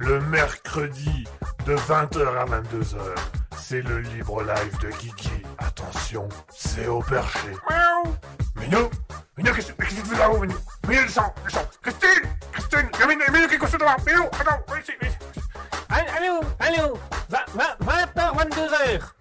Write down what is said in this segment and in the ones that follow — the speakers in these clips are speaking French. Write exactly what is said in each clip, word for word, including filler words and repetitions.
le mercredi de vingt heures à vingt-deux heures. C'est le libre live de Kiki. Attention, c'est au perché. Miaou. Minou, Minou, qu'est-ce que tu fais là-haut, Minou? Minou, descends, descends. Christine, Christine, il y a Minou, Minou qui est couché devant. Minou, attends, viens ici, viens ici. Allô, allô, vingt heures, vingt-deux heures.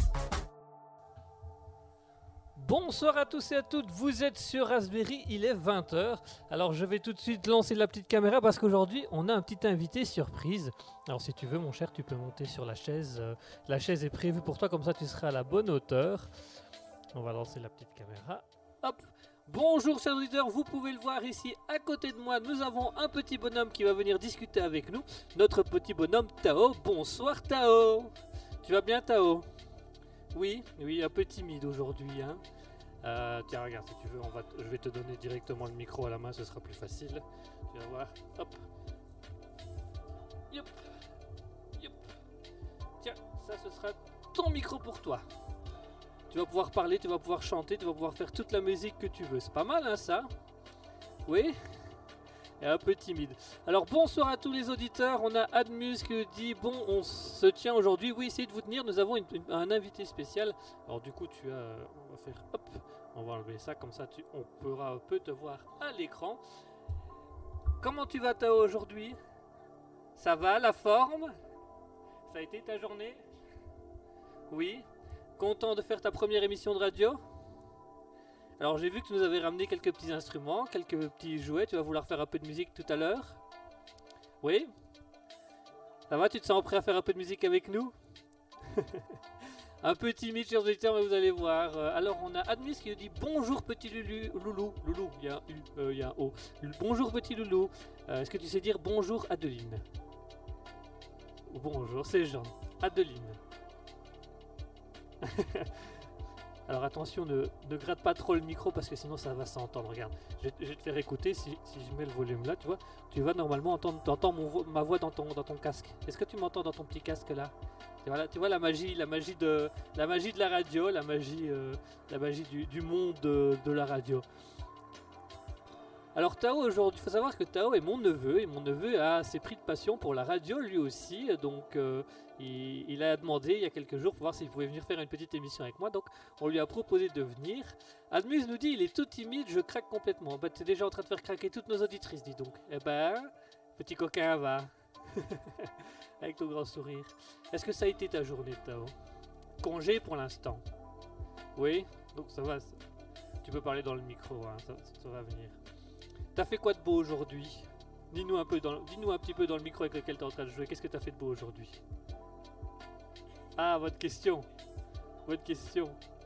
Bonsoir à tous et à toutes, vous êtes sur Raspberry, il est vingt heures. Alors je vais tout de suite lancer la petite caméra parce qu'aujourd'hui on a un petit invité surprise. Alors si tu veux mon cher, tu peux monter sur la chaise. Euh, la chaise est prévue pour toi, comme ça tu seras à la bonne hauteur. On va lancer la petite caméra. Hop. Bonjour chers auditeurs, vous pouvez le voir ici à côté de moi, nous avons un petit bonhomme qui va venir discuter avec nous. Notre petit bonhomme Tao. Bonsoir Tao. Tu vas bien Tao? Oui, oui, un peu timide aujourd'hui, hein. Euh, tiens, regarde, si tu veux, on va t- je vais te donner directement le micro à la main, ce sera plus facile. Tu vas voir. Hop. Yop. Yop. Tiens, ça, ce sera ton micro pour toi. Tu vas pouvoir parler, tu vas pouvoir chanter, tu vas pouvoir faire toute la musique que tu veux. C'est pas mal, hein, ça? Oui? Et un peu timide. Alors bonsoir à tous les auditeurs, on a Admus qui dit bon on se tient aujourd'hui, oui essayez de vous tenir, nous avons une, une, un invité spécial. Alors du coup tu as, on va faire hop, on va enlever ça comme ça tu, on pourra peut te voir à l'écran. Comment tu vas Tao aujourd'hui? Ça va la forme? Ça a été ta journée? Oui? Content de faire ta première émission de radio? Alors j'ai vu que tu nous avais ramené quelques petits instruments, quelques petits jouets, tu vas vouloir faire un peu de musique tout à l'heure? Oui? Ça va, tu te sens prêt à faire un peu de musique avec nous? Un peu timide chers auditeurs, mais vous allez voir. Alors on a Admis qui nous dit bonjour petit Lulu, Loulou, Loulou, il y a un U, euh, il y a un O. Bonjour petit Loulou, euh, est-ce que tu sais dire bonjour Adeline? Bonjour, c'est Jean. Adeline. Alors attention, ne, ne gratte pas trop le micro parce que sinon ça va s'entendre. Regarde, je, je vais te faire écouter si, si je mets le volume là, tu vois. Tu vas normalement entendre, entendre mon, ma voix dans ton, dans ton casque. Est-ce que tu m'entends dans ton petit casque là? Et voilà, tu vois la magie, la magie de la magie de la radio, la magie, euh, la magie du, du monde de, de la radio. Alors Tao aujourd'hui, il faut savoir que Tao est mon neveu et mon neveu a ses pris de passion pour la radio lui aussi, donc euh, il, il a demandé il y a quelques jours pour voir s'il pouvait venir faire une petite émission avec moi, donc on lui a proposé de venir. Admus nous dit il est tout timide, je craque complètement. Bah t'es déjà en train de faire craquer toutes nos auditrices, dis donc. Eh ben, petit coquin va. Avec ton grand sourire. Est-ce que ça a été ta journée Tao? Congé pour l'instant. Oui, donc ça va. Ça... Tu peux parler dans le micro, hein, ça, ça va venir. T'as fait quoi de beau aujourd'hui? Dis-nous un peu dans, dis-nous un petit peu dans le micro avec lequel t'es en train de jouer. Qu'est-ce que t'as fait de beau aujourd'hui? Ah, votre question. Votre question.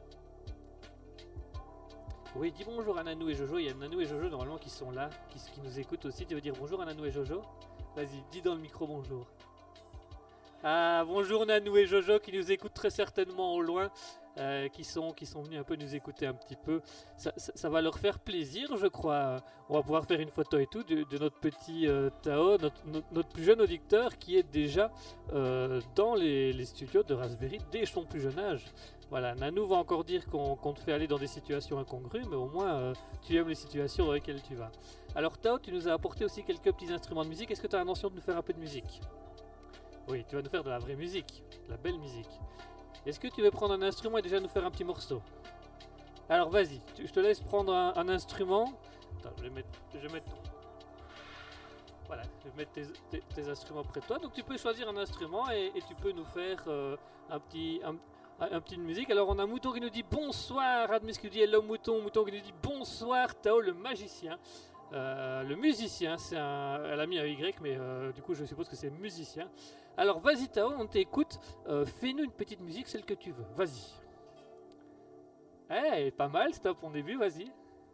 Oui, dis bonjour à Nanou et Jojo. Il y a Nanou et Jojo normalement qui sont là, qui, qui nous écoutent aussi. Tu veux dire bonjour à Nanou et Jojo? Vas-y, dis dans le micro bonjour. Ah, bonjour Nanou et Jojo qui nous écoutent très certainement au loin. Euh, qui, sont, qui sont venus un peu nous écouter un petit peu. Ça, ça, ça va leur faire plaisir, je crois. On va pouvoir faire une photo et tout de, de notre petit euh, Tao, notre, notre, notre plus jeune auditeur qui est déjà euh, dans les, les studios de Raspberry dès son plus jeune âge. Voilà, Nanou va encore dire qu'on, qu'on te fait aller dans des situations incongrues, mais au moins euh, tu aimes les situations dans lesquelles tu vas. Alors Tao, tu nous as apporté aussi quelques petits instruments de musique. Est-ce que tu as l'intention de nous faire un peu de musique? Oui, tu vas nous faire de la vraie musique, de la belle musique. Est-ce que tu veux prendre un instrument et déjà nous faire un petit morceau? Alors vas-y, je te laisse prendre un, un instrument. Attends, je vais mettre, je vais mettre ton... Voilà, je vais mettre tes, tes, tes instruments près de toi. Donc tu peux choisir un instrument et, et tu peux nous faire euh, un petit... Un, un petit musique. Alors on a Mouton qui nous dit bonsoir, Admis qui nous dit hello Mouton, Mouton qui nous dit bonsoir, Tao le magicien. Euh, le musicien, c'est un... Elle a mis un Y, mais euh, du coup je suppose que c'est musicien. Alors vas-y Tao, on t'écoute, euh, fais-nous une petite musique, celle que tu veux, vas-y. Eh, hey, pas mal, stop, on début, vas-y.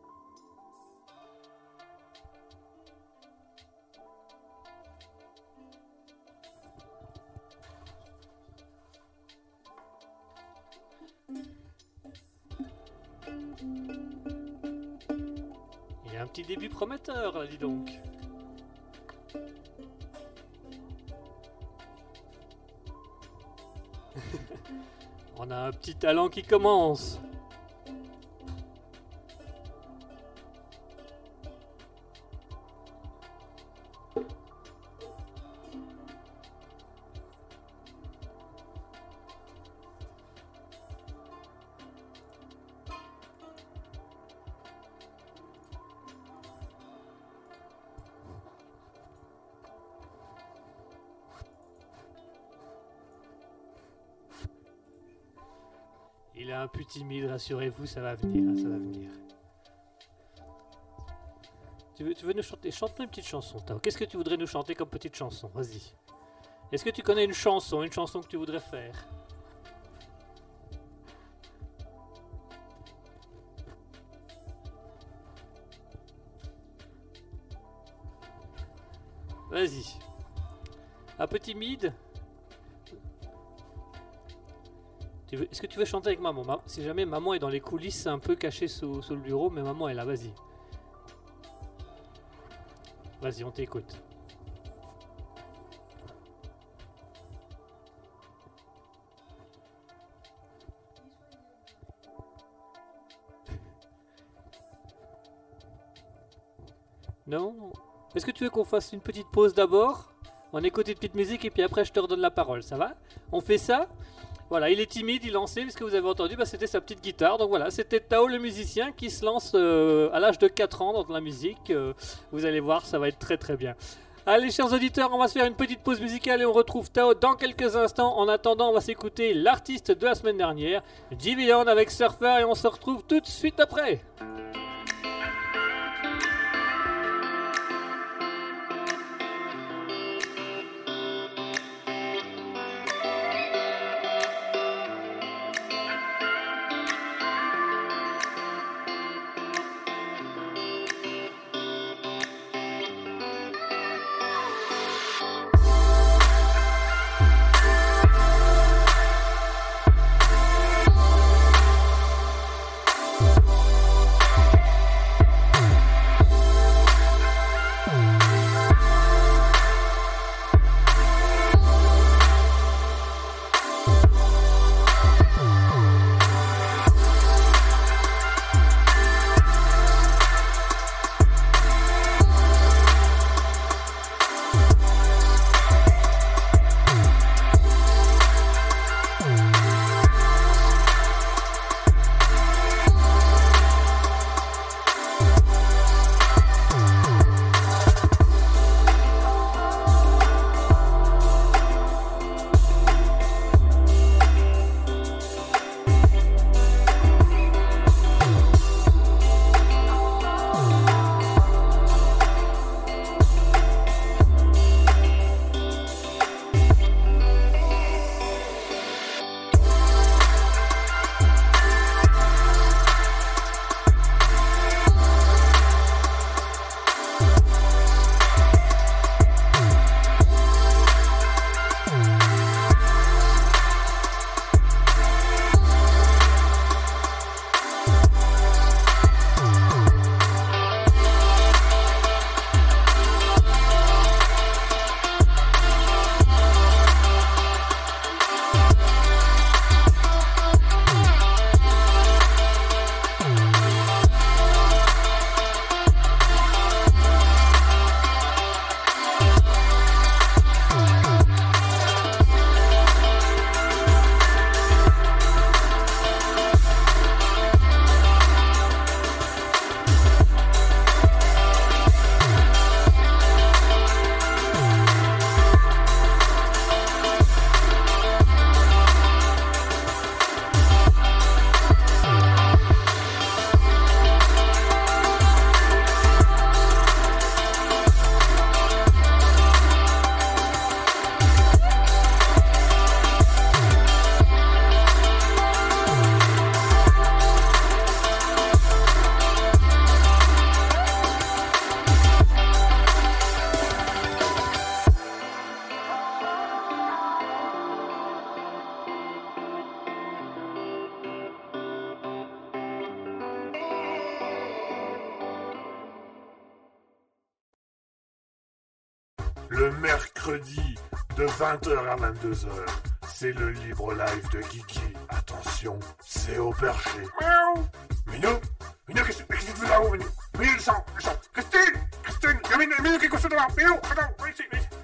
Il y a un petit début prometteur là, dis donc. On a un petit talent qui commence. Il est un peu timide, rassurez-vous, ça va venir, hein, ça va venir. Tu veux, tu veux nous chanter? Chante-nous une petite chanson, Tao. Qu'est-ce que tu voudrais nous chanter comme petite chanson? Vas-y. Est-ce que tu connais une chanson, une chanson que tu voudrais faire? Vas-y. Un peu timide? Est-ce que tu veux chanter avec maman? Ma si jamais maman est dans les coulisses, un peu cachée sous, sous le bureau, mais maman est là, vas-y. Vas-y, on t'écoute. Non? Est-ce que tu veux qu'on fasse une petite pause d'abord? On écoute une petite musique et puis après je te redonne la parole, ça va? On fait ça? Voilà, il est timide, il lançait, puisque vous avez entendu, bah, c'était sa petite guitare. Donc voilà, c'était Tao le musicien qui se lance euh, à l'âge de quatre ans dans la musique. Euh, vous allez voir, ça va être très très bien. Allez, chers auditeurs, on va se faire une petite pause musicale et on retrouve Tao dans quelques instants. En attendant, on va s'écouter l'artiste de la semaine dernière, J V Beyond avec Surfer, et on se retrouve tout de suite après. Le mercredi de vingt heures à vingt-deux heures, c'est le libre live de Kiki. Attention, c'est au perché. Miaou. Minou, Minou, qu'est-ce que tu fais là-haut, Minou? Minou, le sang, le sang. Christine, Christine, il y a Minou, Minou qui est couché devant. Minou, attends, oui, ici, ici.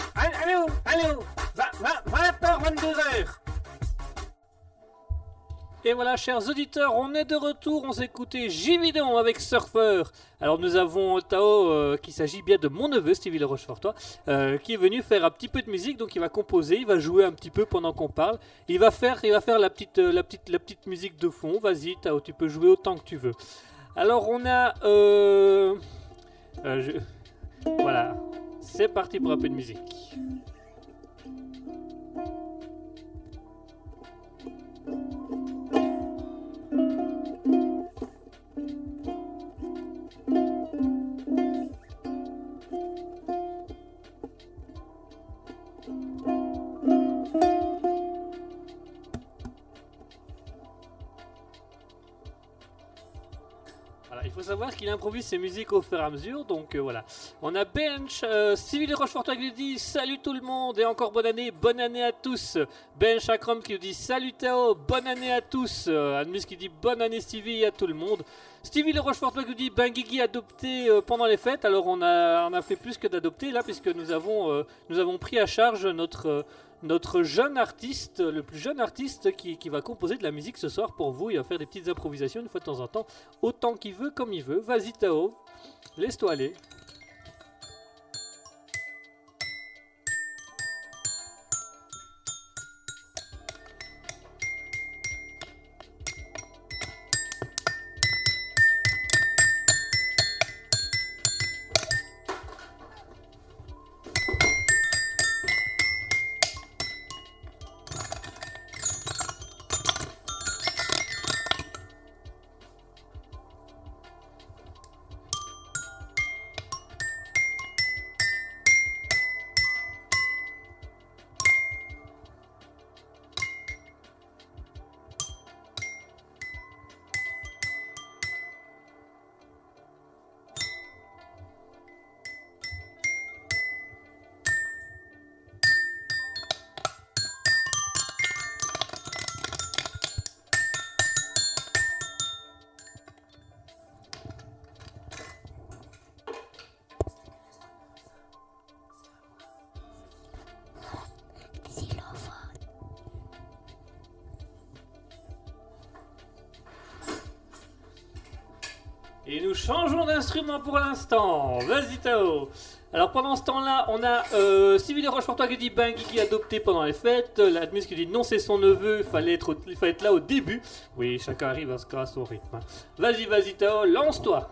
Allô, allô, vingt heures, vingt-deux heures. Et voilà, chers auditeurs, on est de retour, on s'est écouté J-Vidéon avec Surfer. Alors nous avons Tao, euh, qu'il s'agit bien de mon neveu, Stevie Le Rochefortois, euh, qui est venu faire un petit peu de musique, donc il va composer, il va jouer un petit peu pendant qu'on parle. Il va faire, il va faire la, petite, euh, la, petite, la petite musique de fond, vas-y Tao, tu peux jouer autant que tu veux. Alors on a... Euh, euh, je, voilà, c'est parti pour un peu de musique. Il faut savoir qu'il improvise ses musiques au fur et à mesure, donc euh, voilà. On a Bench, euh, Stevie Le Rochefortois qui nous dit salut tout le monde et encore bonne année, bonne année à tous. Bench Akram qui nous dit salut Tao, bonne année à tous. Euh, Admis qui dit bonne année Stevie à tout le monde. Stevie Le Rochefortois qui nous dit ben Guigui adopté euh, pendant les fêtes. Alors on a, on a fait plus que d'adopter là, puisque nous avons, euh, nous avons pris à charge notre... Euh, Notre jeune artiste, le plus jeune artiste qui, qui va composer de la musique ce soir pour vous. Il va faire des petites improvisations une fois de temps en temps, autant qu'il veut, comme il veut. Vas-y Tao, laisse-toi aller. Et nous changeons d'instrument pour l'instant. Vas-y Tao. Alors pendant ce temps-là, on a euh, Stevie Le Rochefortois qui dit ben Guigui adopté pendant les fêtes. L'admis qui dit non c'est son neveu, il fallait être, il fallait être là au début. Oui, chacun arrive à, à son rythme. Vas-y, vas-y Tao, lance-toi.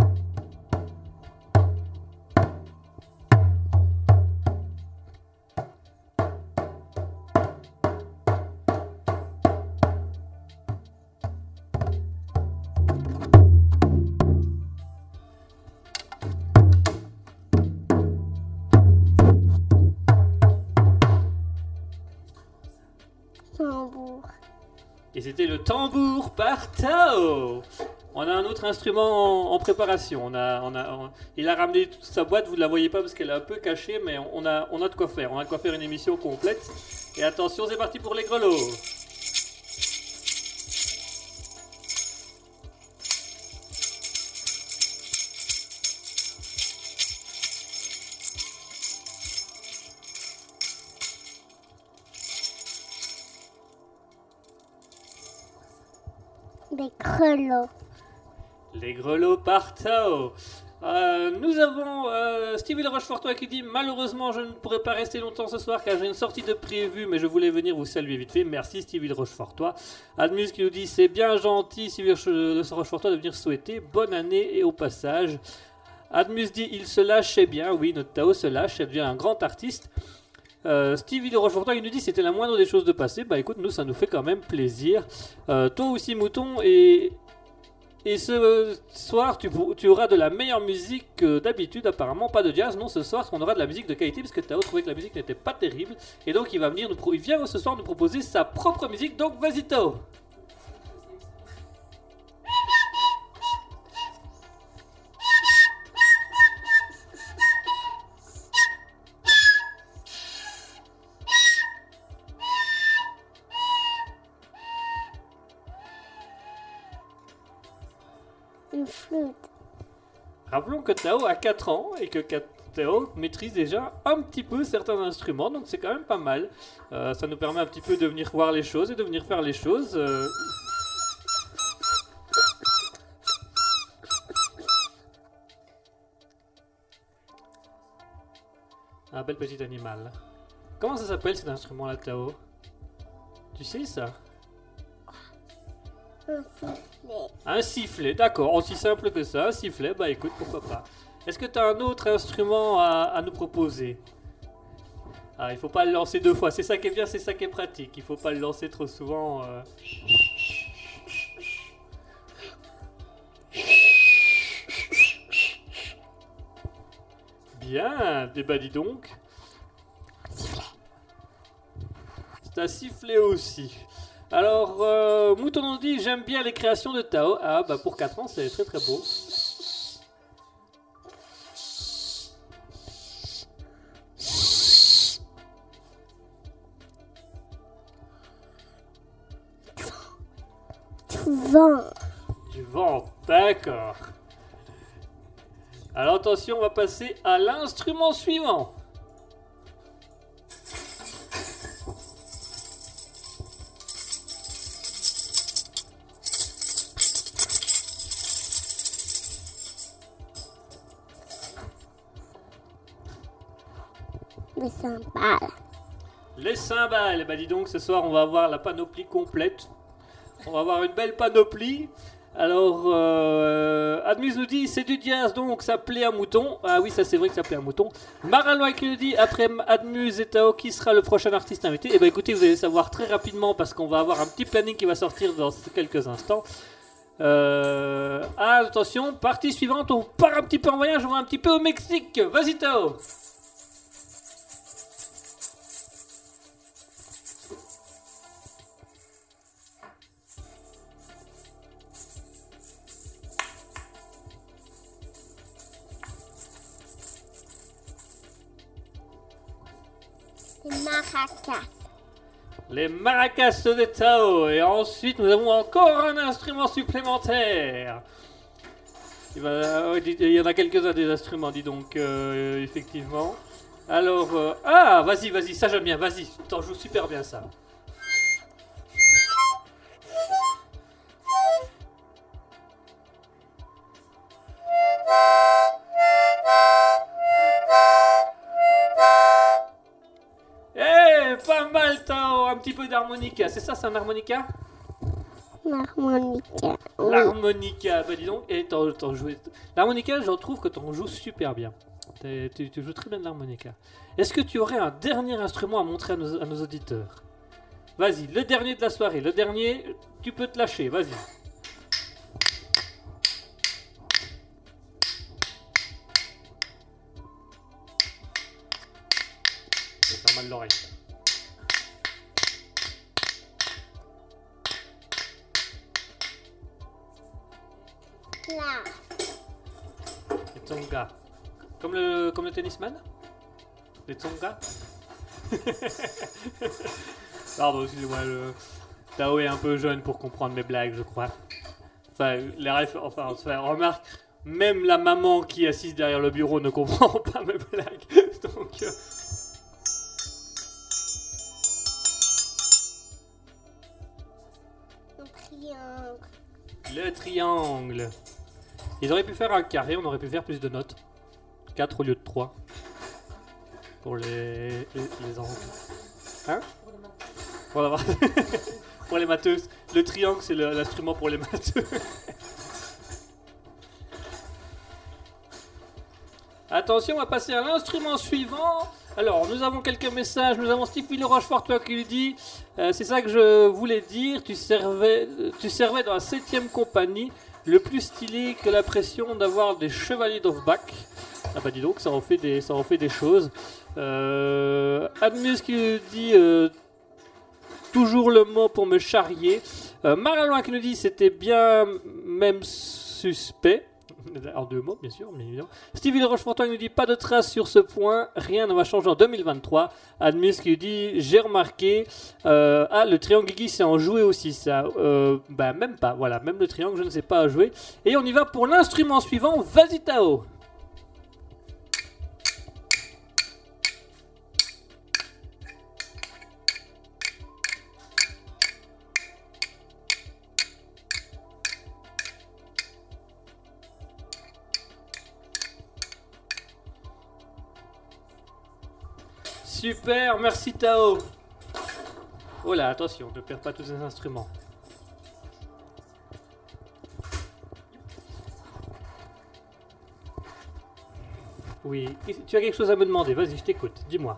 Et c'était le tambour par Tao. On a un autre instrument en, en préparation. On a, on a, on, il a ramené toute sa boîte, vous ne la voyez pas parce qu'elle est un peu cachée, mais on a, on a de quoi faire. On a de quoi faire une émission complète. Et attention, c'est parti pour les grelots. Les grelots. Les grelots par Tao. Euh, nous avons euh, Stevie Le Rochefortois qui dit malheureusement je ne pourrai pas rester longtemps ce soir car j'ai une sortie de prévue mais je voulais venir vous saluer vite fait. Merci Stevie Le Rochefortois. Admus qui nous dit c'est bien gentil Stevie Le Rochefortois de venir souhaiter bonne année et au passage. Admus dit il se lâchait bien. Oui, notre Tao se lâche, elle devient un grand artiste. Euh, Stevie Le Rochefortois il nous dit c'était la moindre des choses de passer. Bah écoute, nous ça nous fait quand même plaisir. Euh, toi aussi Mouton, et, et ce soir tu, tu auras de la meilleure musique que d'habitude. Apparemment pas de jazz, non, ce soir on aura de la musique de qualité parce que Tao trouvait que la musique n'était pas terrible. Et donc il va venir nous pro il vient ce soir nous proposer sa propre musique. Donc vas-y Tao. Une flûte. Rappelons que Tao a quatre ans et que Tao maîtrise déjà un petit peu certains instruments, donc c'est quand même pas mal. Euh, ça nous permet un petit peu de venir voir les choses et de venir faire les choses. Euh, Un bel petit animal. Comment ça s'appelle cet instrument-là, Tao? Tu sais ça? Un sifflet. Un sifflet, d'accord. Aussi simple que ça, un sifflet, bah écoute, pourquoi pas. Est-ce que tu as un autre instrument à, à nous proposer? Ah, il faut pas le lancer deux fois, c'est ça qui est bien, c'est ça qui est pratique. Il faut pas le lancer trop souvent. Euh... Bien, eh ben dis donc. Sifflet. C'est un sifflet aussi. Alors, euh, Mouton nous dit, j'aime bien les créations de Tao. Ah, bah pour quatre ans, c'est très très beau. Du vent. Du vent, d'accord. Alors attention, on va passer à l'instrument suivant. Les cymbales. Les cymbales. Bah dis donc, ce soir, on va avoir la panoplie complète. On va avoir une belle panoplie. Alors, euh, Admus nous dit, c'est du jazz, donc ça plaît à Mouton. Ah oui, ça c'est vrai que ça plaît à Mouton. Maralois qui nous dit, après Admus et Tao, qui sera le prochain artiste invité? Eh bien écoutez, vous allez savoir très rapidement parce qu'on va avoir un petit planning qui va sortir dans quelques instants. Euh, ah, attention, partie suivante, on part un petit peu en voyage, on va un petit peu au Mexique. Vas-y Tao. Les maracas. Les maracas de Tao. Et ensuite, nous avons encore un instrument supplémentaire. Il, va, il y en a quelques-uns des instruments, dis donc, euh, effectivement. Alors, euh, ah, vas-y, vas-y, ça j'aime bien, vas-y, t'en joues super bien ça. Eh, pas mal Tao, un petit peu d'harmonica, c'est ça, c'est un harmonica? L'harmonica. Oui. L'harmonica, bah dis donc, et t'en, t'en joues... L'harmonica, je trouve que t'en joues super bien. T'es- Tu, tu joues très bien de l'harmonica. Est-ce que tu aurais un dernier instrument à montrer à nos, à nos auditeurs? Vas-y, le dernier de la soirée, le dernier, tu peux te lâcher, vas-y. Ça fait mal l'oreille. ça. Là. Les tsongas. Comme le, comme le tennisman? Les tsongas? Pardon, excusez-moi, le... Tao est un peu jeune pour comprendre mes blagues, je crois. Enfin, les ref... enfin, enfin, remarque, même la maman qui est assise derrière le bureau ne comprend pas mes blagues. Donc, euh, Un triangle. le triangle. Ils auraient pu faire un carré, on aurait pu faire plus de notes. quatre au lieu de trois. Pour les, les, les enfants. Hein? Pour, la... pour les matheuses. Le triangle, c'est le- l'instrument pour les matheux. Attention, on va passer à l'instrument suivant. Alors, nous avons quelques messages. Nous avons Steve Le Rochefortois qui lui dit euh, c'est ça que je voulais dire. Tu servais, tu servais dans la septième compagnie. Le plus stylé que la pression d'avoir des chevaliers d'Hofbach. Ah bah dis donc, ça en fait des, ça en fait des choses. Euh, Admus qui nous dit euh, toujours le mot pour me charrier. Euh, Maraloin qui nous dit c'était bien même suspect. En deux mots, bien sûr, bien évidemment. Stevie de Rochefortois nous dit pas de traces sur ce point, rien ne va changer en deux mille vingt-trois. Admus qui nous dit j'ai remarqué. euh, ah, le triangle Guigui c'est en jouer aussi, ça. Euh, bah, même pas, voilà, même le triangle, je ne sais pas à jouer. Et on y va pour l'instrument suivant, vas-y Tao. Super, merci Tao. Oh là, attention, ne perds pas tous les instruments. Oui, tu as quelque chose à me demander, vas-y, je t'écoute, dis-moi.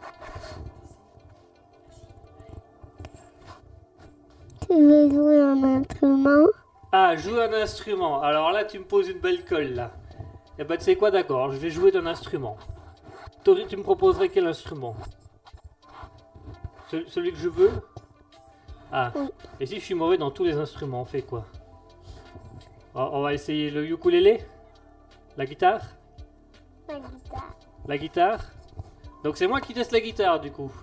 Tu veux jouer un instrument? Ah, jouer un instrument. Alors là, tu me poses une belle colle, là. Eh ben, tu sais quoi, d'accord, je vais jouer d'un instrument. Toi, tu me proposerais quel instrument? Celui, celui que je veux? Ah, Oui. et si je suis mauvais dans tous les instruments, on fait quoi? Oh, on va essayer le ukulélé? La guitare? La guitare. La guitare? Donc c'est moi qui teste la guitare, du coup.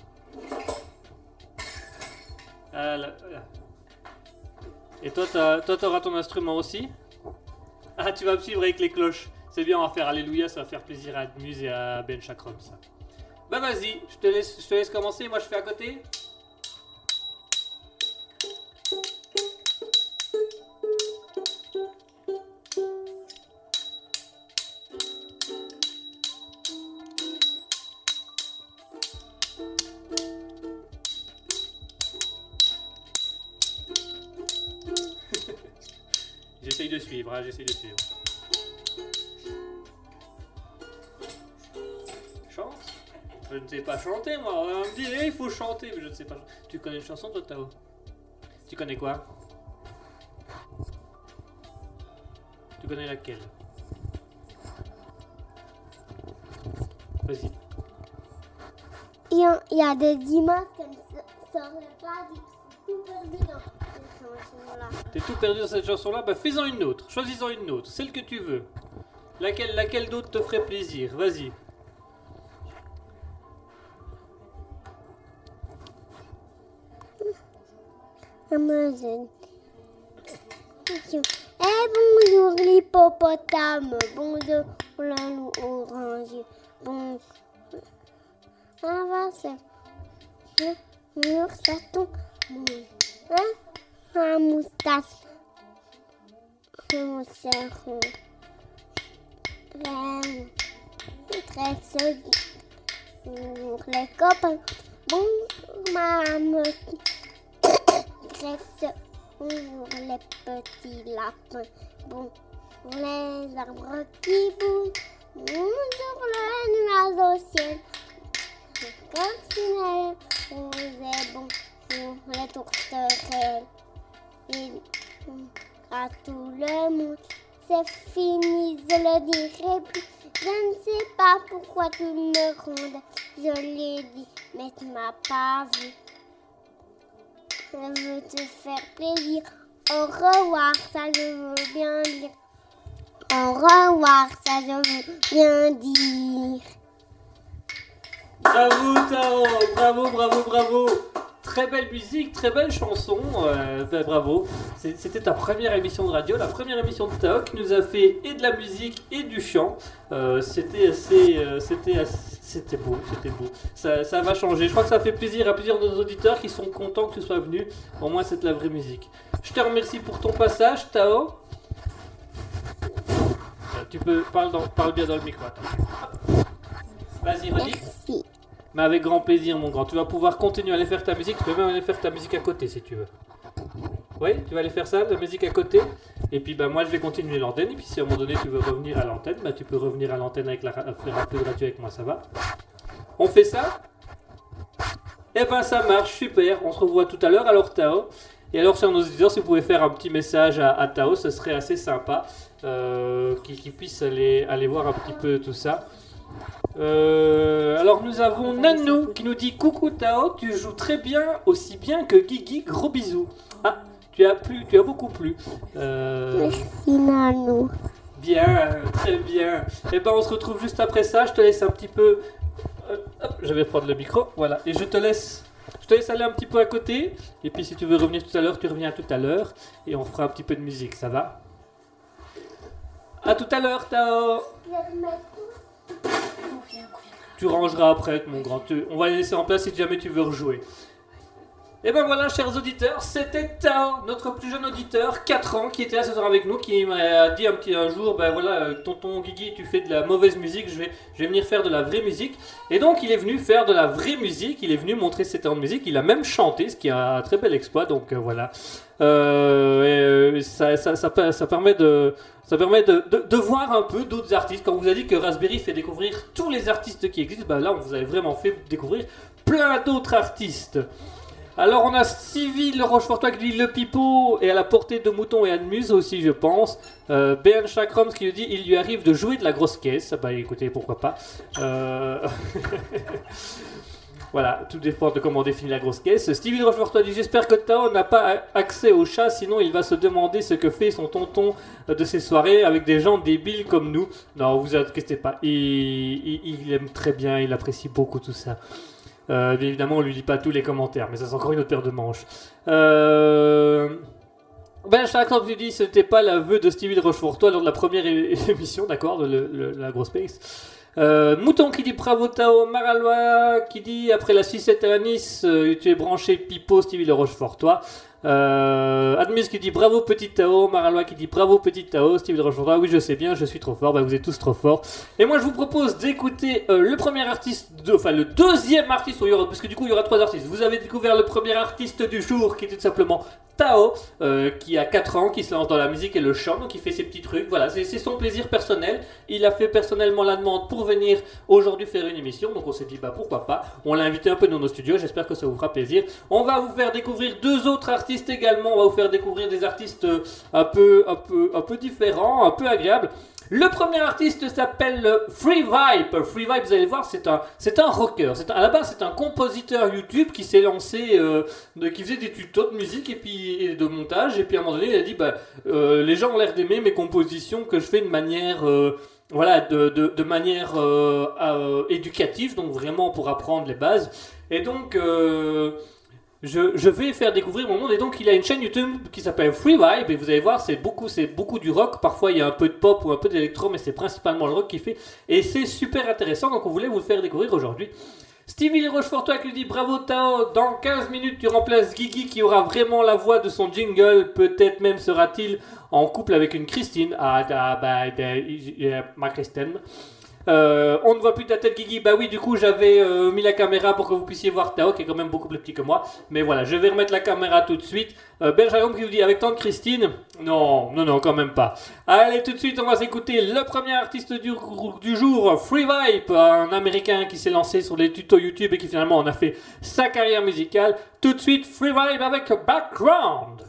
Ah, là, là. Et toi, toi, t'auras ton instrument aussi? Ah, tu vas me suivre avec les cloches. C'est bien, on va faire Alléluia, ça va faire plaisir à Admuse et à Ben Chakram, ça. Bah vas-y, je te laisse, je te laisse commencer, moi je fais à côté. J'essaye de suivre, hein, j'essaye de suivre. Chante? Je ne sais pas chanter, moi. On va me dire, eh, il faut chanter, mais je ne sais pas. Tu connais une chanson, toi, Tao? Tu connais quoi? Tu connais laquelle? Vas-y. Il y, a, il y a des images comme ça, ça aurait pas dit tout perdu dans cette chanson-là. T'es tout perdu dans cette chanson-là? Bah fais-en une autre. Choisis-en une autre. Celle que tu veux. Laquelle, laquelle d'autre te ferait plaisir? Vas-y. Amazon. Eh bonjour l'hippopotame, bonjour la loup orange, bon. Ah va c'est bonjour chaton, bon. Hein? Un moustache, un cerveau, très, très solide. Bonjour les copains, bon maman. Bonjour les petits lapins, bonjour les arbres qui bougent, bonjour le nuage au ciel, coccinelle, rosée, bonjour les tourterelles, et à tout le monde, c'est fini, je le dirai plus, je ne sais pas pourquoi tu me rondes, je l'ai dit, mais tu m'as pas vu. Je veux te faire plaisir. Au revoir, ça je veux bien dire. Au revoir, ça je veux bien dire. Bravo Tao, bravo, bravo, bravo. Très belle musique, très belle chanson. Euh, ben, bravo. C'était ta première émission de radio, la première émission de Tao qui nous a fait et de la musique et du chant. Euh, c'était assez, euh, c'était assez, c'était beau, c'était beau. Ça, ça va changer. Je crois que ça fait plaisir à plusieurs de nos auditeurs qui sont contents que tu sois venu. Au moins, c'est de la vraie musique. Je te remercie pour ton passage, Tao. Euh, tu peux parle, dans, parle bien dans le micro. Attends. Vas-y, redis. Merci. Mais avec grand plaisir, mon grand. Tu vas pouvoir continuer à aller faire ta musique. Tu peux même aller faire ta musique à côté si tu veux. Oui, tu vas aller faire ça, la musique à côté. Et puis bah, moi, je vais continuer l'antenne. Et puis si à un moment donné, tu veux revenir à l'antenne, bah, tu peux revenir à l'antenne avec la, faire un peu de radio avec moi, ça va? On fait ça? Eh ben ça marche, super. On se revoit tout à l'heure. Alors Tao. Et alors, chers nos auditeurs, si vous pouvez faire un petit message à, à Tao, ce serait assez sympa. Euh, qu'il qu'il puisse aller, aller voir un petit peu tout ça. Euh, alors nous avons Nanou qui nous dit coucou Tao, tu joues très bien, aussi bien que Guigui, gros bisous. Ah, tu as plu, tu as beaucoup plu. Euh, Merci Nanou. bien, très bien. Et ben on se retrouve juste après ça. Je te laisse un petit peu. Euh, hop, je vais prendre le micro, voilà. Et je te laisse, je te laisse aller un petit peu à côté. Et puis si tu veux revenir tout à l'heure, tu reviens tout à l'heure et on fera un petit peu de musique, ça va? À tout à l'heure, Tao. Tu rangeras après, mon grand. Tu- On va les laisser en place si jamais tu veux rejouer. Et ben voilà, chers auditeurs, c'était Tao, notre plus jeune auditeur, quatre ans, qui était là ce soir avec nous, qui m'a dit un petit un jour, ben voilà, euh, tonton Guigui, tu fais de la mauvaise musique, je vais, je vais venir faire de la vraie musique. Et donc il est venu faire de la vraie musique, il est venu montrer ses talents de musique, il a même chanté, ce qui est un très bel exploit, donc euh, voilà. Euh, et, euh, ça, ça, ça, ça permet de... Ça permet de, de, de voir un peu d'autres artistes. Quand on vous a dit que Raspberry fait découvrir tous les artistes qui existent, ben là on vous avait vraiment fait découvrir plein d'autres artistes. Alors on a Civil Rochefortois qui dit le pipeau est à la portée de Mouton et Admuse aussi je pense. Euh, B N Chakroms qui lui dit il lui arrive de jouer de la grosse caisse. Bah écoutez pourquoi pas. Euh... Voilà, tout dépend de comment on définit la grosse caisse. Stevie Rochefortois dit j'espère que Tao n'a pas accès au chat, sinon il va se demander ce que fait son tonton de ses soirées avec des gens débiles comme nous. Non, vous inquiétez pas, il, il, il aime très bien, il apprécie beaucoup tout ça. Euh, bien évidemment, on lui lit pas tous les commentaires, mais ça c'est encore une autre paire de manches. Euh... Ben, chaque fois que tu dis ce n'était pas l'aveu de Stevie Rochefortois lors de la première é émission, d'accord, de le, le, la grosse space. Euh, Mouton qui dit bravo Tao, Maralois qui dit après la sucette à Nice, euh, tu es branché pipeau Stevie Le Rochefortois. Euh, Admus qui dit bravo petit Tao, Maralois qui dit bravo petit Tao, Stevie Le Rochefortois, oui je sais bien, je suis trop fort, bah vous êtes tous trop forts. Et moi je vous propose d'écouter euh, le premier artiste, de, enfin le deuxième artiste, il y aura, parce que du coup il y aura trois artistes. Vous avez découvert le premier artiste du jour qui est tout simplement Tao, euh, qui a quatre ans, qui se lance dans la musique et le chant, donc il fait ses petits trucs, voilà, c'est son plaisir personnel. Il a fait personnellement la demande pour venir aujourd'hui faire une émission, donc on s'est dit bah pourquoi pas. On l'a invité un peu dans nos studios, j'espère que ça vous fera plaisir. On va vous faire découvrir deux autres artistes également, on va vous faire découvrir des artistes un peu, un peu, un peu différents, un peu agréables. Le premier artiste s'appelle Free Vibe. Free Vibe, vous allez voir, c'est un, c'est un rocker. C'est un, à la base, c'est un compositeur YouTube qui s'est lancé, euh, de, qui faisait des tutos de musique et puis et de montage. Et puis à un moment donné, il a dit, bah, euh, les gens ont l'air d'aimer mes compositions que je fais de manière, euh, voilà, de, de, de manière euh, euh, éducative, donc vraiment pour apprendre les bases. Et donc. Euh, Je, je vais faire découvrir mon monde et donc il a une chaîne YouTube qui s'appelle Free Vibe et vous allez voir c'est beaucoup, c'est beaucoup du rock, parfois il y a un peu de pop ou un peu d'électro mais c'est principalement le rock qu'il fait et c'est super intéressant donc on voulait vous le faire découvrir aujourd'hui. Stevie Rochefortois qui lui dit bravo Tao, dans quinze minutes tu remplaces Guigui qui aura vraiment la voix de son jingle, peut-être même sera-t-il en couple avec une Christine, ah, ah bah, bah, ma Christine. Euh, on ne voit plus ta tête Guigui, bah oui du coup j'avais euh, mis la caméra pour que vous puissiez voir Tao qui est quand même beaucoup plus petit que moi, mais voilà je vais remettre la caméra tout de suite. euh, Benjamin qui vous dit avec tante Christine, non non non quand même pas. Allez tout de suite on va s'écouter le premier artiste du, du jour, Free Vibe, un américain qui s'est lancé sur les tutos YouTube et qui finalement en a fait sa carrière musicale. Tout de suite Free Vibe avec Background.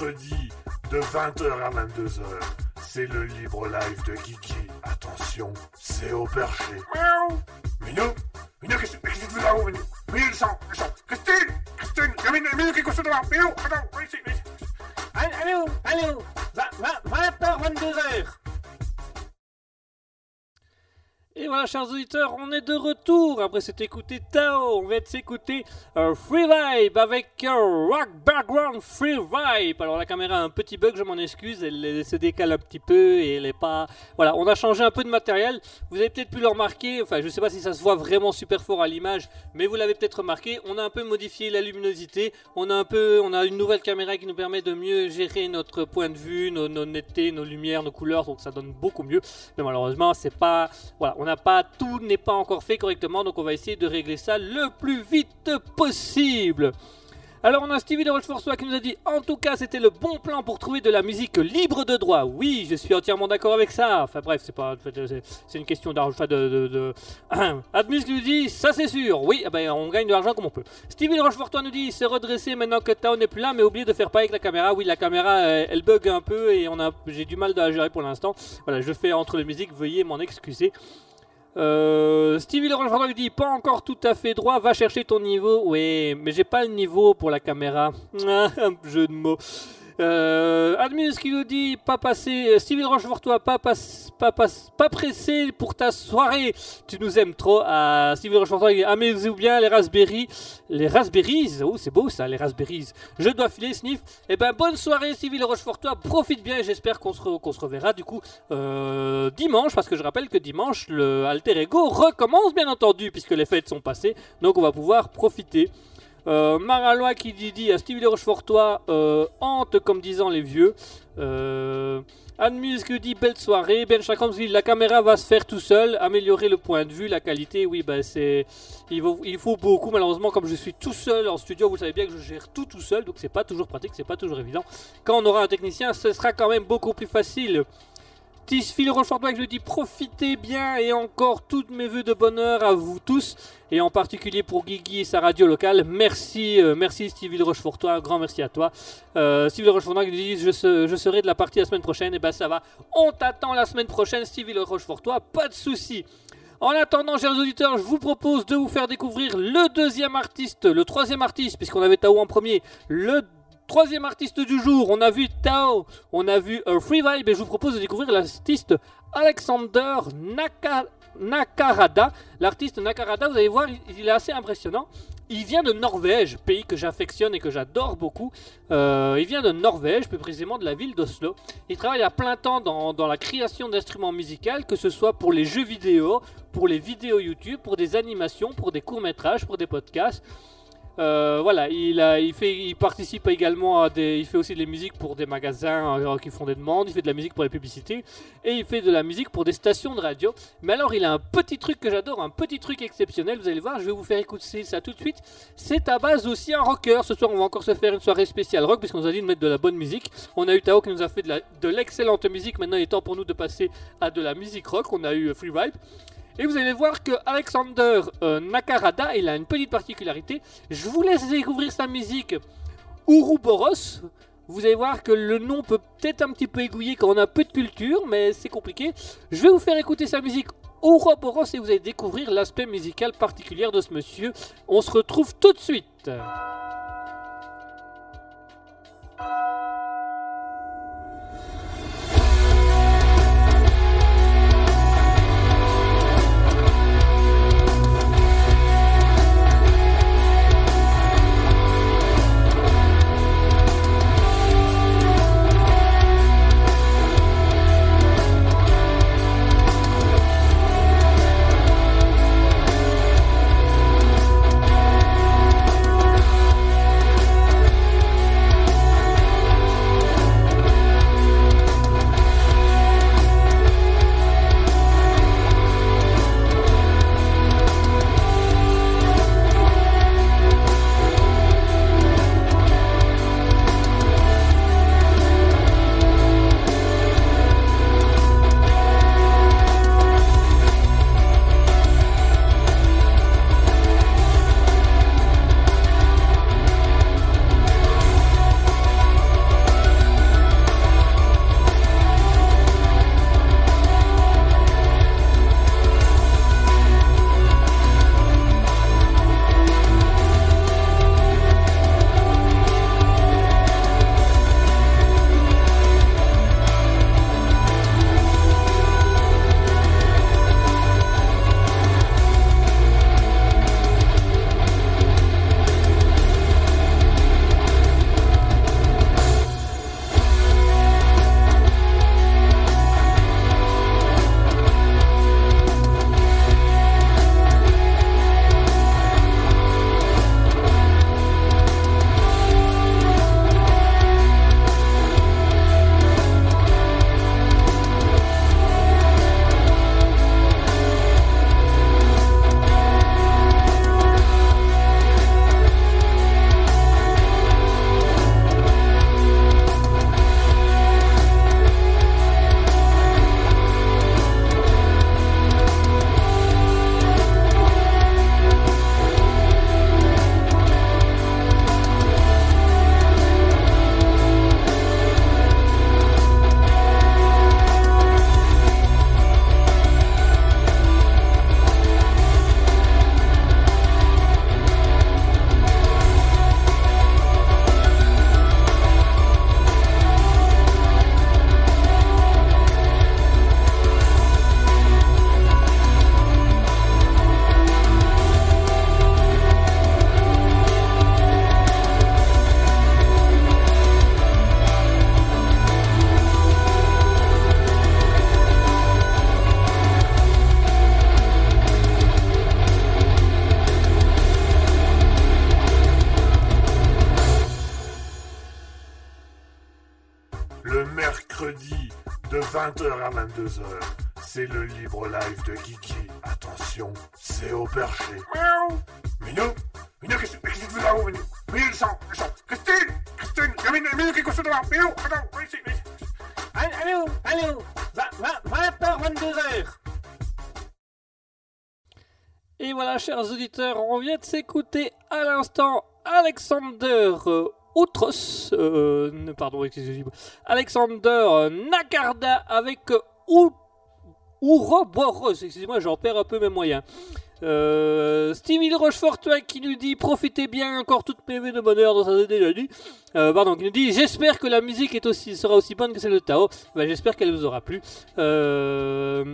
mercredi de vingt heures à vingt-deux heures. C'est le libre live de Kiki. Attention, c'est au perché. Miaou. Minou, Minou, qu'est-ce que tu fais là-haut, Minou? Minou, le sang, le sang. Christine, Christine, il y a Minou, Minou qui est couché devant. Minou, attends, viens ici, viens ici. Allô, allô, vingt heures, vingt-deux heures. Et voilà, chers auditeurs, on est de retour. Après s'être écouté Tao, on vient de s'écouter euh, Free Vibe avec euh, Rock Background Free Vibe. Alors la caméra a un petit bug, je m'en excuse, elle, elle se décale un petit peu et elle est pas... Voilà, on a changé un peu de matériel. Vous avez peut-être pu le remarquer, enfin je sais pas si ça se voit vraiment super fort à l'image, mais vous l'avez peut-être remarqué, on a un peu modifié la luminosité. On a un peu, on a une nouvelle caméra qui nous permet de mieux gérer notre point de vue, nos, nos nettetés, nos lumières, nos couleurs, donc ça donne beaucoup mieux. Mais malheureusement, c'est pas... Voilà, on a pas, tout n'est pas encore fait correctement, donc on va essayer de régler ça le plus vite possible. Alors on a Stevie de Rochefortois qui nous a dit « En tout cas, c'était le bon plan pour trouver de la musique libre de droit. » Oui, je suis entièrement d'accord avec ça. Enfin bref, c'est pas, c'est une question d'argent. Enfin, de, de, de... Admus nous dit « Ça c'est sûr. » Oui, eh ben, on gagne de l'argent comme on peut. Stevie de Rochefortois nous dit « C'est redressé maintenant que Tao n'est plus là, mais oubliez de faire pas avec la caméra. » Oui, la caméra, elle, elle bug un peu et on a, j'ai du mal de la gérer pour l'instant. Voilà, je fais entre les musiques, veuillez m'en excuser. Euh, Stevie le Rochefortois lui dit pas encore tout à fait droit, va chercher ton niveau. Oui, mais j'ai pas le niveau pour la caméra. Un jeu de mots. Euh, Admus qui nous dit pas passé. Stevie le Rochefortois, pas, pas, pas, pas, pas pressé pour ta soirée. Tu nous aimes trop. Ah, Stevie le Rochefortois, amusez-vous bien les raspberries. Les raspberries, oh c'est beau ça, les raspberries. Je dois filer, sniff. Et ben bonne soirée Stevie le Rochefortois, profite bien et j'espère qu'on se, re, qu'on se reverra du coup euh, dimanche, parce que je rappelle que dimanche le Alter Ego recommence bien entendu puisque les fêtes sont passées, donc on va pouvoir profiter. Euh, Maralois qui dit, dit à Stevie le Rochefortois, euh, hante comme disant les vieux. Euh, Admus qui dit belle soirée. Ben Chakram dit la caméra va se faire tout seul, améliorer le point de vue, la qualité. Oui, ben c'est, il faut, il faut beaucoup. Malheureusement, comme je suis tout seul en studio, vous savez bien que je gère tout tout seul, donc c'est pas toujours pratique, c'est pas toujours évident. Quand on aura un technicien, ce sera quand même beaucoup plus facile. Phil Rochefortois, je lui dis profitez bien et encore toutes mes vœux de bonheur à vous tous et en particulier pour Guigui et sa radio locale. Merci, euh, merci Stevie le Rochefortois, un grand merci à toi. Euh, Stevie le Rochefortois qui dit je, se, je serai de la partie la semaine prochaine. Et ben ça va, on t'attend la semaine prochaine Stevie le Rochefortois, pas de souci. En attendant, chers auditeurs, je vous propose de vous faire découvrir le deuxième artiste, le troisième artiste, puisqu'on avait Tao en premier, le troisième artiste du jour. On a vu Tao, on a vu uh, Free Vibe et je vous propose de découvrir l'artiste Alexander Naka, Nakarada. L'artiste Nakarada, vous allez voir, il, il est assez impressionnant. Il vient de Norvège, pays que j'affectionne et que j'adore beaucoup. Euh, il vient de Norvège, plus précisément de la ville d'Oslo. Il travaille à plein temps dans, dans la création d'instruments musicaux, que ce soit pour les jeux vidéo, pour les vidéos YouTube, pour des animations, pour des courts-métrages, pour des podcasts. Euh, voilà, il, a, il, fait, il participe également à des... Il fait aussi de la musique pour des magasins euh, qui font des demandes. Il fait de la musique pour les publicités. Et il fait de la musique pour des stations de radio. Mais alors, il a un petit truc que j'adore, un petit truc exceptionnel. Vous allez voir, je vais vous faire écouter ça tout de suite. C'est à base aussi un rocker. Ce soir, on va encore se faire une soirée spéciale rock, puisqu'on nous a dit de mettre de la bonne musique. On a eu Tao qui nous a fait de, la, de l'excellente musique. Maintenant, il est temps pour nous de passer à de la musique rock. On a eu Free Vibe. Et vous allez voir que Alexander euh, Nakarada, il a une petite particularité. Je vous laisse découvrir sa musique Ouroboros. Vous allez voir que le nom peut peut-être un petit peu aiguiller quand on a peu de culture, mais c'est compliqué. Je vais vous faire écouter sa musique Ouroboros et vous allez découvrir l'aspect musical particulier de ce monsieur. On se retrouve tout de suite. vingt heures à vingt-deux heures, c'est le libre live de Kiki. Attention, c'est au perché. Miaou. Minou, Minou, qu'est-ce que tu fais là-haut, Minou? Minou, le sang, le sang. Christine, Christine, il y a Minou, Minou qui est couché devant. Minou, attends, viens ici, viens ici. Allô, allô, vingt heures, vingt-deux heures. Et voilà, chers auditeurs, on vient de s'écouter à l'instant Alexander euh, Outros, euh, pardon, excusez-moi, Alexander Nakarada avec euh, Ou- Ouroboros, excusez-moi, j'en perds un peu mes moyens. Euh, Stevie de Rochefortois qui nous dit profitez bien encore toutes mes vœux de bonheur, dans ça c'est déjà dit. Euh, pardon, qui nous dit j'espère que la musique est aussi, sera aussi bonne que celle de Tao. Ben, j'espère qu'elle vous aura plu. Euh...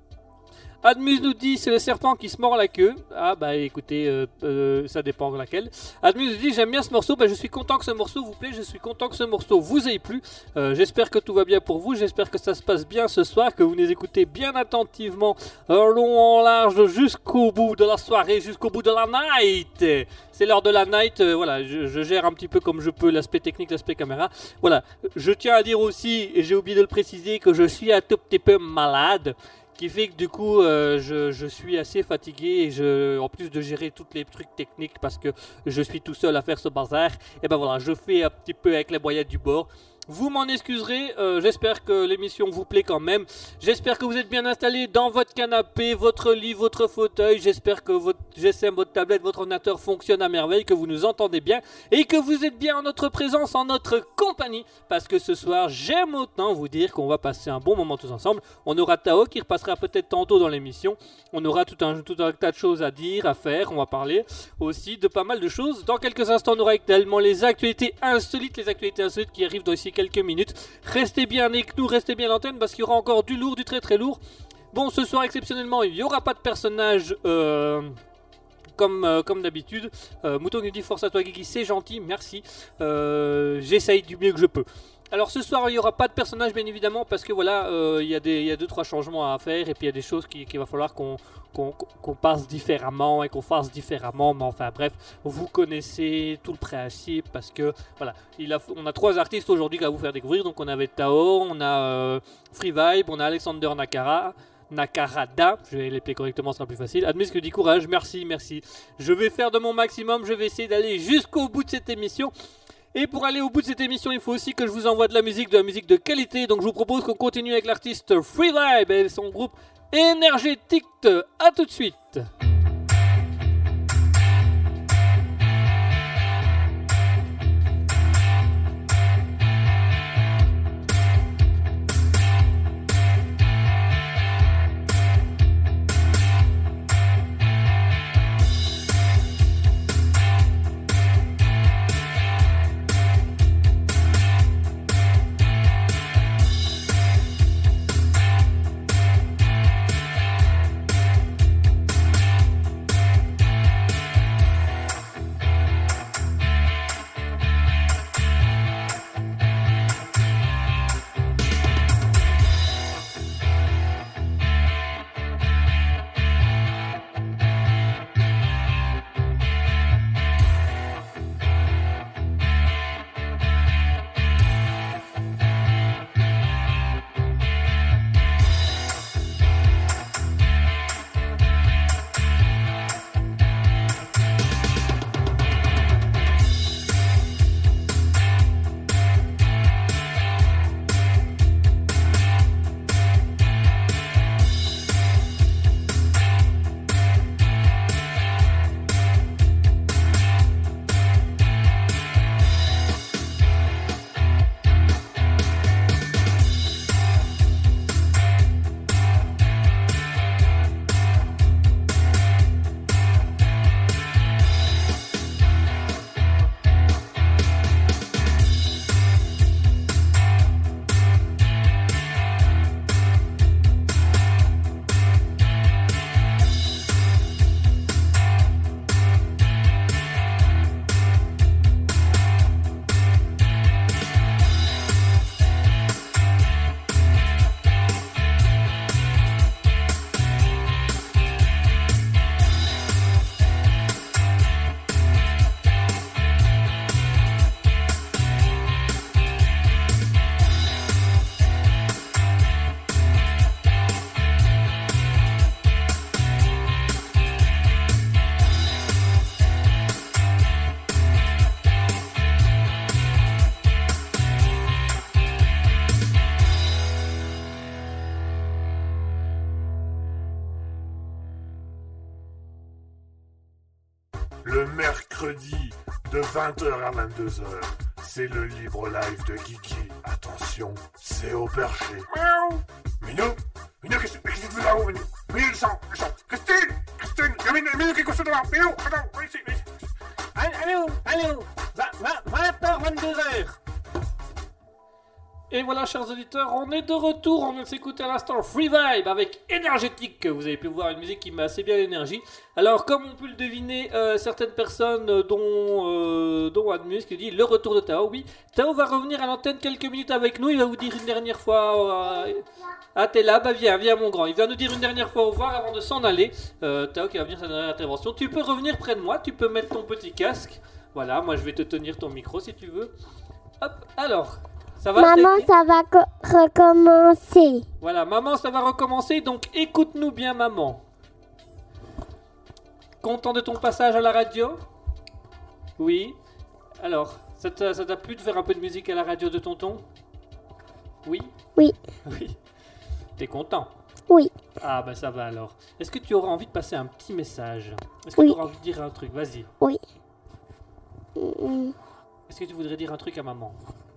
Admus nous dit c'est le serpent qui se mord la queue. Ah bah écoutez, euh, euh, ça dépend de laquelle. Admus nous dit j'aime bien ce morceau, bah, je suis content que ce morceau vous plaît, je suis content que ce morceau vous ait plu. Euh, j'espère que tout va bien pour vous, j'espère que ça se passe bien ce soir, que vous nous écoutez bien attentivement, en long, en large, jusqu'au bout de la soirée, jusqu'au bout de la night. C'est l'heure de la night, euh, voilà, je, je gère un petit peu comme je peux l'aspect technique, l'aspect caméra. Voilà, je tiens à dire aussi, et j'ai oublié de le préciser, que je suis un tout petit peu malade. Qui fait que du coup euh, je, je suis assez fatigué et je, en plus de gérer tous les trucs techniques parce que je suis tout seul à faire ce bazar, et ben voilà, je fais un petit peu avec les moyens du bord. Vous m'en excuserez, euh, j'espère que l'émission vous plaît quand même. J'espère que vous êtes bien installés dans votre canapé, votre lit, votre fauteuil. J'espère que votre G S M, votre tablette, votre ordinateur fonctionne à merveille, que vous nous entendez bien et que vous êtes bien en notre présence, en notre compagnie. Parce que ce soir, j'aime autant vous dire qu'on va passer un bon moment tous ensemble. On aura Tao qui repassera peut-être tantôt dans l'émission. On aura tout un, tout un tas de choses à dire, à faire. On va parler aussi de pas mal de choses. Dans quelques instants, on aura également les actualités insolites, les actualités insolites qui arrivent dans ici quelques minutes. Restez bien avec nous, restez bien à l'antenne parce qu'il y aura encore du lourd, du très très lourd. Bon, ce soir exceptionnellement, il n'y aura pas de personnage euh, comme, euh, comme d'habitude. Euh, Mouton nous dit force à toi Guigui, c'est gentil, merci. Euh, J'essaye du mieux que je peux. Alors ce soir il n'y aura pas de personnage bien évidemment parce que voilà euh, il y a des il y a deux trois changements à faire et puis il y a des choses qu'il qui va falloir qu'on qu'on qu'on passe différemment et qu'on fasse différemment, mais enfin bref, vous connaissez tout le principe parce que voilà, il a, on a trois artistes aujourd'hui à vous faire découvrir. Donc on avait Tao, on a euh, Free Vibe, on a Alexander Nakara Nakarada, je vais l'épeler correctement, ce sera plus facile. Admis que dit courage, merci, merci. Je vais faire de mon maximum, je vais essayer d'aller jusqu'au bout de cette émission. Et pour aller au bout de cette émission, il faut aussi que je vous envoie de la musique, de la musique de qualité. Donc je vous propose qu'on continue avec l'artiste Free Vibe et son groupe énergétique. A tout de suite. le mercredi de vingt heures à vingt-deux heures. C'est le libre live de Kiki. Attention, c'est au perché. Miaou. Minou, Minou, qu'est-ce que tu fais là-haut, Minou? Minou, le sang, le sang. Christine, Christine, il y a Minou, Minou qui est couché devant. Minou, attends, viens ici, viens ici. Allô, allô, vingt heures, vingt-deux heures. Et voilà, chers auditeurs, on est de retour. On vient de s'écouter à l'instant Free Vibe avec Énergétique. Vous avez pu voir une musique qui met assez bien l'énergie. Alors, comme on peut le deviner, euh, certaines personnes, euh, dont, euh, dont Admus, qui dit le retour de Tao. Oui, Tao va revenir à l'antenne quelques minutes avec nous. Il va vous dire une dernière fois. Euh, ah, t'es là? Bah, viens, viens, mon grand. Il va nous dire une dernière fois au revoir avant de s'en aller. Euh, Tao qui va venir sa dernière intervention. Tu peux revenir près de moi. Tu peux mettre ton petit casque. Voilà, moi je vais te tenir ton micro si tu veux. Hop, alors. Ça va, maman, ça va co- recommencer. Voilà, maman, ça va recommencer, donc écoute-nous bien, maman. Content de ton passage à la radio? Oui. Alors, ça t'a, ça t'a plu de faire un peu de musique à la radio de tonton? Oui. Oui. Oui. T'es content? Oui. Ah, bah ça va alors. Est-ce que tu auras envie de passer un petit message? Est-ce que oui. tu auras envie de dire un truc? Vas-y. Oui. Mmh. Est-ce que tu voudrais dire un truc à maman?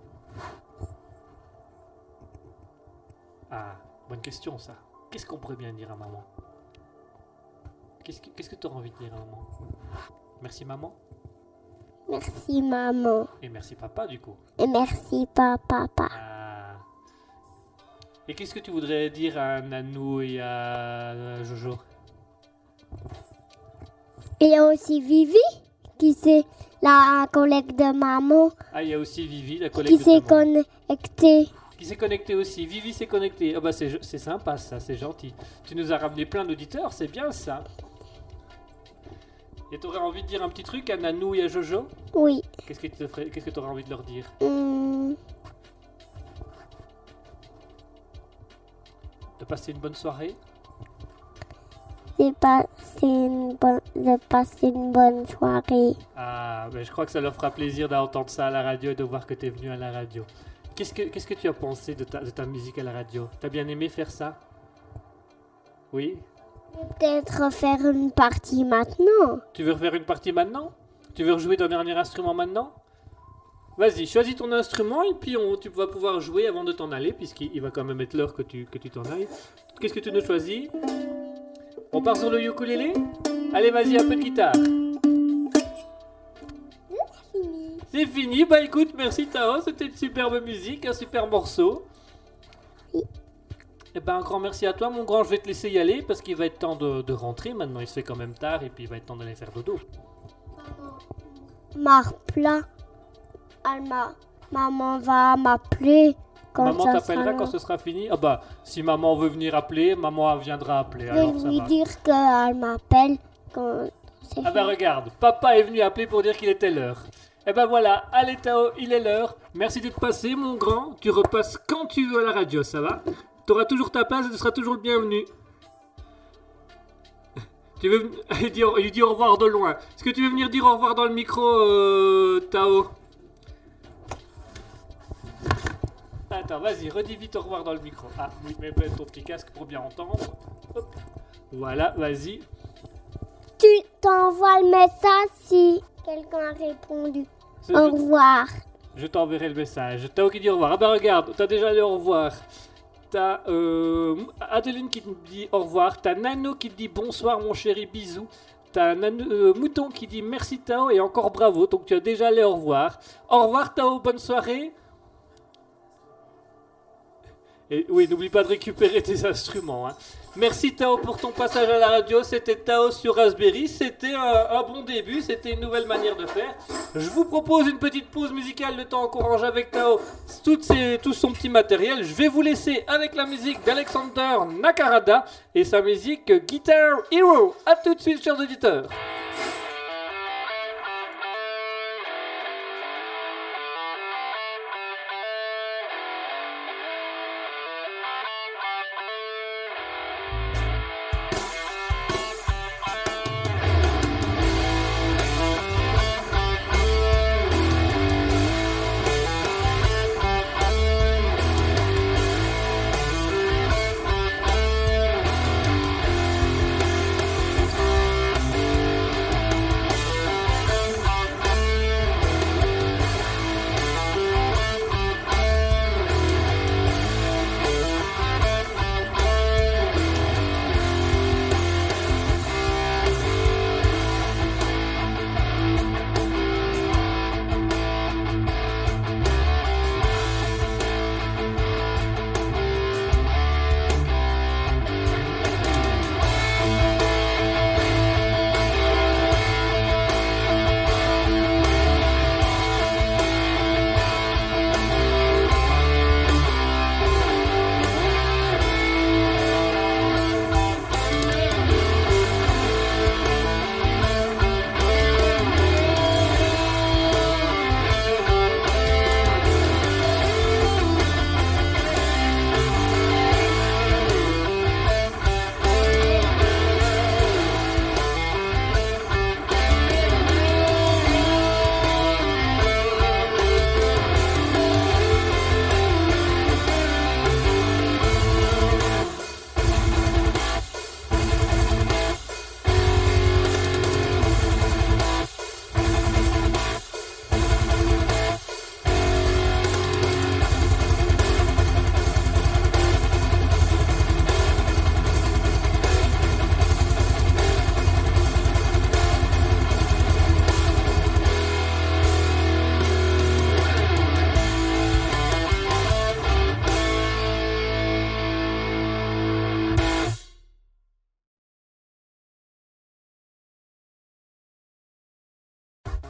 Ah, bonne question ça. Qu'est-ce qu'on pourrait bien dire à maman? Qu'est-ce que qu'est-ce que tu auras envie de dire à maman? Merci maman. Merci maman. Et merci papa du coup. Et merci papa. Ah. Et qu'est-ce que tu voudrais dire à Nanou et à Jojo? Il y a aussi Vivi qui c'est la collègue de maman. Ah, il y a aussi Vivi, la collègue qui de maman. Qui s'est connectée. Qui s'est connecté aussi. Vivi s'est connectée. Oh bah c'est, c'est sympa ça, c'est gentil. Tu nous as ramené plein d'auditeurs, c'est bien ça. Et t'aurais envie de dire un petit truc à Nanou et à Jojo? Oui. Qu'est-ce que tu ferais, qu'est-ce que t'aurais envie de leur dire? Mmh. De passer une bonne soirée? De passer une bonne, de passer une bonne soirée. Ah, ben je crois que ça leur fera plaisir d'entendre ça à la radio et de voir que t'es venu à la radio. Qu'est-ce que, qu'est-ce que tu as pensé de ta, de ta musique à la radio? T'as bien aimé faire ça? Oui? Peut-être faire une partie maintenant. Tu veux refaire une partie maintenant? Tu veux rejouer ton dernier instrument maintenant? Vas-y, choisis ton instrument et puis on, tu vas pouvoir jouer avant de t'en aller, puisqu'il va quand même être l'heure que tu, que tu t'en ailles. Qu'est-ce que tu nous choisis? On part sur le ukulélé? Allez, vas-y, un peu de guitare. C'est fini, bah écoute, merci Tao, c'était une superbe musique, un super morceau. Oui. Et ben un grand merci à toi mon grand, je vais te laisser y aller parce qu'il va être temps de, de rentrer maintenant, il se fait quand même tard et puis il va être temps d'aller faire dodo. Marpla, elle m'a, maman va m'appeler quand maman ça t'appellera sera quand ce sera fini? Ah bah si maman veut venir appeler, maman viendra appeler. Je alors vais ça lui va. dire qu'elle m'appelle quand c'est Ah bah regarde, papa est venu appeler pour dire qu'il était l'heure. Et ben voilà, allez Tao, il est l'heure. Merci d'être passé mon grand. Tu repasses quand tu veux à la radio, ça va? Tu auras toujours ta place et tu seras toujours le bienvenu. Tu veux il dit, il dit au revoir de loin. Est-ce que tu veux venir dire au revoir dans le micro, euh, Tao? Attends, vas-y, redis vite au revoir dans le micro. Ah, oui, mets ton petit casque pour bien entendre. Hop. Voilà, vas-y. Tu t'envoies le message si quelqu'un a répondu. C'est Au je... revoir. Je t'enverrai le message. Tao qui dit au revoir. Ah bah regarde, t'as déjà le au revoir. T'as euh, Adeline qui te dit au revoir. T'as Nano qui te dit bonsoir mon chéri, bisous. T'as Nano, euh, Mouton qui dit merci Tao et encore bravo. Donc tu as déjà les au revoir. Au revoir Tao, bonne soirée. Et oui, n'oublie pas de récupérer tes instruments. Hein. Merci Tao pour ton passage à la radio. C'était Tao sur Raspberry. C'était un, un bon début. C'était une nouvelle manière de faire. Je vous propose une petite pause musicale le temps qu'on range avec Tao tout, ses, tout son petit matériel. Je vais vous laisser avec la musique d'Alexander Nakarada et sa musique Guitar Hero. A tout de suite, chers auditeurs.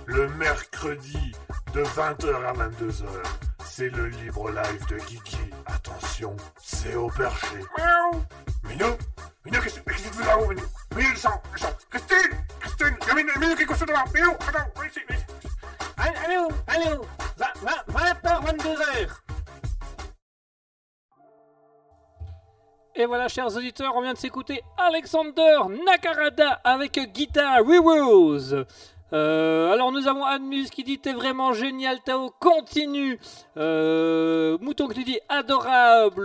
le mercredi de vingt heures à vingt-deux heures. C'est le libre live de Kiki. Attention, c'est au perché. Miaou. Minou, Minou, qu'est-ce que tu fais là-haut, Minou? Minou, le sang, le sang. Christine, Christine, il y a Minou, Minou qui est couché devant. Minou, attends, viens ici, viens ici. Allô, allô, vingt heures, vingt-deux heures. Et voilà, chers auditeurs, on vient de s'écouter Alexander Nakarada avec Guitar Heroes. Euh, alors nous avons Admus qui dit t'es vraiment génial Tao, continue. euh, Mouton qui dit adorable.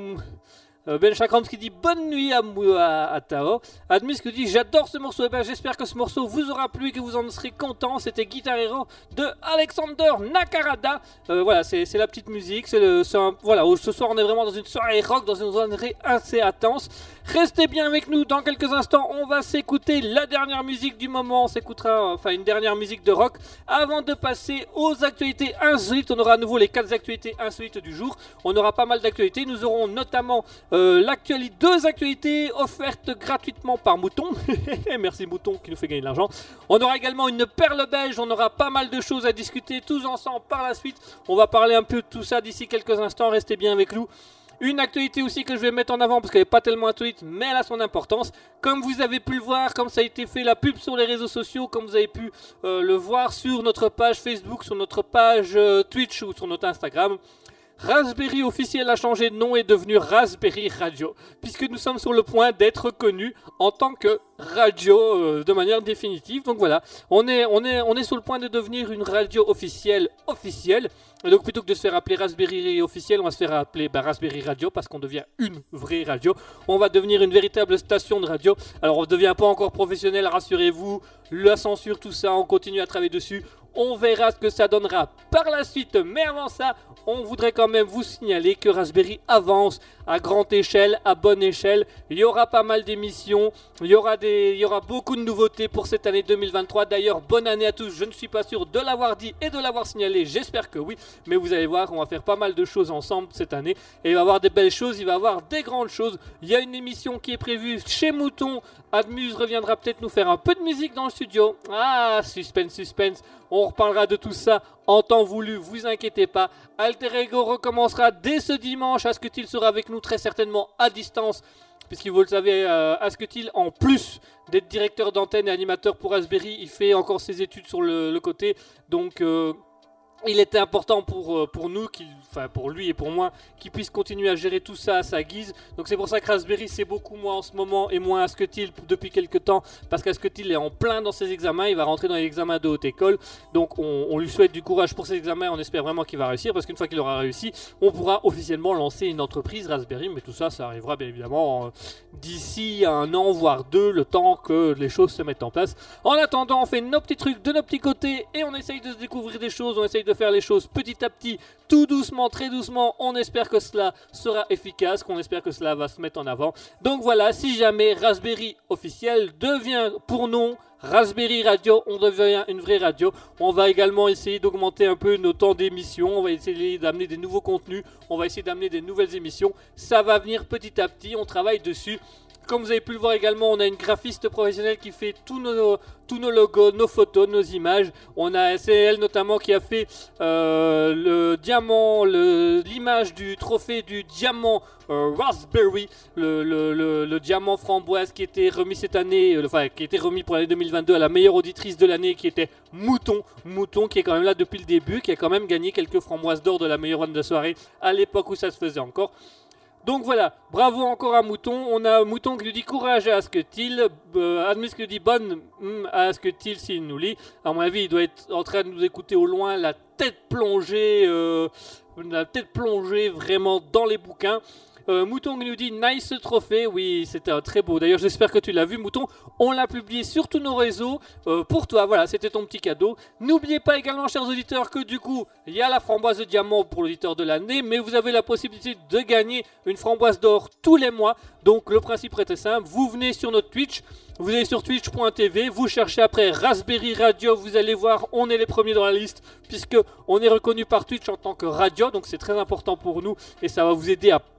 euh, Ben Chakrams qui dit bonne nuit à, à, à Tao. Admus qui dit j'adore ce morceau. Et ben j'espère que ce morceau vous aura plu et que vous en serez content. C'était Guitar Hero de Alexander Nakarada. euh, Voilà, c'est la petite musique, c'est le, un, voilà, ce soir on est vraiment dans une soirée rock, dans une soirée assez intense. Restez bien avec nous, dans quelques instants on va s'écouter la dernière musique du moment. On s'écoutera enfin une dernière musique de rock avant de passer aux actualités insolites. On aura à nouveau les quatre actualités insolites du jour. On aura pas mal d'actualités, nous aurons notamment euh, l'actualité, deux actualités offertes gratuitement par Mouton. Merci Mouton qui nous fait gagner de l'argent. On aura également une perle belge, on aura pas mal de choses à discuter tous ensemble par la suite. On va parler un peu de tout ça d'ici quelques instants, restez bien avec nous. Une actualité aussi que je vais mettre en avant parce qu'elle n'est pas tellement actuelle mais elle a son importance. Comme vous avez pu le voir, comme ça a été fait la pub sur les réseaux sociaux, comme vous avez pu euh, le voir sur notre page Facebook, sur notre page euh, Twitch ou sur notre Instagram, Raspberry officiel a changé de nom et est devenu Raspberry Radio, puisque nous sommes sur le point d'être connus en tant que radio euh, de manière définitive. Donc voilà, on est, on, est, on est sur le point de devenir une radio officielle officielle. Et donc plutôt que de se faire appeler Raspberry officiel, on va se faire appeler bah, Raspberry Radio parce qu'on devient une vraie radio. On va devenir une véritable station de radio. Alors on ne devient pas encore professionnel, rassurez-vous. La censure, tout ça, on continue à travailler dessus. On verra ce que ça donnera par la suite. Mais avant ça, on voudrait quand même vous signaler que Raspberry avance à grande échelle, à bonne échelle. Il y aura pas mal d'émissions. Il y aura des, il y aura beaucoup de nouveautés pour cette année deux mille vingt-trois. D'ailleurs, bonne année à tous. Je ne suis pas sûr de l'avoir dit et de l'avoir signalé. J'espère que oui. Mais vous allez voir, on va faire pas mal de choses ensemble cette année. Et il va y avoir des belles choses, il va y avoir des grandes choses. Il y a une émission qui est prévue chez Mouton. Admus reviendra peut-être nous faire un peu de musique dans le studio. Ah, suspense, suspense. On reparlera de tout ça en temps voulu, vous inquiétez pas. Alter Ego recommencera dès ce dimanche. Asketil sera avec nous très certainement à distance. Puisque vous le savez, euh, Asketil, en plus d'être directeur d'antenne et animateur pour Raspberry, il fait encore ses études sur le, le côté. Donc... Euh, il était important pour, pour nous, qu'il, enfin pour lui et pour moi, qu'il puisse continuer à gérer tout ça à sa guise. Donc c'est pour ça que Raspberry c'est beaucoup moins en ce moment et moins Asketil depuis quelques temps. Parce qu'Asketil est en plein dans ses examens, il va rentrer dans les examens de haute école. Donc on, on lui souhaite du courage pour ses examens, on espère vraiment qu'il va réussir. Parce qu'une fois qu'il aura réussi, on pourra officiellement lancer une entreprise Raspberry. Mais tout ça, ça arrivera bien évidemment euh, d'ici un an, voire deux, le temps que les choses se mettent en place. En attendant, on fait nos petits trucs de nos petits côtés et on essaye de se découvrir des choses, on essaye de faire les choses petit à petit, tout doucement, très doucement. On espère que cela sera efficace, qu'on espère que cela va se mettre en avant. Donc voilà, si jamais Raspberry officiel devient pour nom Raspberry Radio, on devient une vraie radio. On va également essayer d'augmenter un peu nos temps d'émission, on va essayer d'amener des nouveaux contenus, on va essayer d'amener des nouvelles émissions. Ça va venir petit à petit, on travaille dessus. Comme vous avez pu le voir également, on a une graphiste professionnelle qui fait tous nos, tous nos logos, nos photos, nos images. On a, c'est elle notamment qui a fait euh, le diamant, le, l'image du trophée du diamant euh, Raspberry, le, le, le, le diamant framboise qui était remis cette année, euh, enfin qui était remis pour l'année deux mille vingt-deux à la meilleure auditrice de l'année, qui était Mouton. Mouton qui est quand même là depuis le début, qui a quand même gagné quelques framboises d'or de la meilleure run de soirée à l'époque où ça se faisait encore. Donc voilà, bravo encore à Mouton. On a Mouton qui nous dit courage à Asketil, euh, Admis qui nous dit bonne mm, à Asketil s'il nous lit. À mon avis, il doit être en train de nous écouter au loin, la tête plongée, euh, la tête plongée vraiment dans les bouquins. Euh, Mouton qui nous dit nice trophée, oui c'était un très beau, d'ailleurs j'espère que tu l'as vu Mouton, on l'a publié sur tous nos réseaux euh, pour toi, voilà c'était ton petit cadeau. N'oubliez pas également chers auditeurs que du coup il y a la framboise de diamant pour l'auditeur de l'année, mais vous avez la possibilité de gagner une framboise d'or tous les mois. Donc le principe est très simple, vous venez sur notre Twitch, vous allez sur twitch point t v, vous cherchez après Raspberry Radio, vous allez voir, on est les premiers dans la liste puisque on est reconnu par Twitch en tant que radio, donc c'est très important pour nous et ça va vous aider à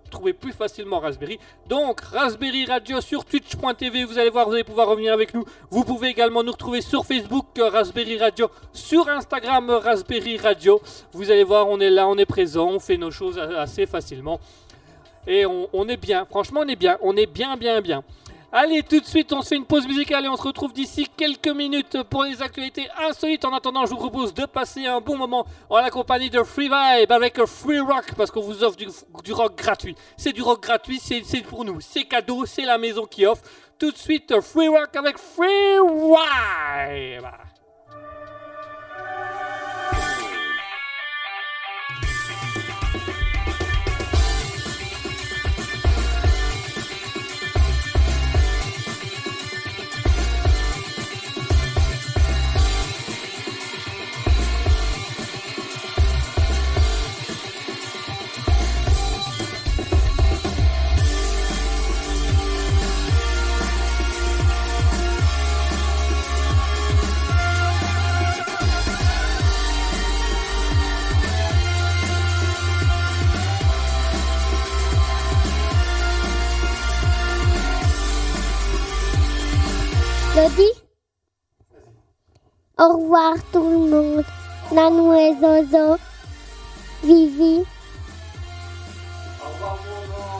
trouver plus facilement Raspberry. Donc Raspberry Radio sur twitch point t v, vous allez voir, vous allez pouvoir revenir avec nous. Vous pouvez également nous retrouver sur Facebook euh, Raspberry Radio, sur Instagram euh, Raspberry Radio. Vous allez voir, on est là, on est présent, on fait nos choses assez facilement. Et on, on est bien, franchement on est bien, on est bien bien bien. Allez, tout de suite, on se fait une pause musicale et on se retrouve d'ici quelques minutes pour les actualités insolites. En attendant, je vous propose de passer un bon moment en la compagnie de Free Vibe avec Free Rock, parce qu'on vous offre du, du rock gratuit. C'est du rock gratuit, c'est, c'est pour nous, c'est cadeau, c'est la maison qui offre. Tout de suite, Free Rock avec Free Vibe. Lodi? Au revoir tout le monde. Nanou et Zozo. Vivi. Au revoir, mon grand.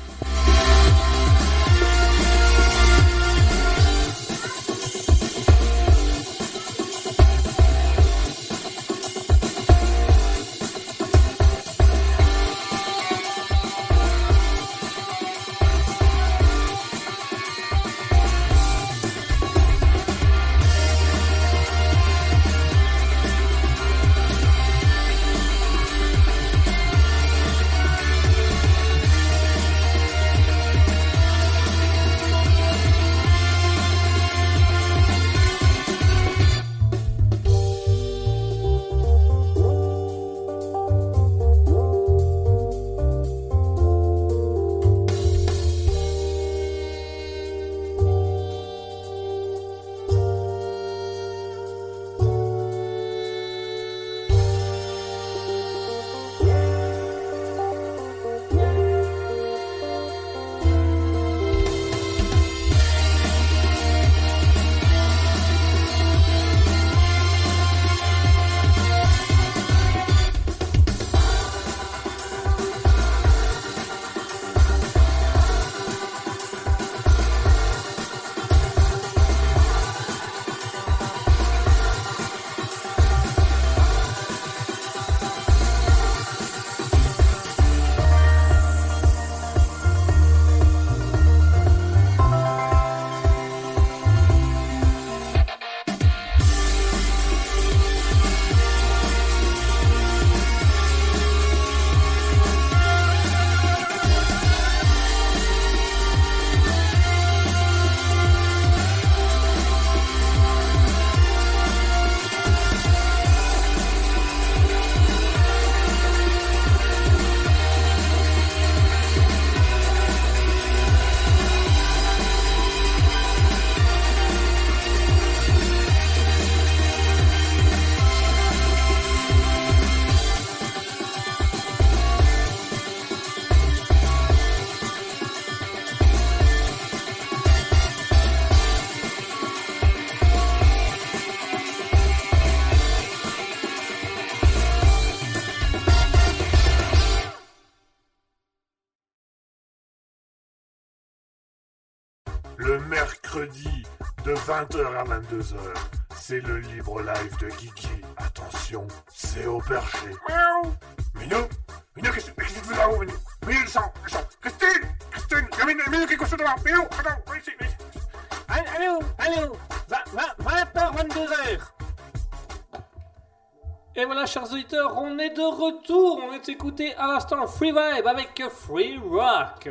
Le mercredi de vingt heures à vingt-deux heures, c'est le libre live de Kiki. Attention, c'est au perché. Miaou. Minou, Minou, qu'est-ce que tu fais là-haut, Minou? Minou, le sang, le sang. Christine, Christine, il y a Minou, Minou qui est couché devant. Minou, attends, viens ici, viens ici. Allô, allô, vingt heures, vingt-deux heures. Et voilà, chers auditeurs, on est de retour. On est écouté à l'instant Free Vibe avec Free Rock.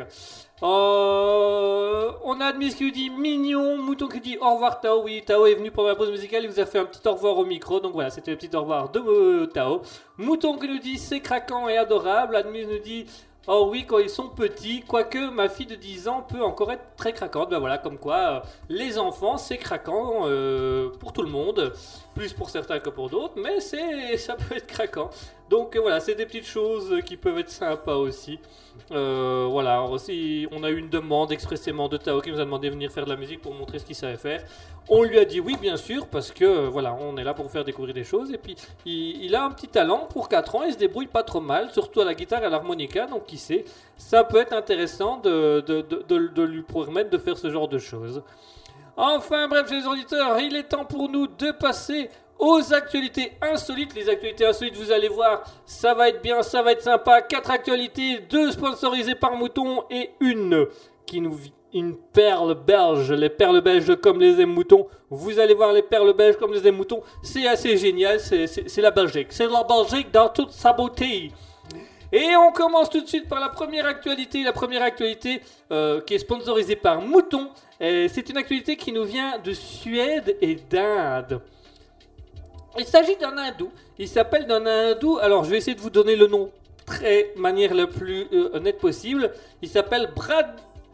Euh, on a Admis qui nous dit mignon, Mouton qui dit au revoir Tao. Oui, Tao est venu pour la pause musicale, il vous a fait un petit au revoir au micro. Donc voilà, c'était le petit au revoir de euh, Tao. Mouton qui nous dit c'est craquant et adorable. Admis nous dit oh oui, quand ils sont petits, quoique ma fille de dix ans peut encore être très craquante. Ben voilà, comme quoi euh, les enfants c'est craquant euh, pour tout. tout le monde, plus pour certains que pour d'autres, mais c'est, ça peut être craquant. Donc euh, voilà, c'est des petites choses qui peuvent être sympas aussi. Euh, voilà, aussi, on a eu une demande expressément de Tao qui nous a demandé de venir faire de la musique pour montrer ce qu'il savait faire. On lui a dit oui, bien sûr, parce que euh, voilà, on est là pour vous faire découvrir des choses. Et puis, il, il a un petit talent pour quatre ans, il se débrouille pas trop mal, surtout à la guitare et à l'harmonica, donc qui sait, ça peut être intéressant de, de, de, de, de lui permettre de faire ce genre de choses. Enfin bref, chers auditeurs, il est temps pour nous de passer aux actualités insolites. Les actualités insolites, vous allez voir, ça va être bien, ça va être sympa. Quatre actualités, deux sponsorisées par Mouton et une qui nous une perle belge. Les perles belges comme les aime Mouton. Vous allez voir les perles belges comme les aime Mouton. C'est assez génial, c'est, c'est, c'est la Belgique. C'est la Belgique dans toute sa beauté. Et on commence tout de suite par la première actualité. La première actualité euh, qui est sponsorisée par Mouton. Et c'est une actualité qui nous vient de Suède et d'Inde. Il s'agit d'un hindou. Il s'appelle d'un hindou. Alors, je vais essayer de vous donner le nom très manière la plus euh, nette possible. Il s'appelle Brad,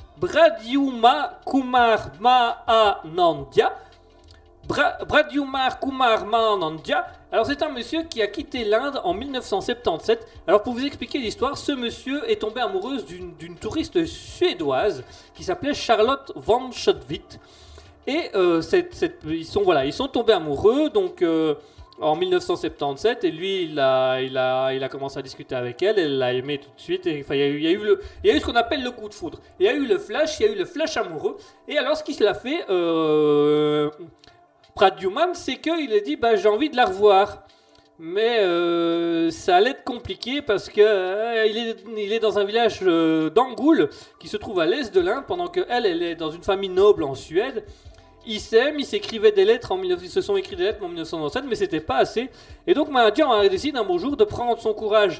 Pradyumna Kumar Mahanandya. Bra, Pradyumna Kumar Mahanandya. Alors, c'est un monsieur qui a quitté l'Inde en dix-neuf cent soixante-dix-sept. Alors, pour vous expliquer l'histoire, ce monsieur est tombé amoureuse d'une, d'une touriste suédoise qui s'appelait Charlotte von Schøtwitt. Et euh, cette, cette, ils, sont, voilà, ils sont tombés amoureux donc, euh, en dix-neuf cent soixante-dix-sept. Et lui, il a, il, a, il a commencé à discuter avec elle. Elle l'a aimé tout de suite. Et, enfin, il, y a eu, il, y a eu le, il y a eu ce qu'on appelle le coup de foudre. Il y a eu le flash, il y a eu le flash amoureux. Et alors, ce qu'il a fait... Euh, Pradyumna, c'est qu'il a dit bah, j'ai envie de la revoir, mais euh, ça allait être compliqué parce que euh, il, est, il est dans un village euh, d'Angoul qui se trouve à l'est de l'Inde, pendant que elle, elle est dans une famille noble en Suède. Ils s'aiment, ils s'écrivaient des lettres en ils se sont écrits des lettres en dix-neuf cent soixante-dix-sept, mais c'était pas assez. Et donc Mahanandya décide un beau jour de prendre son courage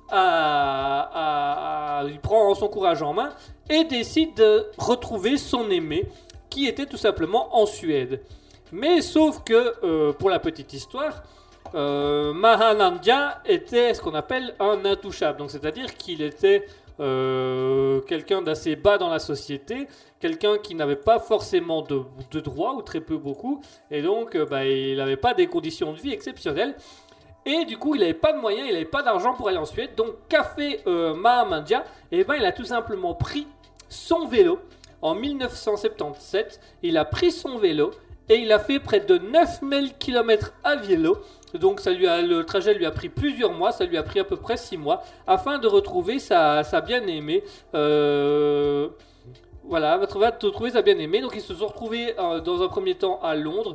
à, à, à, il prend son courage en main et décide de retrouver son aimé, qui était tout simplement en Suède. Mais sauf que, euh, pour la petite histoire, euh, Mahanandya était ce qu'on appelle un intouchable. Donc, c'est-à-dire qu'il était euh, quelqu'un d'assez bas dans la société, quelqu'un qui n'avait pas forcément de, de droits, ou très peu beaucoup, et donc euh, bah, il n'avait pas des conditions de vie exceptionnelles. Et du coup, il n'avait pas de moyens, il n'avait pas d'argent pour aller en Suède. Donc, qu'a fait euh, Mahanandya ? Eh ben, il a tout simplement pris son vélo. En dix-neuf cent soixante-dix-sept, il a pris son vélo, et il a fait près de neuf mille kilomètres à vélo. Donc ça lui a, le trajet lui a pris plusieurs mois, ça lui a pris à peu près six mois, afin de retrouver sa, sa bien-aimée. Euh, voilà, va trouver, retrouver sa bien-aimée. Donc ils se sont retrouvés euh, dans un premier temps à Londres.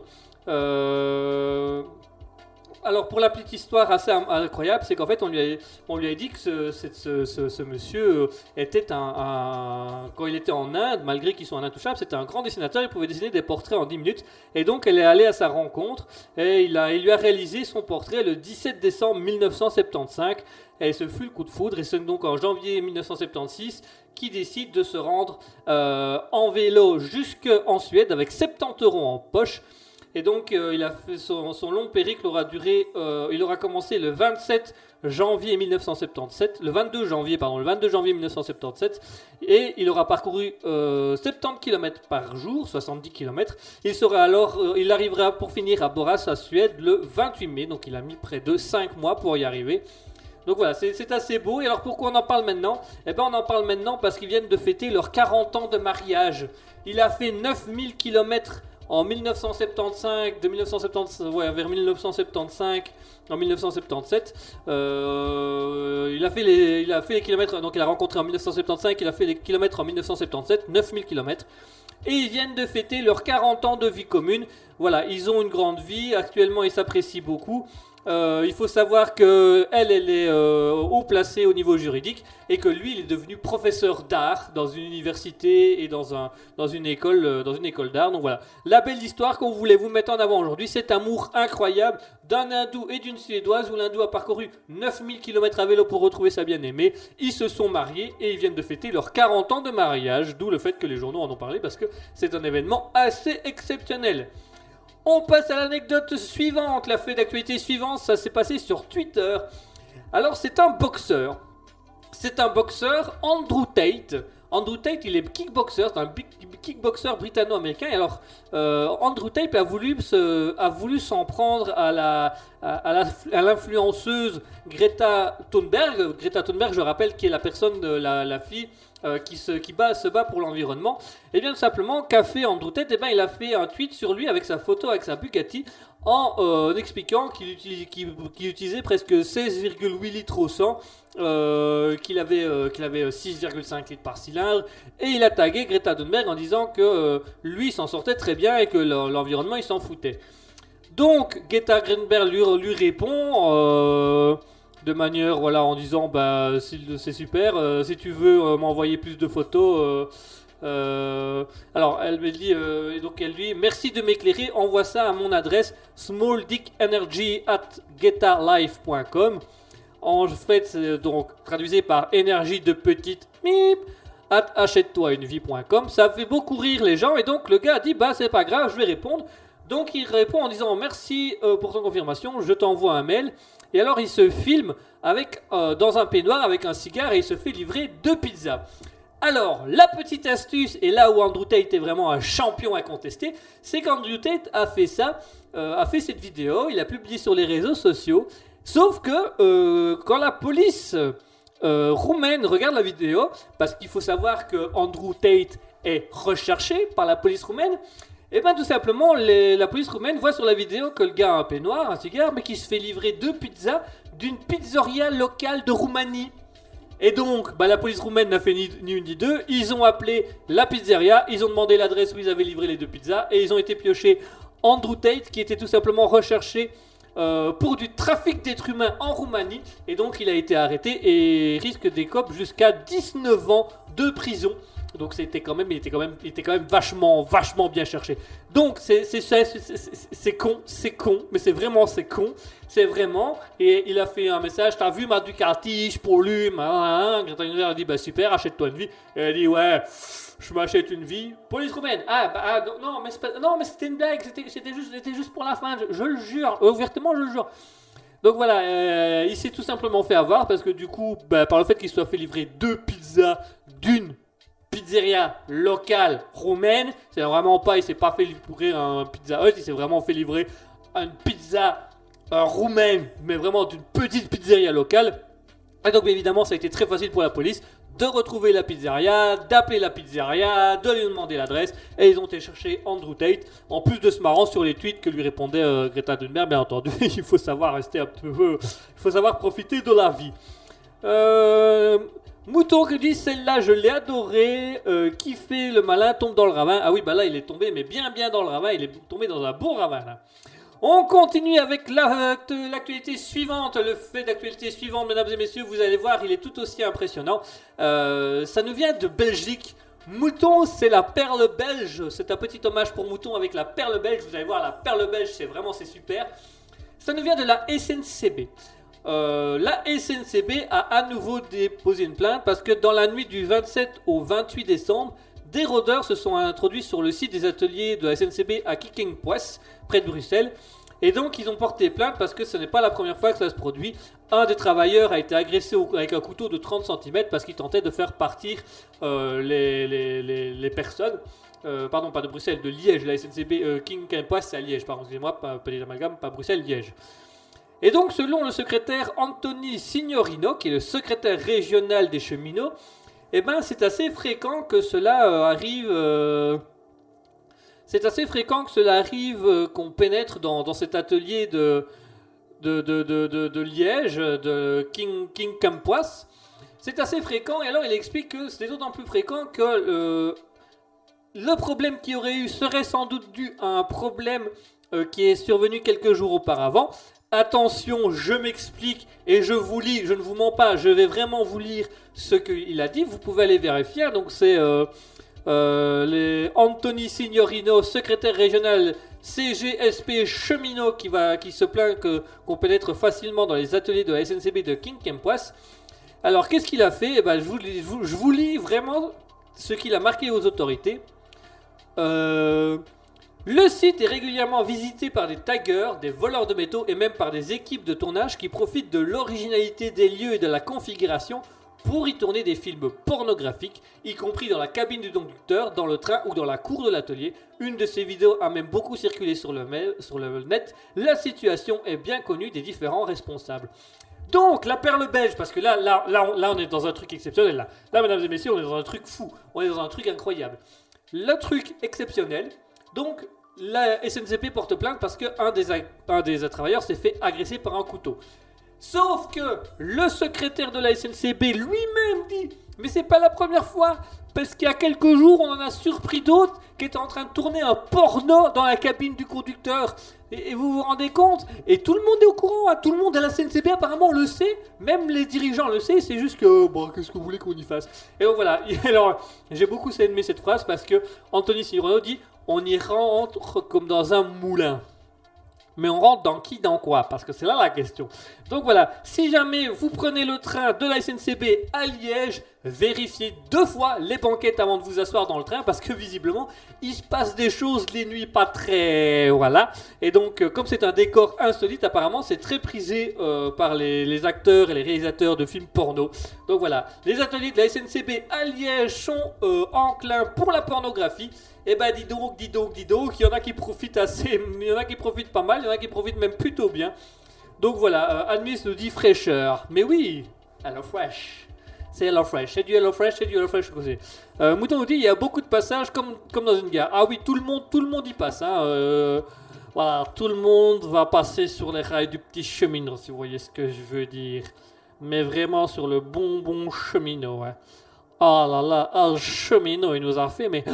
Euh, alors pour la petite histoire assez incroyable, c'est qu'en fait on lui a, on lui a dit que ce, ce, ce, ce monsieur était un, un... Quand il était en Inde, malgré qu'il soit un intouchable, c'était un grand dessinateur, il pouvait dessiner des portraits en dix minutes. Et donc elle est allée à sa rencontre et il, a, il lui a réalisé son portrait le dix-sept décembre dix-neuf cent soixante-quinze. Et ce fut le coup de foudre, et c'est donc en janvier dix-neuf cent soixante-seize qu'il décide de se rendre euh, en vélo jusqu'en Suède avec soixante-dix euros en poche. Et donc, euh, il a fait son, son long périple aura duré, euh, il aura commencé le vingt-sept janvier dix-neuf cent soixante-dix-sept, le vingt-deux janvier, pardon, le vingt-deux janvier dix-neuf cent soixante-dix-sept, et il aura parcouru euh, soixante-dix kilomètres par jour, soixante-dix kilomètres. Il sera alors, euh, il arrivera pour finir à Borås, à Suède, le vingt-huit mai, donc il a mis près de cinq mois pour y arriver. Donc voilà, c'est, c'est assez beau. Et alors pourquoi on en parle maintenant ? Eh bien on en parle maintenant parce qu'ils viennent de fêter leurs quarante ans de mariage. Il a fait neuf mille kilomètres en dix-neuf cent soixante-quinze, de dix-neuf cent soixante-quinze, ouais, vers dix-neuf cent soixante-quinze, en dix-neuf cent soixante-dix-sept, euh, il a fait les, il a fait les kilomètres, donc il a rencontré en dix-neuf cent soixante-quinze, il a fait les kilomètres en dix-neuf cent soixante-dixsept, neuf mille kilomètres, et ils viennent de fêter leurs quarante ans de vie commune. Voilà, ils ont une grande vie, actuellement ils s'apprécient beaucoup. Euh, il faut savoir que elle, elle est euh, haut placée au niveau juridique et que lui, il est devenu professeur d'art dans une université et dans, un, dans, une, école, euh, dans une école d'art. Donc voilà, la belle histoire qu'on voulait vous mettre en avant aujourd'hui, cet amour incroyable d'un hindou et d'une suédoise où l'hindou a parcouru neuf mille kilomètres à vélo pour retrouver sa bien-aimée. Ils se sont mariés et ils viennent de fêter leurs quarante ans de mariage, d'où le fait que les journaux en ont parlé parce que c'est un événement assez exceptionnel. On passe à l'anecdote suivante, la fait d'actualité suivante, ça s'est passé sur Twitter. Alors c'est un boxeur, c'est un boxeur, Andrew Tate. Andrew Tate, il est kickboxer, c'est un big- kickboxer britanno-américain. Et alors, euh, Andrew Tate a voulu, se, a voulu s'en prendre à la, à, à la- à l'influenceuse Greta Thunberg. Greta Thunberg, je rappelle, qui est la personne, de la, la fille euh, qui, se, qui bat, se bat pour l'environnement. Et bien tout simplement, qu'a fait Andrew Tate? Eh ben, il a fait un tweet sur lui avec sa photo, avec sa Bugatti, en euh, expliquant qu'il utilise- qu'il- qu'il utilisait presque seize virgule huit litres au cent, euh, qu'il avait, euh, qu'il avait six virgule cinq litres par cylindre, et il a tagué Greta Thunberg en disant que euh, lui s'en sortait très bien et que l'en- l'environnement il s'en foutait. Donc Greta Thunberg lui, lui répond euh, de manière, voilà, en disant bah c'est c'est super, euh, si tu veux euh, m'envoyer plus de photos. euh, euh, alors elle me dit, euh, et donc elle lui, merci de m'éclairer, envoie ça à mon adresse smalldickenergy at getalife point com. En fait, c'est donc traduisé par énergie de petite mip at achète-toi une vie point com. Ça fait beaucoup rire les gens, et donc le gars a dit bah c'est pas grave, je vais répondre. Donc il répond en disant merci euh, pour ton confirmation, je t'envoie un mail. Et alors il se filme avec, euh, dans un peignoir avec un cigare, et il se fait livrer deux pizzas. Alors, la petite astuce, et là où Andrew Tate est vraiment un champion incontesté, c'est qu'Andrew Tate a fait ça, euh, a fait cette vidéo, il a publié sur les réseaux sociaux, sauf que euh, quand la police euh, roumaine regarde la vidéo, parce qu'il faut savoir que Andrew Tate est recherché par la police roumaine, et bien tout simplement, les- la police roumaine voit sur la vidéo que le gars a un peignoir, un cigare, mais qui se fait livrer deux pizzas d'une pizzeria locale de Roumanie. Et donc, bah, la police roumaine n'a fait ni, ni une ni deux. Ils ont appelé la pizzeria, ils ont demandé l'adresse où ils avaient livré les deux pizzas, et ils ont été piochés Andrew Tate, qui était tout simplement recherché euh, pour du trafic d'êtres humains en Roumanie. Et donc, il a été arrêté et risque d'écope jusqu'à dix-neuf ans de prison. Donc, c'était quand même, il était quand même, il était quand même vachement, vachement bien cherché. Donc, c'est, c'est, c'est, c'est, c'est- c'est con, c'est con, mais c'est vraiment, c'est con. C'est vraiment, et il a fait un message, t'as vu ma Ducati, je pollue, hein, Greta Thunberg a dit, bah super, achète-toi une vie. Et elle dit, ouais, je m'achète une vie. Police roumaine, ah, bah, ah, non, mais c'est pas- non, mais c'était une blague, c'était, c'était juste, c'était juste pour la fin, je, je le jure, euh, ouvertement, je le jure. Donc voilà, euh, il s'est tout simplement fait avoir, parce que du coup, bah, par le fait qu'il soit fait livrer deux pizzas d'une pizzeria locale roumaine, c'est vraiment pas, il s'est pas fait livrer un Pizza Hut, il s'est vraiment fait livrer une pizza euh, roumaine, mais vraiment d'une petite pizzeria locale. Et donc évidemment ça a été très facile pour la police de retrouver la pizzeria, d'appeler la pizzeria, de lui demander l'adresse, et ils ont été chercher Andrew Tate, en plus de se marrant sur les tweets que lui répondait euh, Greta Thunberg, bien entendu. Il faut savoir rester un peu, il faut savoir profiter de la vie. Euh... Mouton qui dit celle-là je l'ai adorée, euh, qui fait le malin tombe dans le ravin. Ah oui bah là il est tombé mais bien bien dans le ravin, il est tombé dans un beau ravin là. On continue avec la- l'actualité suivante, le fait d'actualité suivante mesdames et messieurs, vous allez voir il est tout aussi impressionnant. Euh, ça nous vient de Belgique. Mouton c'est la perle belge, c'est un petit hommage pour Mouton avec la perle belge, vous allez voir la perle belge c'est vraiment c'est super. Ça nous vient de la S N C B. Euh, la S N C B a à nouveau déposé une plainte parce que dans la nuit du vingt-sept au vingt-huit décembre, des rôdeurs se sont introduits sur le site des ateliers de la S N C B à Kikkenpoes, près de Bruxelles. Et donc ils ont porté plainte parce que ce n'est pas la première fois que ça se produit. Un des travailleurs a été agressé au- avec un couteau de trente centimètres parce qu'il tentait de faire partir euh, les, les, les, les personnes. Euh, pardon, pas de Bruxelles, de Liège. La S N C B euh, Kikkenpoes c'est à Liège, pardon, excusez-moi, pas, pas des amalgames, pas Bruxelles, Liège. Et donc, selon le secrétaire Anthony Signorino, qui est le secrétaire régional des cheminots, eh ben, c'est assez fréquent que cela euh, arrive. euh, c'est assez fréquent que cela arrive, euh, qu'on pénètre dans, dans cet atelier de, de, de, de, de- de Liège, de King, King Campois. C'est assez fréquent, et alors il explique que c'est d'autant plus fréquent que euh, le problème qu'il y aurait eu serait sans doute dû à un problème euh, qui est survenu quelques jours auparavant. Attention, je m'explique et je vous lis, je ne vous mens pas, je vais vraiment vous lire ce qu'il a dit, vous pouvez aller vérifier. Donc c'est euh, euh, les Anthony Signorino, secrétaire régional C G S P cheminot, qui, va, qui se plaint que, qu'on pénètre facilement dans les ateliers de la S N C B de Kikkenpoes. Alors qu'est-ce qu'il a fait? Eh ben, je, vous, lis- je vous- je vous lis vraiment ce qu'il a marqué aux autorités. Euh... Le site est régulièrement visité par des taggers, des voleurs de métaux et même par des équipes de tournage qui profitent de l'originalité des lieux et de la configuration pour y tourner des films pornographiques, y compris dans la cabine du conducteur, dans le train ou dans la cour de l'atelier. Une de ces vidéos a même beaucoup circulé sur le, mail, sur le net. La situation est bien connue des différents responsables. Donc, la perle belge, parce que là, là, là, on, là, on est dans un truc exceptionnel. Là. là, mesdames et messieurs, on est dans un truc fou. On est dans un truc incroyable. Le truc exceptionnel, donc, la S N C P porte plainte parce qu'un des, un des travailleurs s'est fait agresser par un couteau. Sauf que le secrétaire de la S N C B lui-même dit « Mais c'est pas la première fois, parce qu'il y a quelques jours, on en a surpris d'autres qui étaient en train de tourner un porno dans la cabine du conducteur. Et, et vous vous rendez compte? Et tout le monde est au courant, hein, tout le monde à la S N C B apparemment le sait, même les dirigeants le savent, c'est juste que, bon, qu'est-ce que vous voulez qu'on y fasse? Et donc voilà, et alors, j'ai beaucoup aimé cette phrase parce que Anthony Cyrano dit « On y rentre comme dans un moulin ». Mais on rentre dans qui, dans quoi? Parce que c'est là la question. Donc voilà, si jamais vous prenez le train de la S N C B à Liège, vérifiez deux fois les banquettes avant de vous asseoir dans le train, parce que visiblement, il se passe des choses les nuits pas très... Voilà. Et donc, euh, comme c'est un décor insolite, apparemment, c'est très prisé euh, par les, les acteurs et les réalisateurs de films porno. Donc voilà, les ateliers de la S N C B à Liège sont euh, enclins pour la pornographie. Eh ben dis donc, dis donc, dis donc, il y en a qui profitent assez, il y en a qui profitent pas mal, il y en a qui profitent même plutôt bien. Donc voilà, euh, Admis nous dit fraîcheur. Mais oui, Hello Fresh. C'est Hello Fresh, c'est du Hello Fresh, c'est du Hello Fresh. Euh, Mouton nous dit, il y a beaucoup de passages comme, comme dans une gare. Ah oui, tout le monde, tout le monde y passe. Hein, euh, voilà, tout le monde va passer sur les rails du petit cheminot, si vous voyez ce que je veux dire. Mais vraiment sur le bon, bon cheminot. Hein. Oh là là, oh, le cheminot, il nous a fait, mais...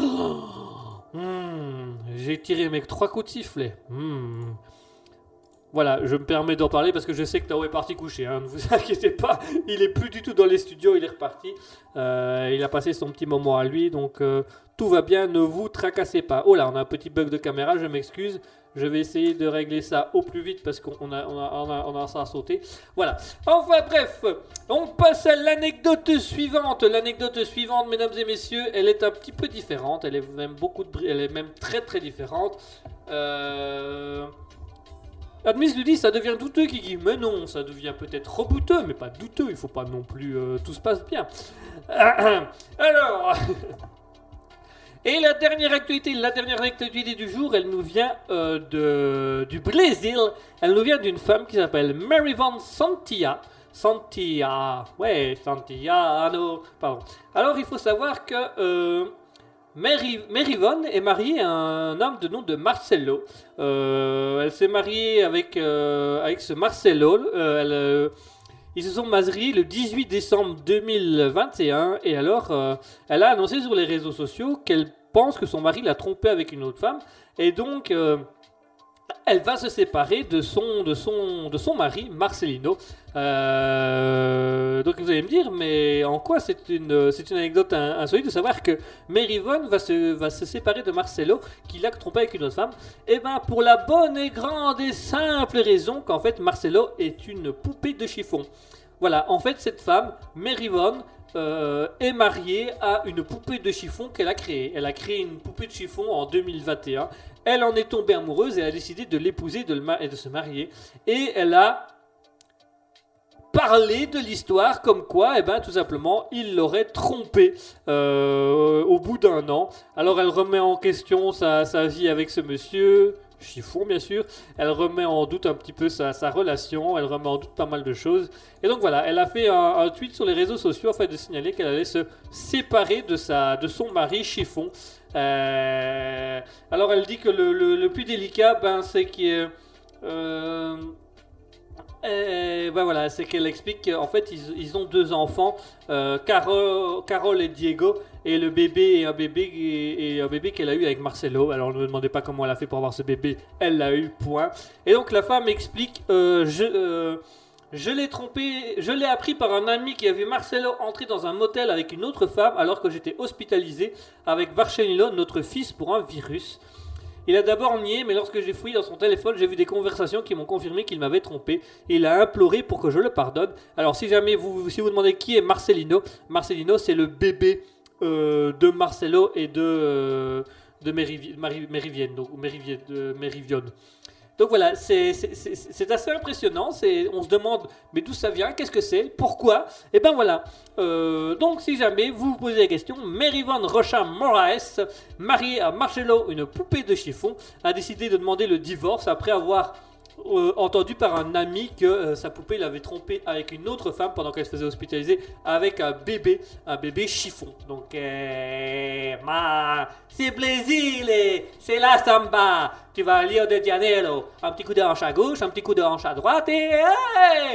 Mmh, j'ai tiré mes trois coups de sifflet. Mmh. Voilà, je me permets d'en parler parce que je sais que Tao est parti coucher. Hein, ne vous inquiétez pas, il est plus du tout dans les studios, il est reparti. Euh, il a passé son petit moment à lui, donc euh, tout va bien, ne vous tracassez pas. Oh là, on a un petit bug de caméra, je m'excuse. Je vais essayer de régler ça au plus vite parce qu'on a, on a, on a, on a ça à sauter. Voilà. Enfin bref, on passe à l'anecdote suivante. L'anecdote suivante, mesdames et messieurs, elle est un petit peu différente. Elle est même beaucoup de, elle est même très très différente. Euh... Admis nous dit ça devient douteux, Kiki. Mais non, ça devient peut-être rebouteux, mais pas douteux. Il faut pas non plus euh, tout se passe bien. Alors. Et la dernière actualité, la dernière actualité du jour, elle nous vient euh, de, du Brésil. Elle nous vient d'une femme qui s'appelle Marivonne Santia. Santia, ouais, Santia, non, pardon. Alors, il faut savoir que euh, Mary, Marivonne est mariée à un homme de nom de Marcelo. Euh, elle s'est mariée avec, euh, avec ce Marcelo. Euh, elle... Euh, Ils se sont mariés le dix-huit décembre deux mille vingt et un et alors euh, elle a annoncé sur les réseaux sociaux qu'elle pense que son mari l'a trompée avec une autre femme et donc euh, elle va se séparer de son, de son, de son mari Marcelino. Euh, donc vous allez me dire, mais en quoi c'est une, c'est une anecdote insolite de savoir que Marivonne va se, va se séparer de Marcelo qui l'a trompé avec une autre femme? Eh bien pour la bonne et grande et simple raison qu'en fait Marcelo est une poupée de chiffon. Voilà, en fait cette femme, Marivonne, euh, est mariée à une poupée de chiffon qu'elle a créée. Elle a créé une poupée de chiffon en deux mille vingt et un. Elle en est tombée amoureuse et elle a décidé de l'épouser de et de se marier. Et elle a parlé de l'histoire comme quoi, eh ben, tout simplement, il l'aurait trompée euh, au bout d'un an. Alors elle remet en question sa, sa vie avec ce monsieur, chiffon bien sûr. Elle remet en doute un petit peu sa, sa relation. Elle remet en doute pas mal de choses. Et donc voilà, elle a fait un, un tweet sur les réseaux sociaux afin de signaler qu'elle allait se séparer de, sa, de son mari chiffon. Euh, alors elle dit que le, le, le plus délicat, ben, c'est que euh, euh, ben voilà, c'est qu'elle explique qu'en fait ils, ils ont deux enfants, euh, Carole, Carole et Diego, et le bébé est un bébé et, et un bébé qu'elle a eu avec Marcelo. Alors ne me demandez pas comment elle a fait pour avoir ce bébé, elle l'a eu, point. Et donc la femme explique, euh, je euh, Je l'ai trompé, je l'ai appris par un ami qui a vu Marcelo entrer dans un motel avec une autre femme alors que j'étais hospitalisé avec Marcelino, notre fils, pour un virus. Il a d'abord nié, mais lorsque j'ai fouillé dans son téléphone, j'ai vu des conversations qui m'ont confirmé qu'il m'avait trompé. Et il a imploré pour que je le pardonne. Alors si jamais vous, si vous demandez qui est Marcelino, Marcelino c'est le bébé euh, de Marcelo et de, euh, de Mérivienne, donc Mérivienne, de Mérivionne. Donc voilà, c'est, c'est, c'est, c'est assez impressionnant. C'est, on se demande, mais d'où ça vient? Qu'est-ce que c'est? Pourquoi? Et ben voilà. Euh, donc si jamais vous vous posez la question, Maryvonne Rocha-Moraes, mariée à Marcello, une poupée de chiffon, a décidé de demander le divorce après avoir euh, entendu par un ami que euh, sa poupée l'avait trompé avec une autre femme pendant qu'elle se faisait hospitaliser avec un bébé, un bébé chiffon. Donc, euh, ma, c'est plaisir, c'est la samba. Tu vas à Rio de Janeiro, un petit coup de hanche à gauche, un petit coup de hanche à droite et hey!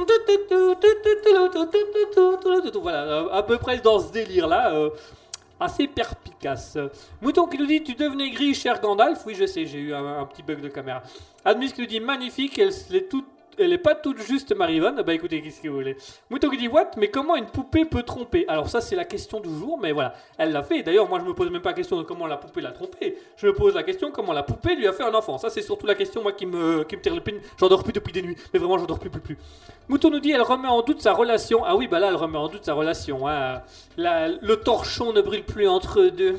Voilà, à peu près dans ce délire-là. Euh, assez perspicace. Mouton qui nous dit, tu devenais gris, cher Gandalf. Oui, je sais, j'ai eu un, un petit bug de caméra. Admis qui nous dit, magnifique, elle est toute. Elle n'est pas toute juste Maryvonne. Bah écoutez, qu'est-ce que vous voulez? Mouton qui dit what? Mais comment une poupée peut tromper? Alors ça c'est la question du jour, mais voilà, elle l'a fait. D'ailleurs moi je me pose même pas la question de comment la poupée l'a trompé. Je me pose la question comment la poupée lui a fait un enfant. Ça c'est surtout la question moi qui me, qui me tire le pin. J'en dors plus depuis des nuits, mais vraiment j'en dors plus plus plus. Mouton nous dit elle remet en doute sa relation. Ah oui bah là elle remet en doute sa relation. Hein. La, le torchon ne brûle plus entre eux deux.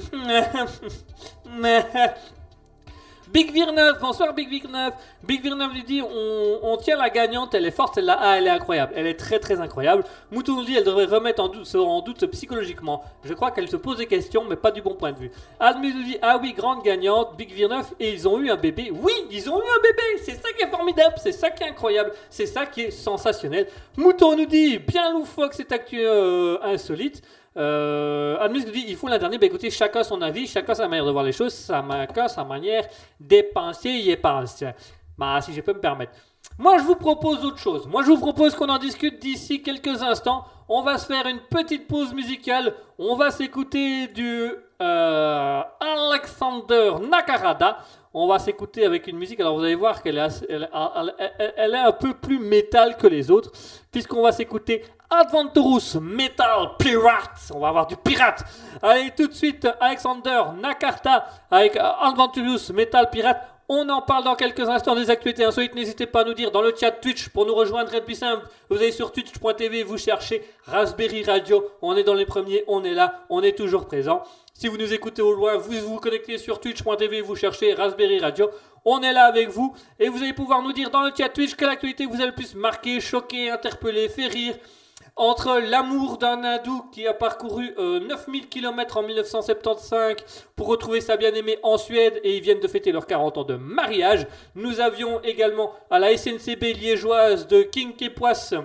Big Virneuf, bonsoir Big Virneuf. Big Virneuf lui dit on, on tient la gagnante, elle est forte celle-là, ah elle est incroyable, elle est très très incroyable. Mouton nous dit elle devrait remettre en doute, en doute psychologiquement. Je crois qu'elle se pose des questions mais pas du bon point de vue. Admis nous dit ah oui grande gagnante, Big Virneuf et ils ont eu un bébé. Oui ils ont eu un bébé, c'est ça qui est formidable, c'est ça qui est incroyable, c'est ça qui est sensationnel. Mouton nous dit bien loufoque cette actu euh, insolite. Euh, Admis nous dit il faut l'un dernier. Bah écoutez, chacun son avis, chacun sa manière de voir les choses, chacun sa manière de penser, y pense. Bah si je peux me permettre. Moi je vous propose autre chose. Moi je vous propose qu'on en discute d'ici quelques instants. On va se faire une petite pause musicale. On va s'écouter du euh, Alexander Nakarada. On va s'écouter avec une musique, alors vous allez voir qu'elle est, assez, elle, elle, elle, elle est un peu plus métal que les autres, puisqu'on va s'écouter Adventurous Metal Pirate. On va avoir du pirate. Allez, tout de suite, Alexander Nakarta avec Adventurous Metal Pirate. On en parle dans quelques instants des actualités insolites. N'hésitez pas à nous dire dans le chat Twitch pour nous rejoindre. C'est plus simple. Vous allez sur twitch point t v, vous cherchez Raspberry Radio. On est dans les premiers, on est là, on est toujours présent. Si vous nous écoutez au loin, vous vous connectez sur twitch point t v, vous cherchez Raspberry Radio. On est là avec vous et vous allez pouvoir nous dire dans le chat Twitch quelle actualité vous a le plus marqué, choqué, interpellé, fait rire. Entre l'amour d'un hindou qui a parcouru euh, neuf mille kilomètres en mille neuf cent soixante-quinze pour retrouver sa bien-aimée en Suède et ils viennent de fêter leurs quarante ans de mariage. Nous avions également à la S N C B liégeoise de King-Képoisse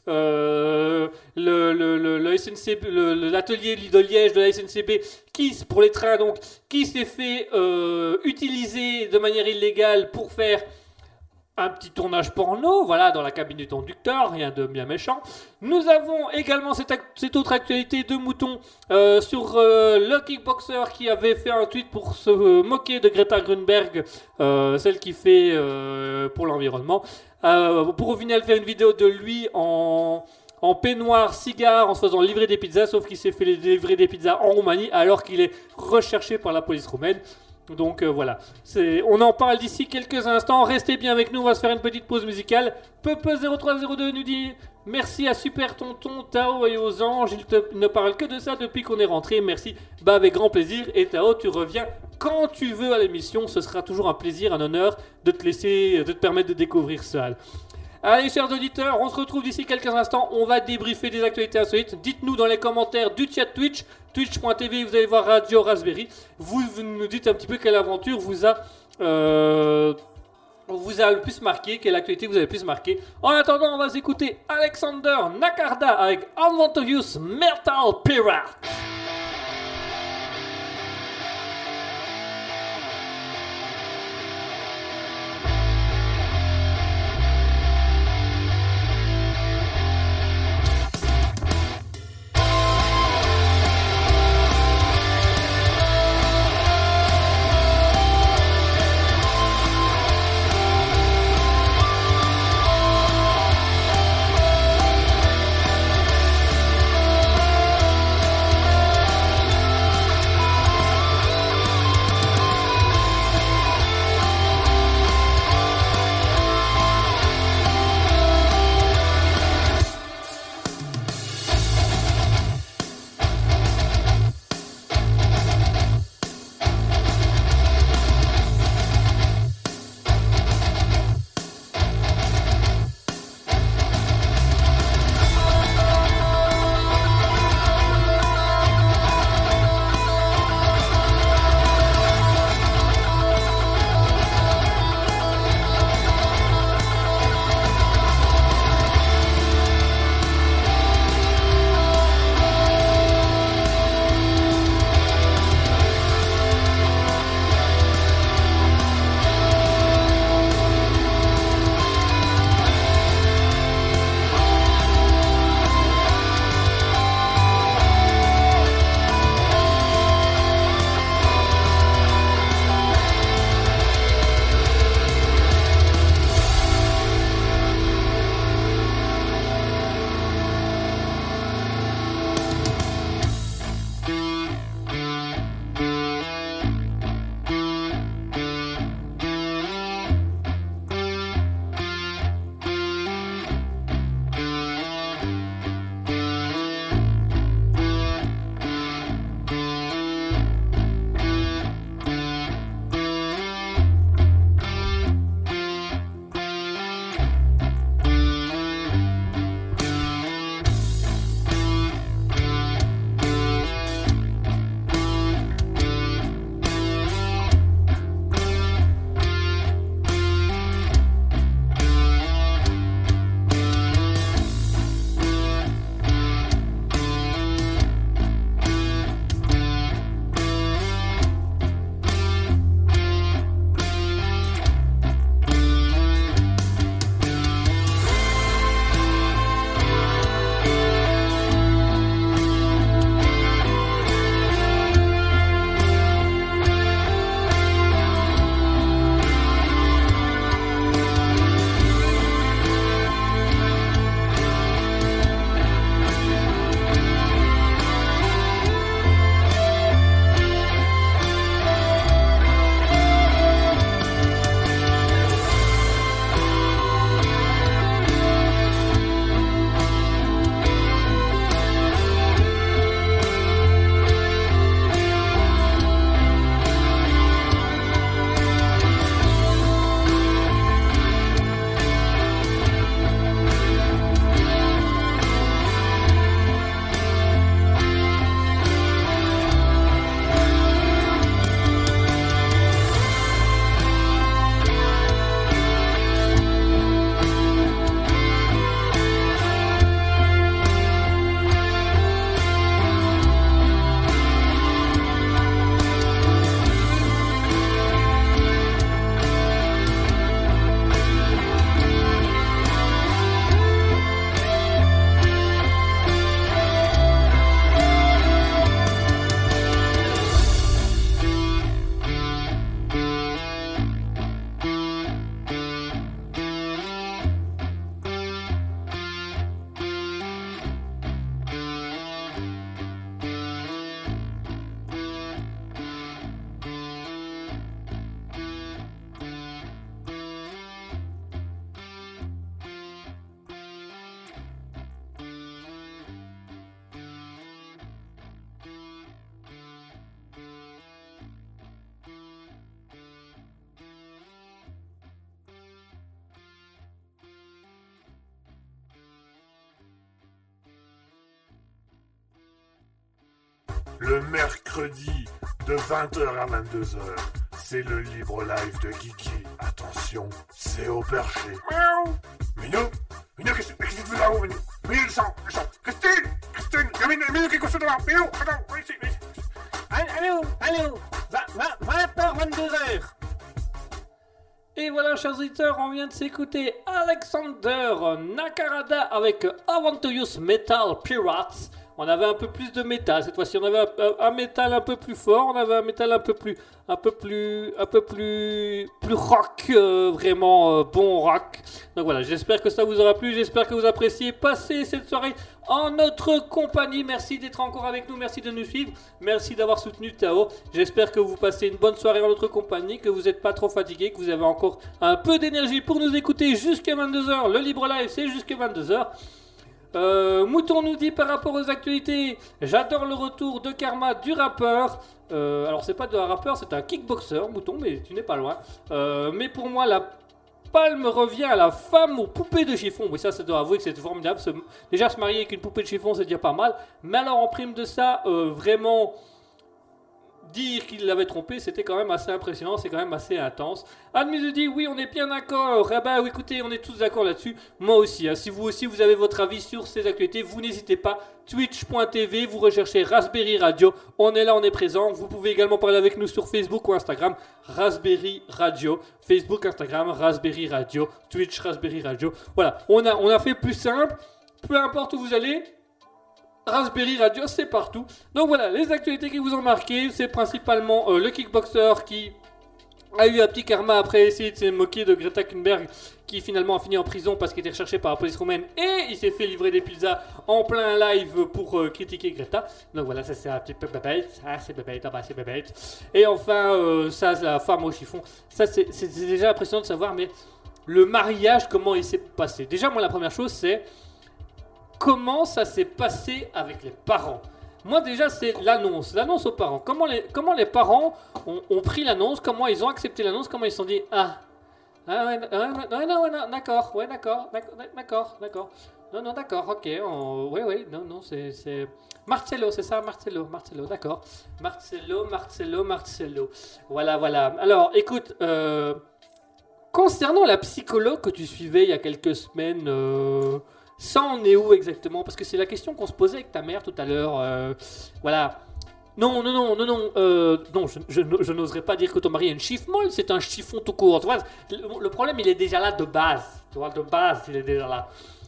euh, le, le, le, le S N C B, le, l'atelier de Liège de la S N C B qui, pour les trains donc, qui s'est fait euh, utiliser de manière illégale pour faire un petit tournage porno, voilà, dans la cabine du conducteur, rien de bien méchant. Nous avons également cette, act- cette autre actualité de Mouton euh, sur euh, le kickboxer qui avait fait un tweet pour se euh, moquer de Greta Thunberg, euh, celle qui fait euh, pour l'environnement. Euh, pour au final faire une vidéo de lui en, en peignoir, cigare, en se faisant livrer des pizzas, sauf qu'il s'est fait livrer des pizzas en Roumanie alors qu'il est recherché par la police roumaine. Donc euh, voilà, c'est, on en parle d'ici quelques instants, restez bien avec nous, on va se faire une petite pause musicale. Pepe zéro trois zéro deux nous dit merci à Super Tonton, Tao et aux anges, il, te, il ne parle que de ça depuis qu'on est rentré, merci, bah avec grand plaisir. Et Tao, tu reviens quand tu veux à l'émission, ce sera toujours un plaisir, un honneur de te laisser, de te permettre de découvrir ça. Allez chers auditeurs, on se retrouve d'ici quelques instants, on va débriefer des actualités insolites. Dites-nous dans les commentaires du chat Twitch, twitch point t v, vous allez voir Radio Raspberry. Vous, vous nous dites un petit peu quelle aventure vous a, euh, vous a le plus marqué, quelle actualité vous a le plus marqué. En attendant, on va s'écouter Alexander Nakarda avec Adventurous Metal Pirate. We'll be right back. le mercredi de vingt heures à vingt-deux heures. C'est le libre live de Kiki. Attention, c'est au perché. Miaou. Minou, Minou, qu'est-ce que tu fais là-haut, Minou? Minou, le sang, le sang. Christine, Christine, il y a Minou, Minou qui est couché devant. Minou, attends, oui, ici, ici. Allô, allô, vingt heures, vingt-deux heures. Et voilà, chers auditeurs, on vient de s'écouter Alexander Nakarada avec I Want to Use Metal Pirates. On avait un peu plus de métal cette fois-ci. On avait un, un métal un peu plus fort. On avait un métal un peu plus, un peu plus, un peu plus, plus rock, euh, vraiment euh, bon rock. Donc voilà, j'espère que ça vous aura plu. J'espère que vous appréciez passer cette soirée en notre compagnie. Merci d'être encore avec nous. Merci de nous suivre. Merci d'avoir soutenu Tao. J'espère que vous passez une bonne soirée en notre compagnie, que vous n'êtes pas trop fatigué, que vous avez encore un peu d'énergie pour nous écouter jusqu'à vingt-deux heures. Le libre live, c'est jusqu'à vingt-deux heures. Euh, Mouton nous dit par rapport aux actualités, j'adore le retour de Karma du rappeur. Euh, alors c'est pas de un rappeur, c'est un kickboxer, Mouton, mais tu n'es pas loin. Euh, mais pour moi, la palme revient à la femme aux poupées de chiffon. Oui, ça, ça doit avouer que c'est formidable. Se... Déjà, se marier avec une poupée de chiffon, c'est déjà pas mal. Mais alors, en prime de ça, euh, vraiment... dire qu'il l'avait trompé, c'était quand même assez impressionnant, c'est quand même assez intense. Admise dit oui, on est bien d'accord. Ah bah oui, écoutez, on est tous d'accord là-dessus. Moi aussi, hein. Si vous aussi vous avez votre avis sur ces actualités, vous n'hésitez pas. Twitch point t v, vous recherchez Raspberry Radio. On est là, on est présent. Vous pouvez également parler avec nous sur Facebook ou Instagram. Raspberry Radio. Facebook, Instagram, Raspberry Radio. Twitch, Raspberry Radio. Voilà, on a, on a fait plus simple. Peu importe où vous allez. Raspberry Radio, c'est partout. Donc voilà, les actualités qui vous ont marqué, c'est principalement euh, le kickboxer qui a eu un petit karma après essayer de se moquer de Greta Thunberg, qui finalement a fini en prison parce qu'il était recherché par la police roumaine et il s'est fait livrer des pizzas en plein live pour euh, critiquer Greta. Donc voilà, ça c'est un petit peu bébête, ah c'est bébête, ah bah c'est bébête. Et enfin, euh, ça c'est la femme au chiffon, ça c'est, c'est, c'est déjà impressionnant de savoir, mais le mariage, comment il s'est passé. Déjà moi la première chose c'est comment ça s'est passé avec les parents. Moi déjà c'est l'annonce, l'annonce aux parents. Comment les, comment les parents ont, ont pris l'annonce, comment ils ont accepté l'annonce, comment ils se sont dit ah, ah ouais, ouais, ouais, non, ouais, non, d'accord, ouais d'accord, d'accord, d'accord, non, non, d'accord, ok, on, ouais, ouais, non, non, c'est, c'est Marcello, c'est ça, Marcello, Marcello, d'accord, Marcello, Marcello, Marcello, voilà, voilà. Alors, écoute, euh, concernant la psychologue que tu suivais il y a quelques semaines. Euh, Ça en est où exactement? Parce que c'est la question qu'on se posait avec ta mère tout à l'heure. Euh, voilà. Non, non, non, non, non. Euh, non, je, je, je n'oserais pas dire que ton mari est une chiffre-molle. C'est un chiffon tout court. Tu vois, le, le problème, il est déjà là de base. Tu vois, de base, il est déjà là.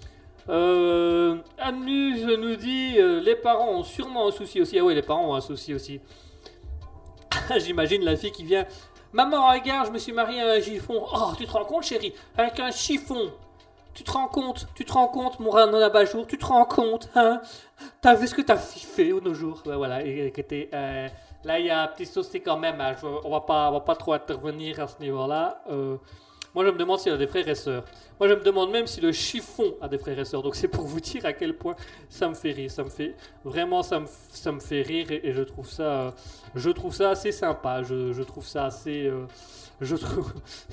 Euh, Anne-Muse nous dit euh, les parents ont sûrement un souci aussi. Ah oui, les parents ont un souci aussi. J'imagine la fille qui vient. Maman, regarde, je me suis mariée à un chiffon. Oh, tu te rends compte, chérie? Avec un chiffon. Tu te rends compte, tu te rends compte, mon Ranon Abajour, tu te rends compte, hein? T'as vu ce que ta fille fait au nos jours? Ouais, voilà, et, et, euh, là il y a un petit souci quand même, hein. Je, on va pas, on va pas trop intervenir à ce niveau-là. Euh, moi je me demande s'il a des frères et sœurs. Moi je me demande même si le chiffon a des frères et sœurs. Donc c'est pour vous dire à quel point ça me fait rire, ça me fait vraiment, ça me, ça me fait rire et, et je trouve ça, je trouve ça assez sympa. Je, je trouve ça assez. Euh, Je trouve.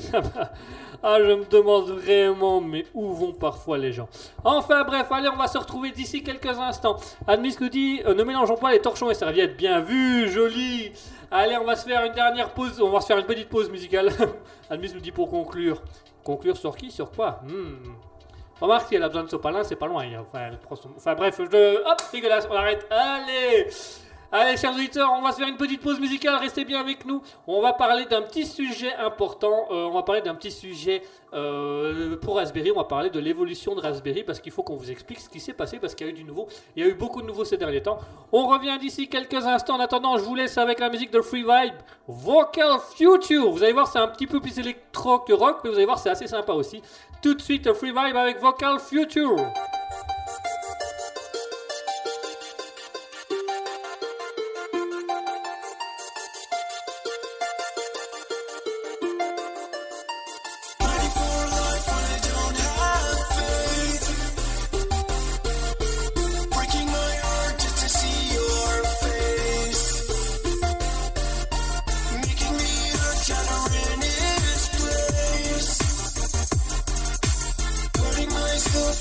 Ah, je me demande vraiment, mais où vont parfois les gens? Enfin, bref, allez, on va se retrouver d'ici quelques instants. Admis nous dit euh, ne mélangeons pas les torchons et serviettes. Bien vu, joli. Allez, on va se faire une dernière pause. On va se faire une petite pause musicale. Admis nous dit pour conclure. Conclure sur qui? Sur quoi? hmm. Remarque, si elle a besoin de sopalin, c'est pas loin. Enfin, elle prend son... enfin bref, je. Hop, dégueulasse, on arrête. Allez! Allez, chers auditeurs, on va se faire une petite pause musicale, restez bien avec nous. On va parler d'un petit sujet important, euh, on va parler d'un petit sujet euh, pour Raspberry, on va parler de l'évolution de Raspberry, parce qu'il faut qu'on vous explique ce qui s'est passé, parce qu'il y a eu du nouveau, il y a eu beaucoup de nouveaux ces derniers temps. On revient d'ici quelques instants, en attendant, je vous laisse avec la musique de Free Vibe, Vocal Future. Vous allez voir, c'est un petit peu plus électro que rock, mais vous allez voir, c'est assez sympa aussi. Tout de suite, Free Vibe avec Vocal Future.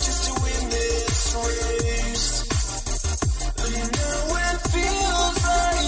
Just to win this race, and now it feels like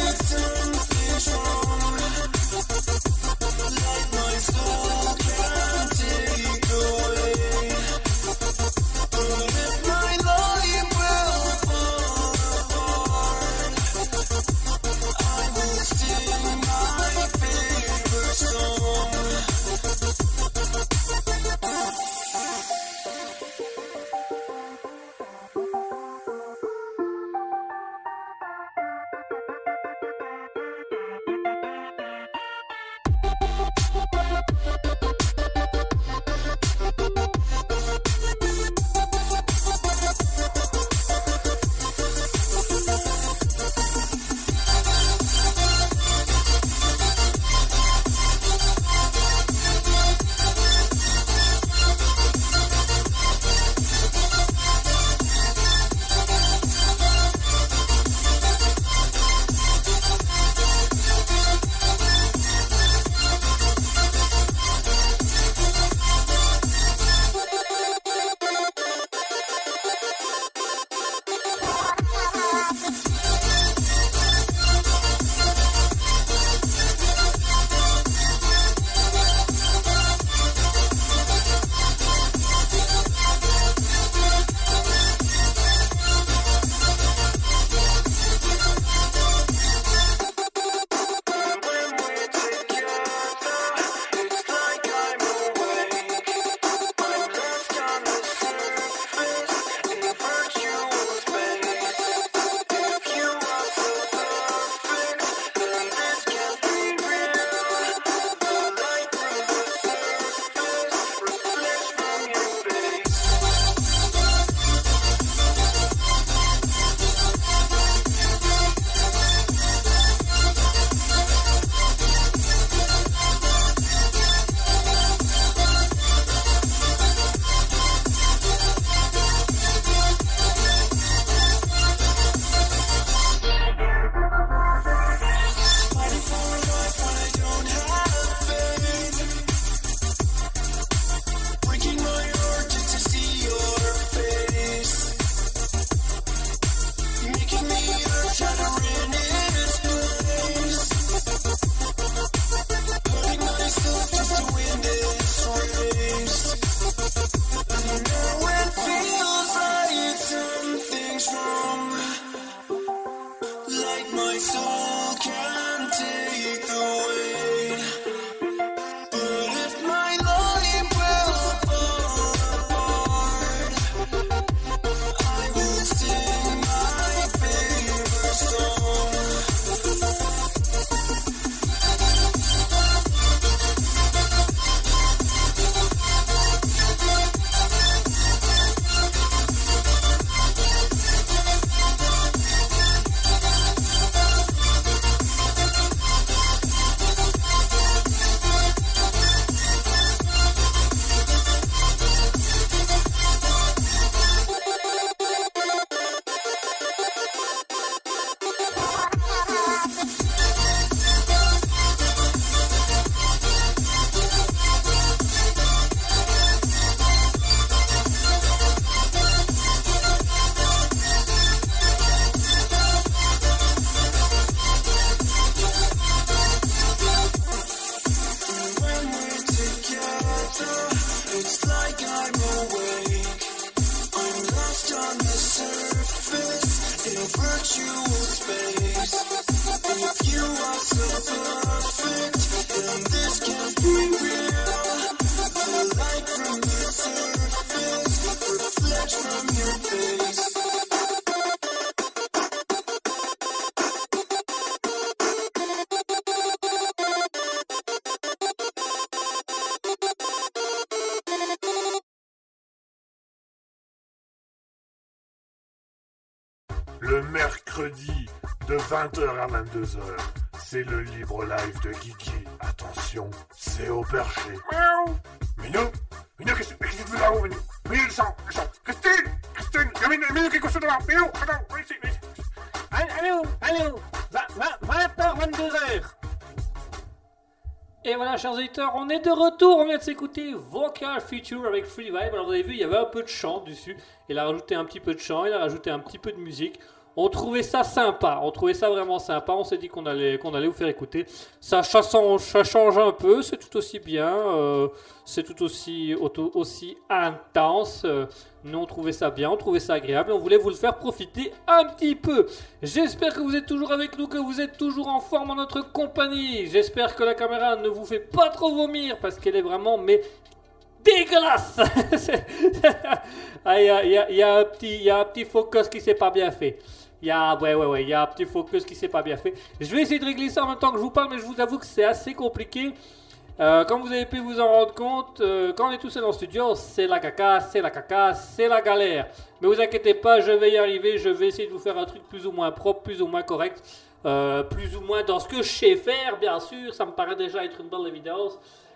like I'm awake. I'm lost on the surface in virtual space. If you are so perfect, then this can't be real. The light from the surface reflects from your face. Le mercredi, de vingt heures à vingt-deux heures, c'est le libre live de Kiki. Attention, c'est au perché. Miaou. Minou, Minou, qu'est-ce que tu fais là-haut, Minou? Minou, le sang, le sang. Christine, Christine, il y a Minou, Minou qui est couché devant. Minou, attends, viens ici, viens ici. Allô, allô, vingt heures, vingt-deux heures. Et voilà, chers auditeurs, on est de retour. On vient de s'écouter Vocal Feature avec Free Vibe. Alors, vous avez vu, il y avait un peu de chant dessus. Il a rajouté un petit peu de chant, il a rajouté un petit peu de musique. On trouvait ça sympa, on trouvait ça vraiment sympa. On s'est dit qu'on allait, qu'on allait vous faire écouter. Ça, ça, change, ça change un peu, c'est tout aussi bien, euh, c'est tout aussi, auto, aussi intense. Euh, nous, on trouvait ça bien, on trouvait ça agréable. On voulait vous le faire profiter un petit peu. J'espère que vous êtes toujours avec nous, que vous êtes toujours en forme en notre compagnie. J'espère que la caméra ne vous fait pas trop vomir parce qu'elle est vraiment, mais dégueulasse. Ah, il y a, y a, y a un petit, y a un petit focus qui s'est pas bien fait. Il y a, ouais, ouais, ouais, il y a un petit focus qui s'est pas bien fait. Je vais essayer de régler ça en même temps que je vous parle, mais je vous avoue que c'est assez compliqué. Euh, comme vous avez pu vous en rendre compte, euh, quand on est tout seul en studio, c'est la caca, c'est la caca, c'est la galère. Mais vous inquiétez pas, je vais y arriver, je vais essayer de vous faire un truc plus ou moins propre, plus ou moins correct, euh, plus ou moins dans ce que je sais faire, bien sûr. Ça me paraît déjà être une bonne évidence.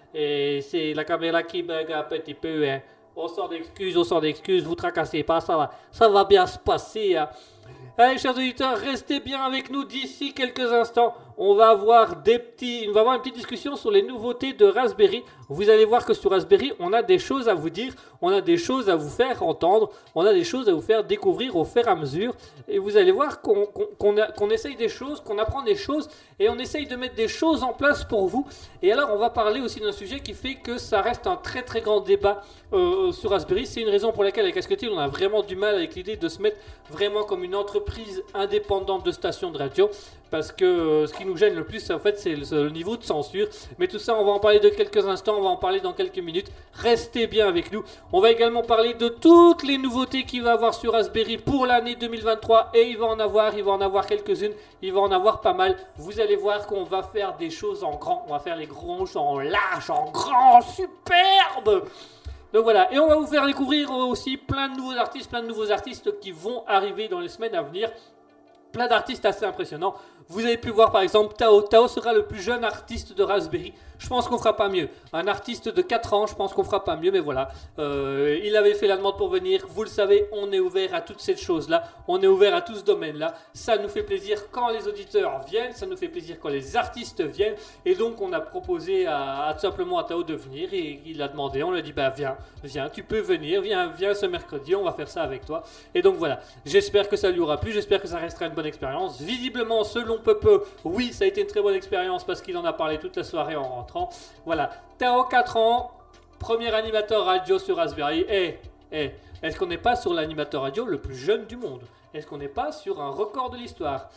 Et c'est la caméra qui bug un petit peu, hein. On sort d'excuses, on sort d'excuses, vous tracassez pas, ça va, ça va bien se passer, hein. Allez, chers auditeurs, restez bien avec nous d'ici quelques instants. On va avoir des petits, on va avoir une petite discussion sur les nouveautés de Raspberry. Vous allez voir que sur Raspberry, on a des choses à vous dire, on a des choses à vous faire entendre, on a des choses à vous faire découvrir au fur et à mesure. Et vous allez voir qu'on qu'on, qu'on, a, qu'on essaye des choses, qu'on apprend des choses et on essaye de mettre des choses en place pour vous. Et alors, on va parler aussi d'un sujet qui fait que ça reste un très très grand débat euh, sur Raspberry. C'est une raison pour laquelle avec Casquetil, on a vraiment du mal avec l'idée de se mettre vraiment comme une entreprise indépendante de stations de radio. Parce que euh, ce qui nous gêne le plus, en fait, c'est le, le niveau de censure. Mais tout ça, on va en parler de quelques instants, on va en parler dans quelques minutes. Restez bien avec nous. On va également parler de toutes les nouveautés qu'il va y avoir sur Raspberry pour l'année deux mille vingt-trois. Et il va en avoir, il va en avoir quelques-unes, il va en avoir pas mal. Vous allez voir qu'on va faire des choses en grand. On va faire les grands en large, en grand, superbe. Donc voilà, et on va vous faire découvrir aussi plein de nouveaux artistes, plein de nouveaux artistes qui vont arriver dans les semaines à venir. Plein d'artistes assez impressionnants. Vous avez pu voir par exemple Tao. Tao sera le plus jeune artiste de Raspberry. Je pense qu'on fera pas mieux. Un artiste de quatre ans, je pense qu'on fera pas mieux, mais voilà. Euh, il avait fait la demande pour venir. Vous le savez, on est ouvert à toutes ces choses-là. On est ouvert à tout ce domaine-là. Ça nous fait plaisir quand les auditeurs viennent. Ça nous fait plaisir quand les artistes viennent. Et donc, on a proposé à, à tout simplement à Tao de venir. Et il a demandé. On lui a dit, bah viens, viens, tu peux venir. Viens, viens ce mercredi. On va faire ça avec toi. Et donc voilà. J'espère que ça lui aura plu. J'espère que ça restera une bonne expérience. Visiblement, selon peu peu, oui, ça a été une très bonne expérience parce qu'il en a parlé toute la soirée en rentrant. Voilà, Tao, quatre ans, premier animateur radio sur Raspberry. Eh, eh, est-ce qu'on n'est pas sur l'animateur radio le plus jeune du monde? Est-ce qu'on n'est pas sur un record de l'histoire?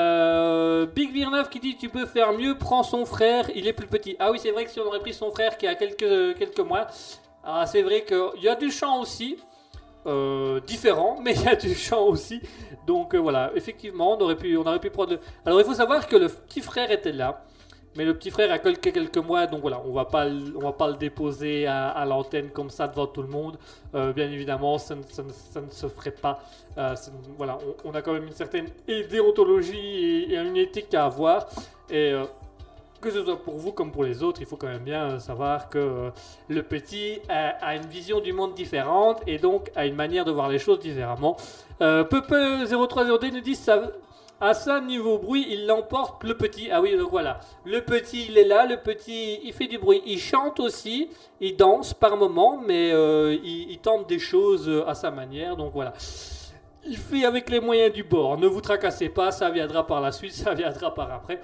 euh, Big Virneuf qui dit tu peux faire mieux, prends son frère, il est plus petit. Ah oui, c'est vrai que si on aurait pris son frère qui a quelques, quelques mois, ah, c'est vrai qu'il y a du chant aussi. Euh, différent, mais il y a du chant aussi. Donc euh, voilà, effectivement, on aurait pu, on aurait pu prendre le... Alors il faut savoir que le petit frère était là. Mais le petit frère a quelques, quelques mois, donc voilà, on va pas, on va pas le déposer à, à l'antenne comme ça devant tout le monde. Euh, bien évidemment, ça ne, ça, ne, ça ne se ferait pas. Euh, voilà, on, on a quand même une certaine déontologie et, et une éthique à avoir. Et euh, que ce soit pour vous comme pour les autres, il faut quand même bien savoir que euh, le petit a, a une vision du monde différente et donc a une manière de voir les choses différemment. Euh, Pepe zéro trois zéro D nous dit ça. À ça, niveau bruit, il l'emporte le petit. Ah oui, donc voilà. Le petit, il est là. Le petit, il fait du bruit. Il chante aussi. Il danse par moments. Mais euh, il, il tente des choses à sa manière. Donc voilà. Il fait avec les moyens du bord. Ne vous tracassez pas. Ça viendra par la suite. Ça viendra par après.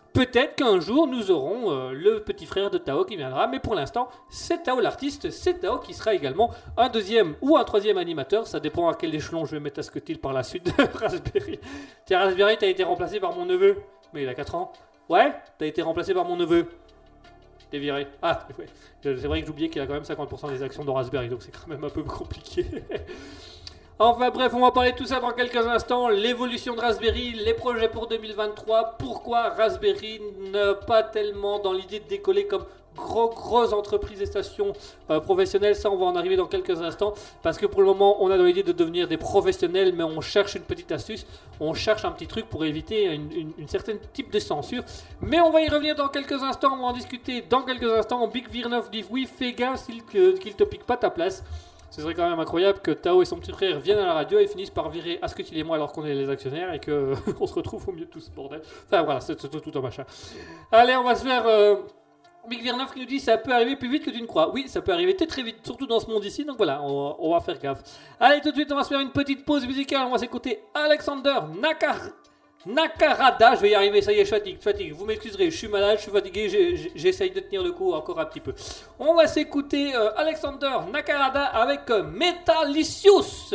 peut-être qu'un jour nous aurons euh, le petit frère de Tao qui viendra, mais pour l'instant c'est Tao l'artiste, c'est Tao qui sera également un deuxième ou un troisième animateur, ça dépend à quel échelon je vais mettre Asketil par la suite de Raspberry. Tiens Raspberry, t'as été remplacé par mon neveu, mais il a quatre ans. Ouais, t'as été remplacé par mon neveu. T'es viré. Ah, ouais. C'est vrai que j'oubliais qu'il a quand même cinquante pour cent des actions dans Raspberry, donc c'est quand même un peu compliqué. Enfin bref, on va parler de tout ça dans quelques instants. L'évolution de Raspberry, les projets pour deux mille vingt-trois, pourquoi Raspberry n'est pas tellement dans l'idée de décoller comme gros, grosses entreprises et stations euh, professionnelles. Ça, on va en arriver dans quelques instants. Parce que pour le moment, on a dans l'idée de devenir des professionnels, mais on cherche une petite astuce. On cherche un petit truc pour éviter une, une, une certaine type de censure. Mais on va y revenir dans quelques instants. On va en discuter dans quelques instants. Big Virnov dit oui, fais gaffe qu'il qu'il te pique pas ta place. Ce serait quand même incroyable que Tao et son petit frère viennent à la radio et finissent par virer Asketil et moi alors qu'on est les actionnaires et qu'on se retrouve au milieu de tout ce bordel. Enfin voilà, c'est tout, tout un machin. Allez, on va se faire... Euh... Big Virnov qui nous dit ça peut arriver plus vite que tu ne crois. Oui, ça peut arriver très très vite, surtout dans ce monde ici. Donc voilà, on, on va faire gaffe. Allez, tout de suite, on va se faire une petite pause musicale. On va s'écouter Alexander Nakar... Nakarada. Je vais y arriver, ça y est, je fatigue, fatigue. Vous m'excuserez, je suis malade, je suis fatigué, j'essaye de tenir le coup encore un petit peu. On va s'écouter euh, Alexander Nakarada avec euh, Metallicious.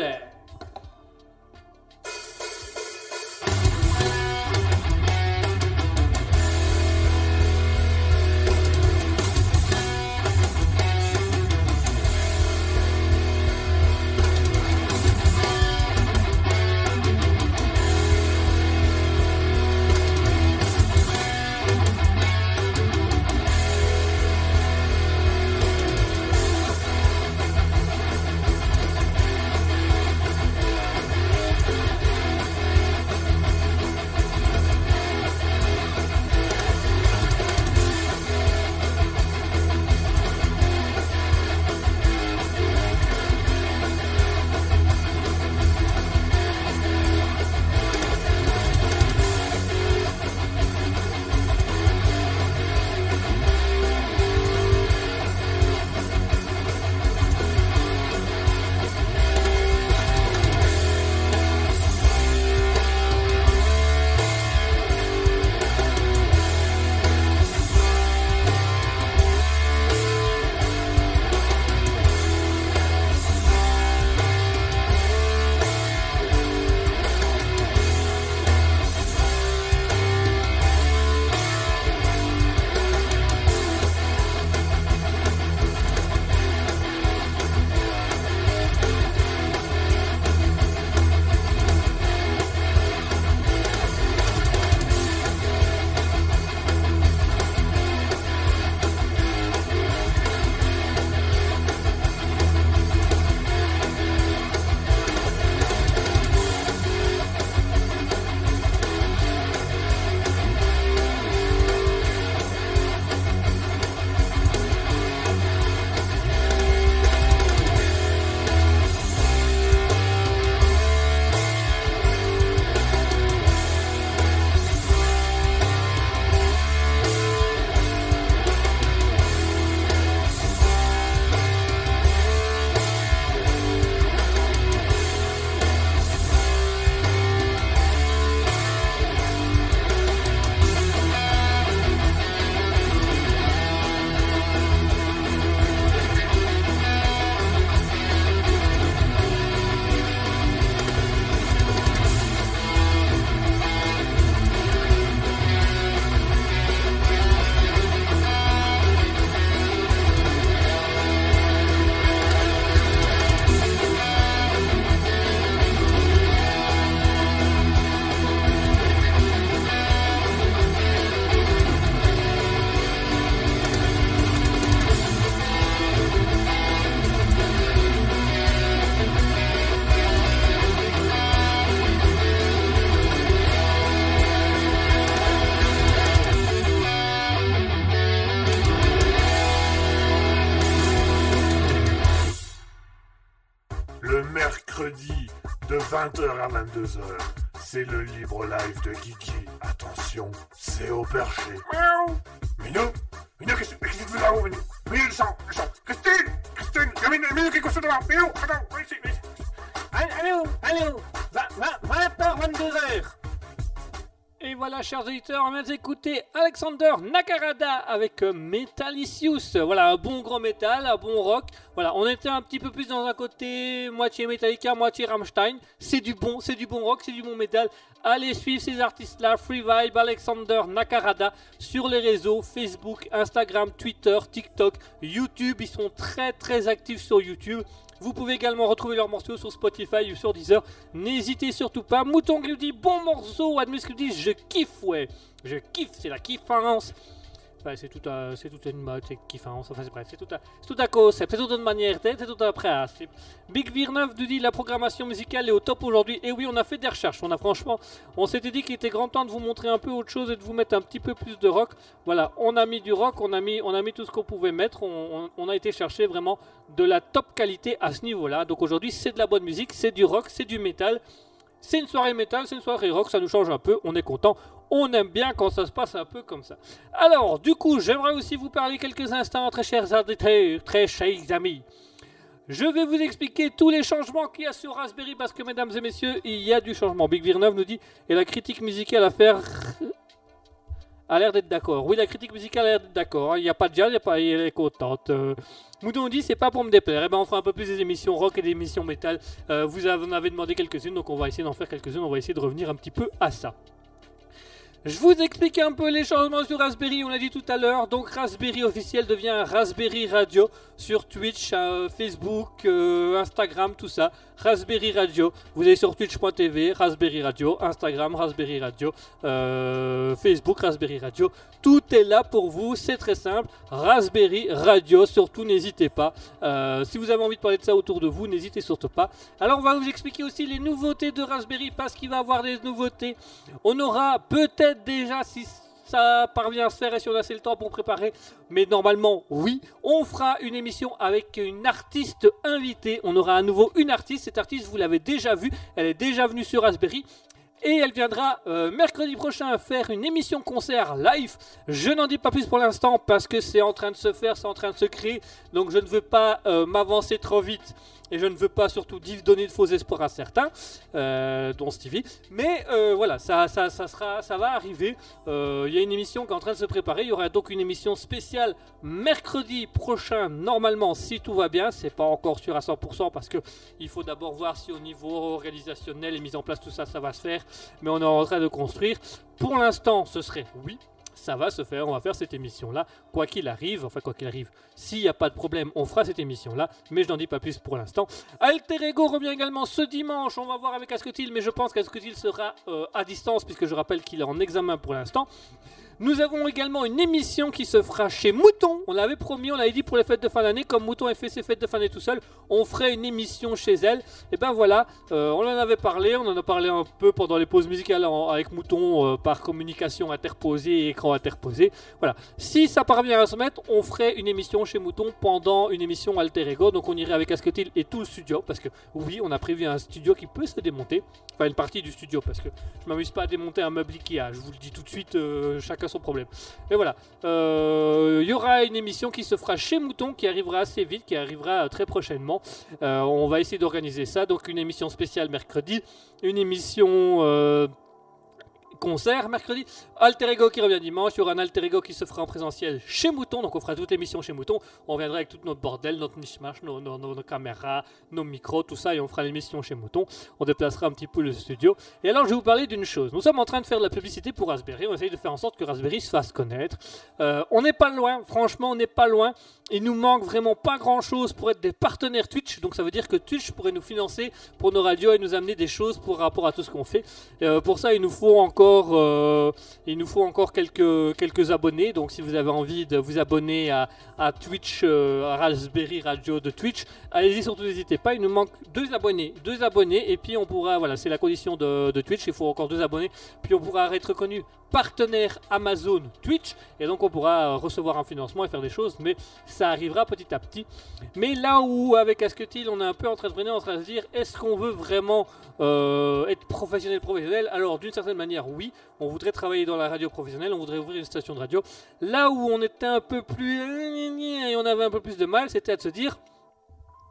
mercredi de vingt heures à vingt-deux heures. C'est le libre live de Kiki. Attention, c'est au perché. Miaou. Minou Minou, qu'est-ce que tu fais là-haut, Minou Minou, le sang, le sang. Christine Christine Il y a Minou, Minou qui est couché devant. Minou, attends, oui, ici, ici. Allô, allô, vingt heures, vingt-deux heures. Et voilà, chers auditeurs, on vient d'écouter Alexander Nakarada avec euh, Metalicious. Voilà, un bon gros métal, un bon rock. Voilà, on était un petit peu plus dans un côté moitié Metallica, moitié Rammstein. C'est du bon, c'est du bon rock, c'est du bon métal. Allez suivre ces artistes-là, Free Vibe, Alexander Nakarada, sur les réseaux Facebook, Instagram, Twitter, TikTok, YouTube. Ils sont très très actifs sur YouTube. Vous pouvez également retrouver leurs morceaux sur Spotify ou sur Deezer. N'hésitez surtout pas. Mouton qui nous dit bon morceau. Admus qui nous dit je kiffe, ouais. Je kiffe, c'est la kiffance. Enfin, c'est tout à, c'est toute une mode, c'est kiffance. Enfin, c'est bref, c'est tout à, c'est tout à cause, c'est toute une manière d'être, c'est tout à principe. Big Vir neuf nous dit la programmation musicale est au top aujourd'hui. Et oui, on a fait des recherches. On a franchement, on s'était dit qu'il était grand temps de vous montrer un peu autre chose et de vous mettre un petit peu plus de rock. Voilà, on a mis du rock, on a mis, on a mis tout ce qu'on pouvait mettre. On, on, on a été chercher vraiment de la top qualité à ce niveau-là. Donc aujourd'hui, c'est de la bonne musique, c'est du rock, c'est du métal. C'est une soirée métal, c'est une soirée rock, ça nous change un peu, on est content. On aime bien quand ça se passe un peu comme ça. Alors, du coup, j'aimerais aussi vous parler quelques instants, très chers auditeurs, très chers amis. Je vais vous expliquer tous les changements qu'il y a sur Raspberry, parce que, mesdames et messieurs, il y a du changement. Big Vir neuf nous dit, et la critique musicale à faire a l'air d'être d'accord. Oui, la critique musicale a l'air d'être d'accord. Il n'y a pas de jazz, il n'y a pas, elle est contente. Euh, Moudon dit, c'est pas pour me déplaire. Eh ben, on fera un peu plus des émissions rock et des émissions métal. Euh, vous en avez demandé quelques-unes, donc on va essayer d'en faire quelques-unes. On va essayer de revenir un petit peu à ça. Je vous explique un peu les changements sur Raspberry, on l'a dit tout à l'heure. Donc Raspberry officiel devient Raspberry Radio sur Twitch, euh, Facebook, euh, Instagram, tout ça. Raspberry Radio, vous allez sur twitch point t v, Raspberry Radio, Instagram, Raspberry Radio, euh, Facebook, Raspberry Radio. Tout est là pour vous, c'est très simple. Raspberry Radio, surtout n'hésitez pas. Euh, si vous avez envie de parler de ça autour de vous, n'hésitez surtout pas. Alors on va vous expliquer aussi les nouveautés de Raspberry, parce qu'il va y avoir des nouveautés. On aura peut-être déjà, si ça parvient à se faire et si on a assez le temps pour préparer, mais normalement oui, on fera une émission avec une artiste invitée. On aura à nouveau une artiste. Cette artiste, vous l'avez déjà vue, elle est déjà venue sur Raspberry. Et elle viendra euh, mercredi prochain faire une émission concert live. Je n'en dis pas plus pour l'instant parce que c'est en train de se faire, c'est en train de se créer. Donc je ne veux pas euh, m'avancer trop vite. Et je ne veux pas surtout donner de faux espoirs à certains, euh, dont Stevie. Mais euh, voilà, ça, ça, ça, sera, ça va arriver. Il euh, y a une émission qui est en train de se préparer. Il y aura donc une émission spéciale mercredi prochain, normalement, si tout va bien. C'est pas encore sûr à cent pour cent parce qu'il faut d'abord voir si au niveau organisationnel et mise en place, tout ça, ça va se faire. Mais on est en train de construire. Pour l'instant, ce serait oui. Ça va se faire, on va faire cette émission-là, quoi qu'il arrive, enfin quoi qu'il arrive, s'il n'y a pas de problème, on fera cette émission-là, mais je n'en dis pas plus pour l'instant. Alter Ego revient également ce dimanche, on va voir avec Asketil, mais je pense qu'Asketil sera euh, à distance, puisque je rappelle qu'il est en examen pour l'instant. Nous avons également une émission qui se fera chez Mouton. On l'avait promis, on l'avait dit pour les fêtes de fin d'année. Comme Mouton a fait ses fêtes de fin d'année tout seul, on ferait une émission chez elle. Et ben voilà, euh, on en avait parlé. On en a parlé un peu pendant les pauses musicales en, avec Mouton euh, par communication interposée et écran interposé. Voilà. Si ça parvient à se mettre, on ferait une émission chez Mouton pendant une émission Alter Ego. Donc on irait avec Asketil et tout le studio. Parce que oui, on a prévu un studio qui peut se démonter. Enfin, une partie du studio. Parce que je m'amuse pas à démonter un meuble Ikea. Je vous le dis tout de suite, euh, chacun son problème. Mais voilà, il euh, y aura une émission qui se fera chez Mouton, qui arrivera assez vite, qui arrivera très prochainement. Euh, on va essayer d'organiser ça. Donc une émission spéciale mercredi, une émission euh, concert mercredi, Alter Ego qui revient dimanche. Il y aura un Alter Ego qui se fera en présentiel chez Mouton. Donc on fera toute l'émission chez Mouton. On viendra avec tout notre bordel, notre mishmash, nos, nos, nos, nos caméras, nos micros, tout ça, et on fera l'émission chez Mouton. On déplacera un petit peu le studio. Et alors je vais vous parler d'une chose. Nous sommes en train de faire de la publicité pour Raspberry. On essaye de faire en sorte que Raspberry se fasse connaître. Euh, on n'est pas loin, franchement on n'est pas loin. Il nous manque vraiment pas grand chose pour être des partenaires Twitch. Donc ça veut dire que Twitch pourrait nous financer pour nos radios et nous amener des choses pour rapport à tout ce qu'on fait. Euh, pour ça il nous faut encore Euh, il nous faut encore quelques, quelques abonnés. Donc si vous avez envie de vous abonner à, à Twitch, euh, à Raspberry Radio de Twitch, allez-y, surtout n'hésitez pas. Il nous manque deux abonnés, deux abonnés et puis on pourra, voilà, c'est la condition de, de Twitch, il faut encore deux abonnés, puis on pourra être reconnu partenaire Amazon Twitch et donc on pourra recevoir un financement et faire des choses, mais ça arrivera petit à petit. Mais là où avec Asketil on est un peu en train de freiner, en train de se dire est-ce qu'on veut vraiment euh, être professionnel professionnel? Alors d'une certaine manière oui, on voudrait travailler dans la radio professionnelle, on voudrait ouvrir une station de radio. Là où on était un peu plus et on avait un peu plus de mal, c'était à se dire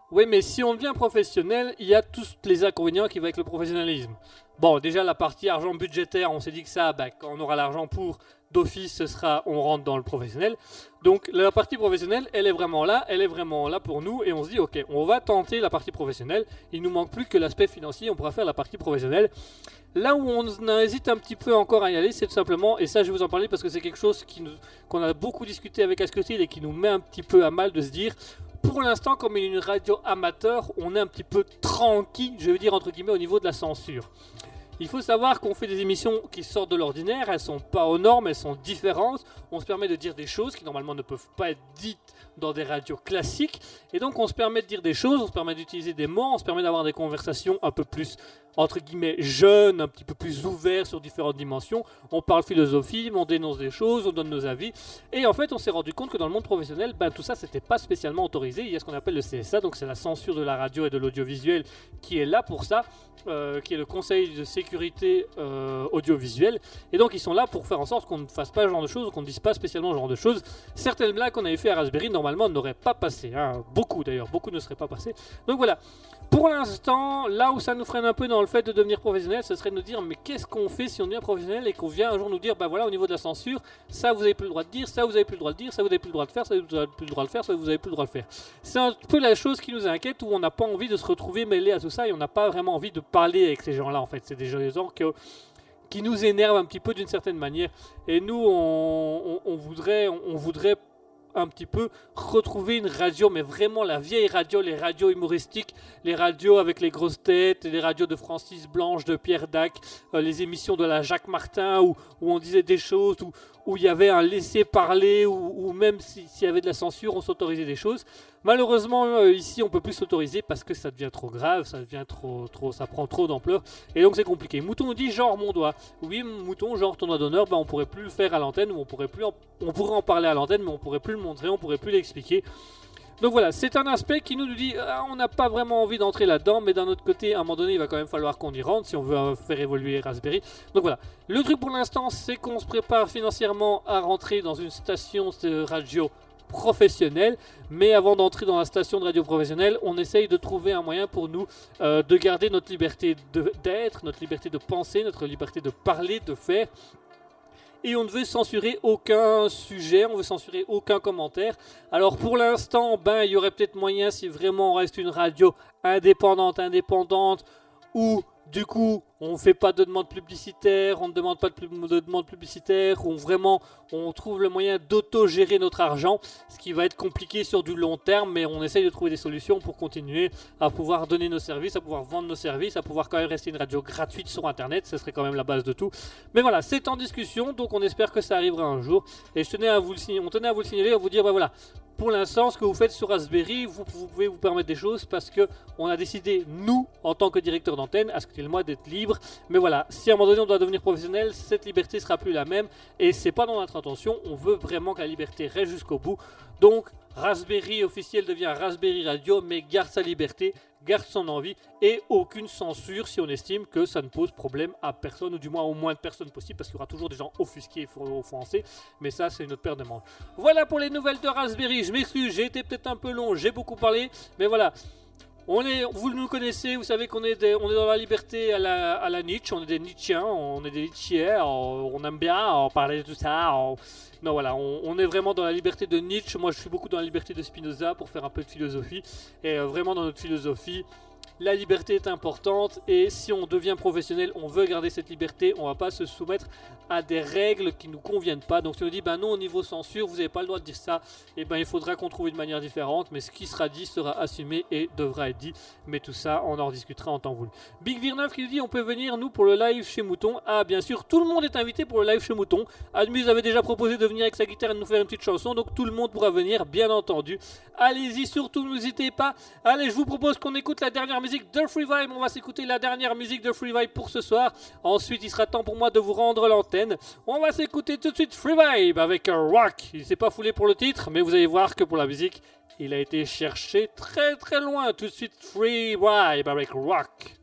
Oui, mais si on devient professionnel, il y a tous les inconvénients qui vont avec le professionnalisme. Bon, déjà la partie argent budgétaire, on s'est dit que ça, bah, quand on aura l'argent pour, d'office, ce sera, on rentre dans le professionnel. Donc la partie professionnelle, elle est vraiment là, elle est vraiment là pour nous, et on se dit, ok, on va tenter la partie professionnelle. Il nous manque plus que l'aspect financier, on pourra faire la partie professionnelle. Là où on hésite un petit peu encore à y aller, c'est tout simplement, et ça je vais vous en parler parce que c'est quelque chose qui nous, qu'on a beaucoup discuté avec Asketil et qui nous met un petit peu à mal de se dire, pour l'instant, comme il y a une radio amateur, on est un petit peu tranquille, je veux dire entre guillemets, au niveau de la censure. Il faut savoir qu'on fait des émissions qui sortent de l'ordinaire, elles sont pas aux normes, elles sont différentes. On se permet de dire des choses qui normalement ne peuvent pas être dites dans des radios classiques. Et donc on se permet de dire des choses, on se permet d'utiliser des mots, on se permet d'avoir des conversations un peu plus, entre guillemets, jeunes, un petit peu plus ouverts sur différentes dimensions. On parle philosophie, on dénonce des choses, on donne nos avis. Et en fait on s'est rendu compte que dans le monde professionnel, ben, tout ça c'était pas spécialement autorisé. Il y a ce qu'on appelle le C S A, donc c'est la censure de la radio et de l'audiovisuel qui est là pour ça. Euh, qui est le Conseil de sécurité euh, audiovisuelle. Et donc ils sont là pour faire en sorte qu'on ne fasse pas ce genre de choses, qu'on ne dise pas spécialement ce genre de choses. Certaines blagues qu'on avait fait à Raspberry normalement n'auraient pas passé. Hein. Beaucoup d'ailleurs, beaucoup ne seraient pas passées. Donc voilà. Pour l'instant, là où ça nous freine un peu dans le fait de devenir professionnel, ce serait de nous dire mais qu'est-ce qu'on fait si on devient professionnel et qu'on vient un jour nous dire bah voilà au niveau de la censure, ça vous avez plus le droit de dire, ça vous avez plus le droit de dire, ça vous avez plus le droit de faire, ça vous avez plus le droit de faire, ça vous avez plus le droit de faire. C'est un peu la chose qui nous inquiète où on n'a pas envie de se retrouver mêlé à tout ça et on n'a pas vraiment envie de parler avec ces gens-là en fait. C'est des gens que, qui nous énervent un petit peu d'une certaine manière. Et nous, on, on, on voudrait, on, on voudrait un petit peu retrouver une radio, mais vraiment la vieille radio, les radios humoristiques, les radios avec les grosses têtes, les radios de Francis Blanche, de Pierre Dac, euh, les émissions de la Jacques Martin où, où on disait des choses, où, où il y avait un laisser-parler, où, où même s'il si y avait de la censure, on s'autorisait des choses. Malheureusement, euh, ici, on ne peut plus s'autoriser parce que ça devient trop grave, ça devient trop, trop, ça prend trop d'ampleur, et donc c'est compliqué. Mouton dit genre mon doigt. Oui, Mouton, genre ton doigt d'honneur, ben, on pourrait plus le faire à l'antenne, ou on pourrait plus, en, on pourrait en parler à l'antenne, mais on pourrait plus le montrer, on pourrait plus l'expliquer. Donc voilà, c'est un aspect qui nous dit ah, on n'a pas vraiment envie d'entrer là-dedans, mais d'un autre côté, à un moment donné, il va quand même falloir qu'on y rentre si on veut euh, faire évoluer Raspberry. Donc voilà, le truc pour l'instant, c'est qu'on se prépare financièrement à rentrer dans une station de radio professionnelle, mais avant d'entrer dans la station de radio professionnelle, on essaye de trouver un moyen pour nous euh, de garder notre liberté de, d'être, notre liberté de penser, notre liberté de parler, de faire. Et on ne veut censurer aucun sujet, on veut censurer aucun commentaire. Alors pour l'instant, ben, il y aurait peut-être moyen, si vraiment on reste une radio indépendante, indépendante, où du coup on ne fait pas de demande publicitaire, on ne demande pas de, pub- de demande publicitaire, où vraiment on trouve le moyen d'auto-gérer notre argent, ce qui va être compliqué sur du long terme, mais on essaye de trouver des solutions pour continuer à pouvoir donner nos services, à pouvoir vendre nos services, à pouvoir quand même rester une radio gratuite sur internet, ce serait quand même la base de tout. Mais voilà, c'est en discussion, donc on espère que ça arrivera un jour, et je tenais à vous le signaler, on tenait à vous le signaler, à vous dire, bah voilà, pour l'instant, ce que vous faites sur Raspberry, vous, vous pouvez vous permettre des choses parce que on a décidé, nous, en tant que directeur d'antenne, à ce que moi d'être libre. Mais voilà, si à un moment donné on doit devenir professionnel, cette liberté sera plus la même et c'est pas dans notre intention. On veut vraiment que la liberté reste jusqu'au bout. Donc, Raspberry officiel devient Raspberry Radio, mais garde sa liberté, garde son envie et aucune censure si on estime que ça ne pose problème à personne ou du moins au moins de personnes possible parce qu'il y aura toujours des gens offusqués et offensés, mais ça c'est une autre paire de manches. Voilà pour les nouvelles de Raspberry, je m'excuse, j'ai été peut-être un peu long, j'ai beaucoup parlé, mais voilà. On est, vous nous connaissez, vous savez qu'on est, des, on est dans la liberté à la, à la Nietzsche, on est des Nietzscheens, on est des Nietzscheens, on, on aime bien on parler de tout ça. On, non voilà, on, on est vraiment dans la liberté de Nietzsche, moi je suis beaucoup dans la liberté de Spinoza pour faire un peu de philosophie, et euh, vraiment dans notre philosophie, la liberté est importante et si on devient professionnel, on veut garder cette liberté, on va pas se soumettre à des règles qui nous conviennent pas. Donc si on dit ben non au niveau censure, vous n'avez pas le droit de dire ça, et ben il faudra qu'on trouve une manière différente, mais ce qui sera dit sera assumé et devra être dit. Mais tout ça, on en rediscutera en temps voulu. Big Virneuf qui nous dit on peut venir nous pour le live chez Mouton. Ah bien sûr, tout le monde est invité pour le live chez Mouton. Admuse avait déjà proposé de venir avec sa guitare et de nous faire une petite chanson, donc tout le monde pourra venir, bien entendu. Allez-y, surtout n'hésitez pas. Allez, je vous propose qu'on écoute la dernière musique de Free Vibe. On va s'écouter la dernière musique de Free Vibe pour ce soir. Ensuite, il sera temps pour moi de vous rendre l'antenne. On va s'écouter tout de suite Free Vibe avec un rock. Il s'est pas foulé pour le titre, mais vous allez voir que pour la musique, il a été cherché très très loin. Tout de suite Free Vibe avec rock.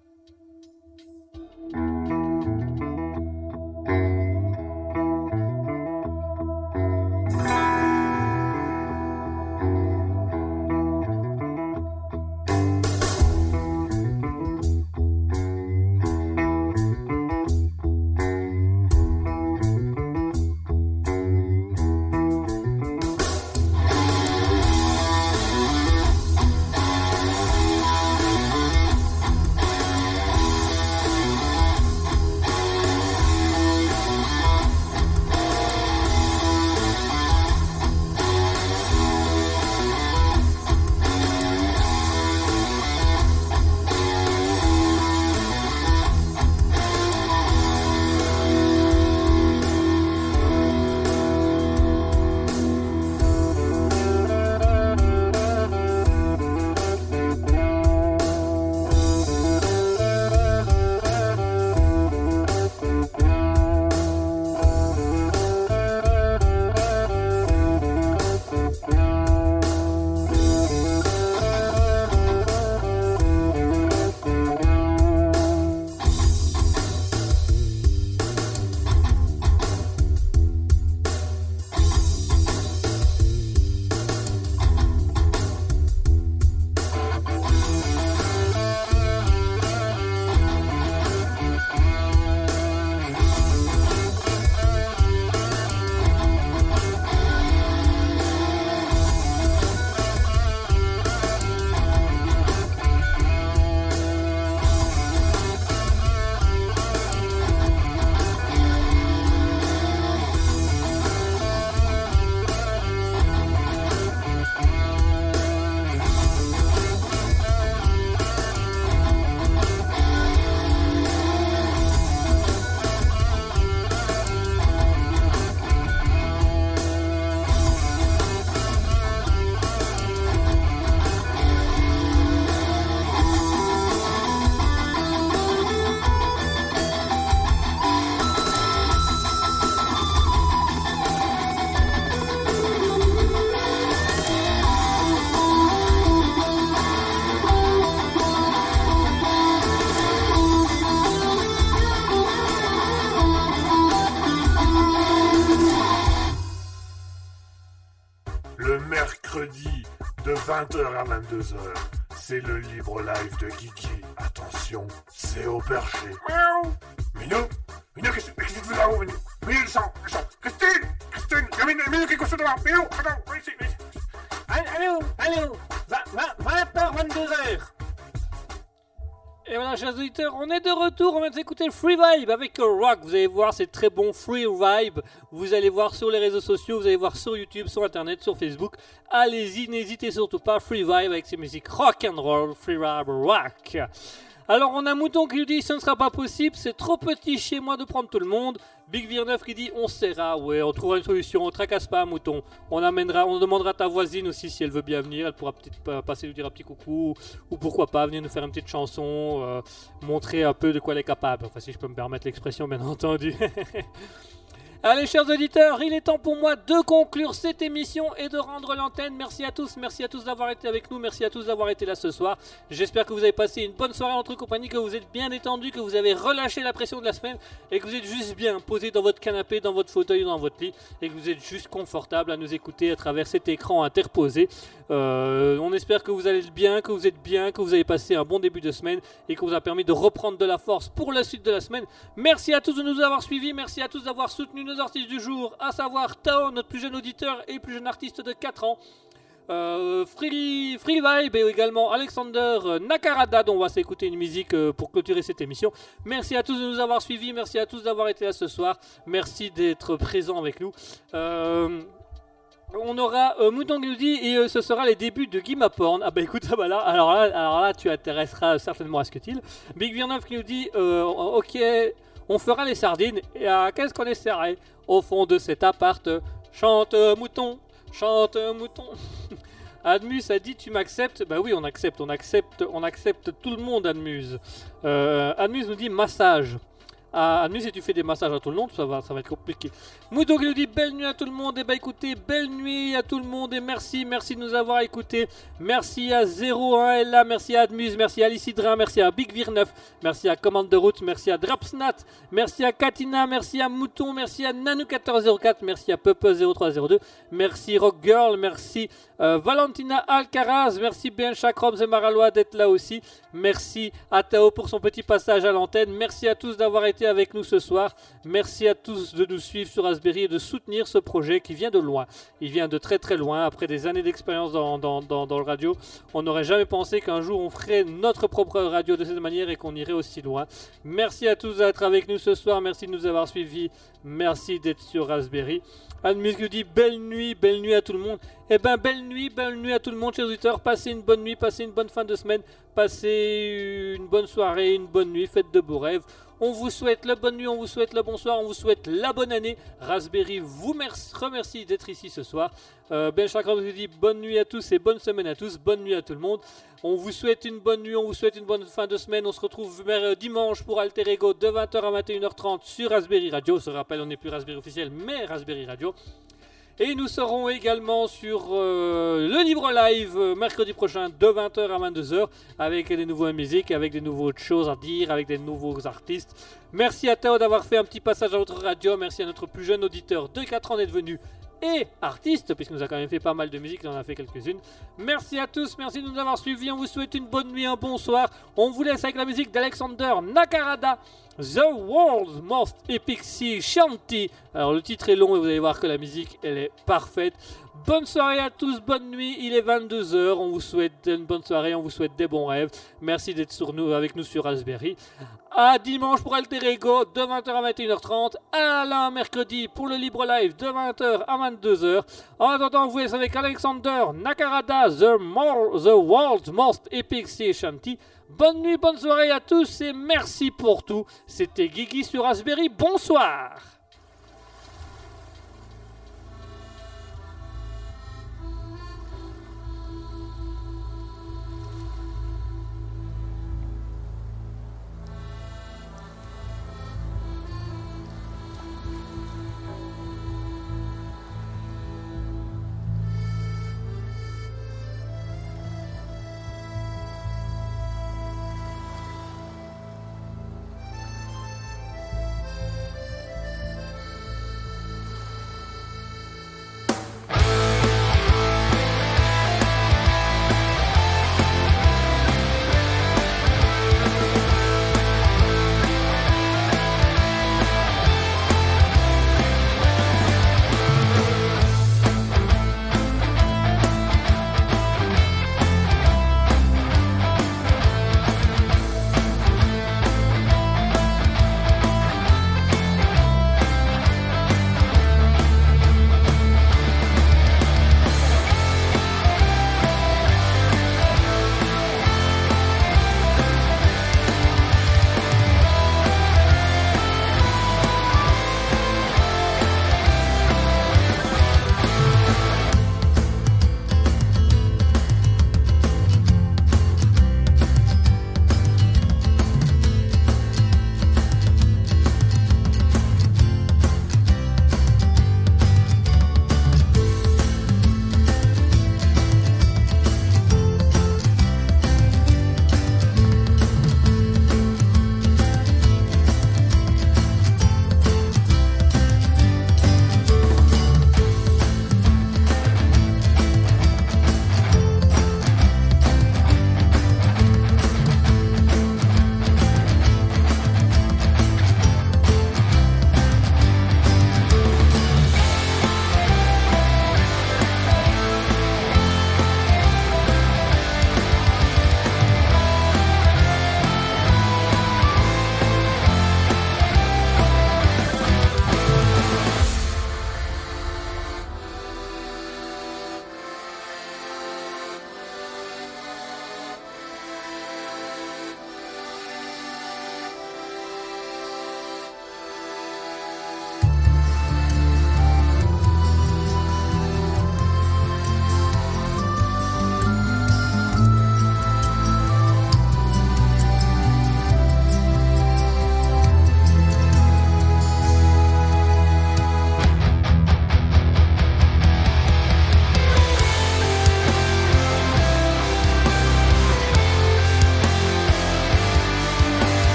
vingt heures à vingt-deux heures, c'est le libre live de Kiki. Attention, c'est au perché. Miaou. Minou, Minou, qu'est-ce qu'est-ce que tu fais là-haut, Minou? Minou, le sang, le sang. Christine, Christine, il y a Minou, Minou qui est couché devant. Minou, attends, viens ici, viens ici. Allô, allô, vingt heures, vingt-deux heures. Et voilà, chers auditeurs, on est de retour, on vient d'écouter Free Vibe avec Rock. Vous allez voir, c'est très bon, Free Vibe. Vous allez voir sur les réseaux sociaux, vous allez voir sur YouTube, sur Internet, sur Facebook. Allez-y, n'hésitez surtout pas, Free Vibe avec ses musiques rock and roll, Free Vibe Rock. Alors on a Mouton qui nous dit ce ne sera pas possible, c'est trop petit chez moi de prendre tout le monde. Big Virneuf qui dit on sera, ouais, on trouvera une solution, on tracasse pas Mouton. On amènera, on demandera à ta voisine aussi si elle veut bien venir, elle pourra peut-être passer nous dire un petit coucou, ou pourquoi pas venir nous faire une petite chanson, euh, montrer un peu de quoi elle est capable. Enfin si je peux me permettre l'expression bien entendu. Allez chers auditeurs, il est temps pour moi de conclure cette émission et de rendre l'antenne. Merci à tous, merci à tous d'avoir été avec nous, merci à tous d'avoir été là ce soir. J'espère que vous avez passé une bonne soirée en notre compagnie, que vous êtes bien détendus, que vous avez relâché la pression de la semaine et que vous êtes juste bien posé dans votre canapé, dans votre fauteuil ou dans votre lit et que vous êtes juste confortable à nous écouter à travers cet écran interposé. Euh, on espère que vous allez bien, que vous êtes bien, que vous avez passé un bon début de semaine et que vous a permis de reprendre de la force pour la suite de la semaine. Merci à tous de nous avoir suivis, merci à tous d'avoir soutenu nos artistes du jour, à savoir Tao, notre plus jeune auditeur et plus jeune artiste de quatre ans, euh, Free, Free Vibe et également Alexander Nakarada dont on va s'écouter une musique pour clôturer cette émission. Merci à tous de nous avoir suivis, merci à tous d'avoir été là ce soir, merci d'être présents avec nous. Euh... On aura euh, Mouton qui nous dit et euh, ce sera les débuts de Guy Maporn. Ah bah écoute, ah bah là, alors là, alors là tu intéresseras certainement à ce que t'il. Big Virneuf qui nous dit euh, ok, on fera les sardines et euh, qu'est-ce qu'on essaierait au fond de cet appart. Chante Mouton, chante Mouton. Admus a dit tu m'acceptes. Bah oui on accepte, on accepte, on accepte tout le monde Admus. Euh, Admus nous dit massage. Ah, Admis, si tu fais des massages à tout le monde, ça va, ça va être compliqué. Mouton qui nous dit belle nuit à tout le monde. Et bah écoutez, belle nuit à tout le monde. Et merci, merci de nous avoir écoutés. Merci à zéro un L A, merci à Admus, merci à Lycidrin, merci à Big Virneuf, merci à Commande de Route, merci à Drapsnat, merci à Katina, merci à Mouton, merci à Nanou quatorze zéro quatre, merci à Pepe zéro trois zéro deux, merci Rock Girl, merci euh, Valentina Alcaraz, merci Ben Chakroms et Maralois d'être là aussi. Merci à Tao pour son petit passage à l'antenne. Merci à tous d'avoir été avec nous ce soir. Merci à tous de nous suivre sur Raspberry et de soutenir ce projet qui vient de loin. Il vient de très très loin. Après des années d'expérience dans, dans, dans, dans le radio, on n'aurait jamais pensé qu'un jour on ferait notre propre radio de cette manière et qu'on irait aussi loin. Merci à tous d'être avec nous ce soir. Merci de nous avoir suivis. Merci d'être sur Raspberry. Anne Musque dit belle nuit, belle nuit à tout le monde. Eh ben belle nuit, belle nuit à tout le monde, chers auditeurs. Passez une bonne nuit, passez une bonne fin de semaine, passez une bonne soirée, une bonne nuit, faites de beaux rêves. On vous souhaite la bonne nuit, on vous souhaite le bonsoir, on vous souhaite la bonne année. Raspberry vous merci, remercie d'être ici ce soir. Euh, Ben Chakram vous dit bonne nuit à tous et bonne semaine à tous, bonne nuit à tout le monde. On vous souhaite une bonne nuit, on vous souhaite une bonne fin de semaine. On se retrouve dimanche pour Alter Ego de vingt heures à vingt et une heures trente sur Raspberry Radio. Je rappelle, on n'est plus Raspberry officiel, mais Raspberry Radio. Et nous serons également sur euh, le Libre Live euh, mercredi prochain de vingt heures à vingt-deux heures avec des nouvelles musiques, avec des nouvelles choses à dire, avec des nouveaux artistes. Merci à Tao d'avoir fait un petit passage à notre radio. Merci à notre plus jeune auditeur de quatre ans d'être venu et artiste, puisqu'il nous a quand même fait pas mal de musique, il en a fait quelques-unes. Merci à tous, merci de nous avoir suivis. On vous souhaite une bonne nuit, un bonsoir. On vous laisse avec la musique d'Alexander Nakarada, The World's Most Epic Sea Shanty. Alors le titre est long et vous allez voir que la musique elle est parfaite. Bonne soirée à tous, bonne nuit, il est vingt-deux heures, on vous souhaite une bonne soirée, on vous souhaite des bons rêves. Merci d'être sur nous, avec nous sur Raspberry. À dimanche pour Alter Ego de vingt heures à vingt et une heures trente. À la mercredi pour le Libre Live de vingt heures à vingt-deux heures. En attendant, on vous laisse avec Alexander Nakarada, The, more, the World's Most Epic Sea Shanty. Bonne nuit, bonne soirée à tous et merci pour tout. C'était Guigui sur Raspberry, bonsoir.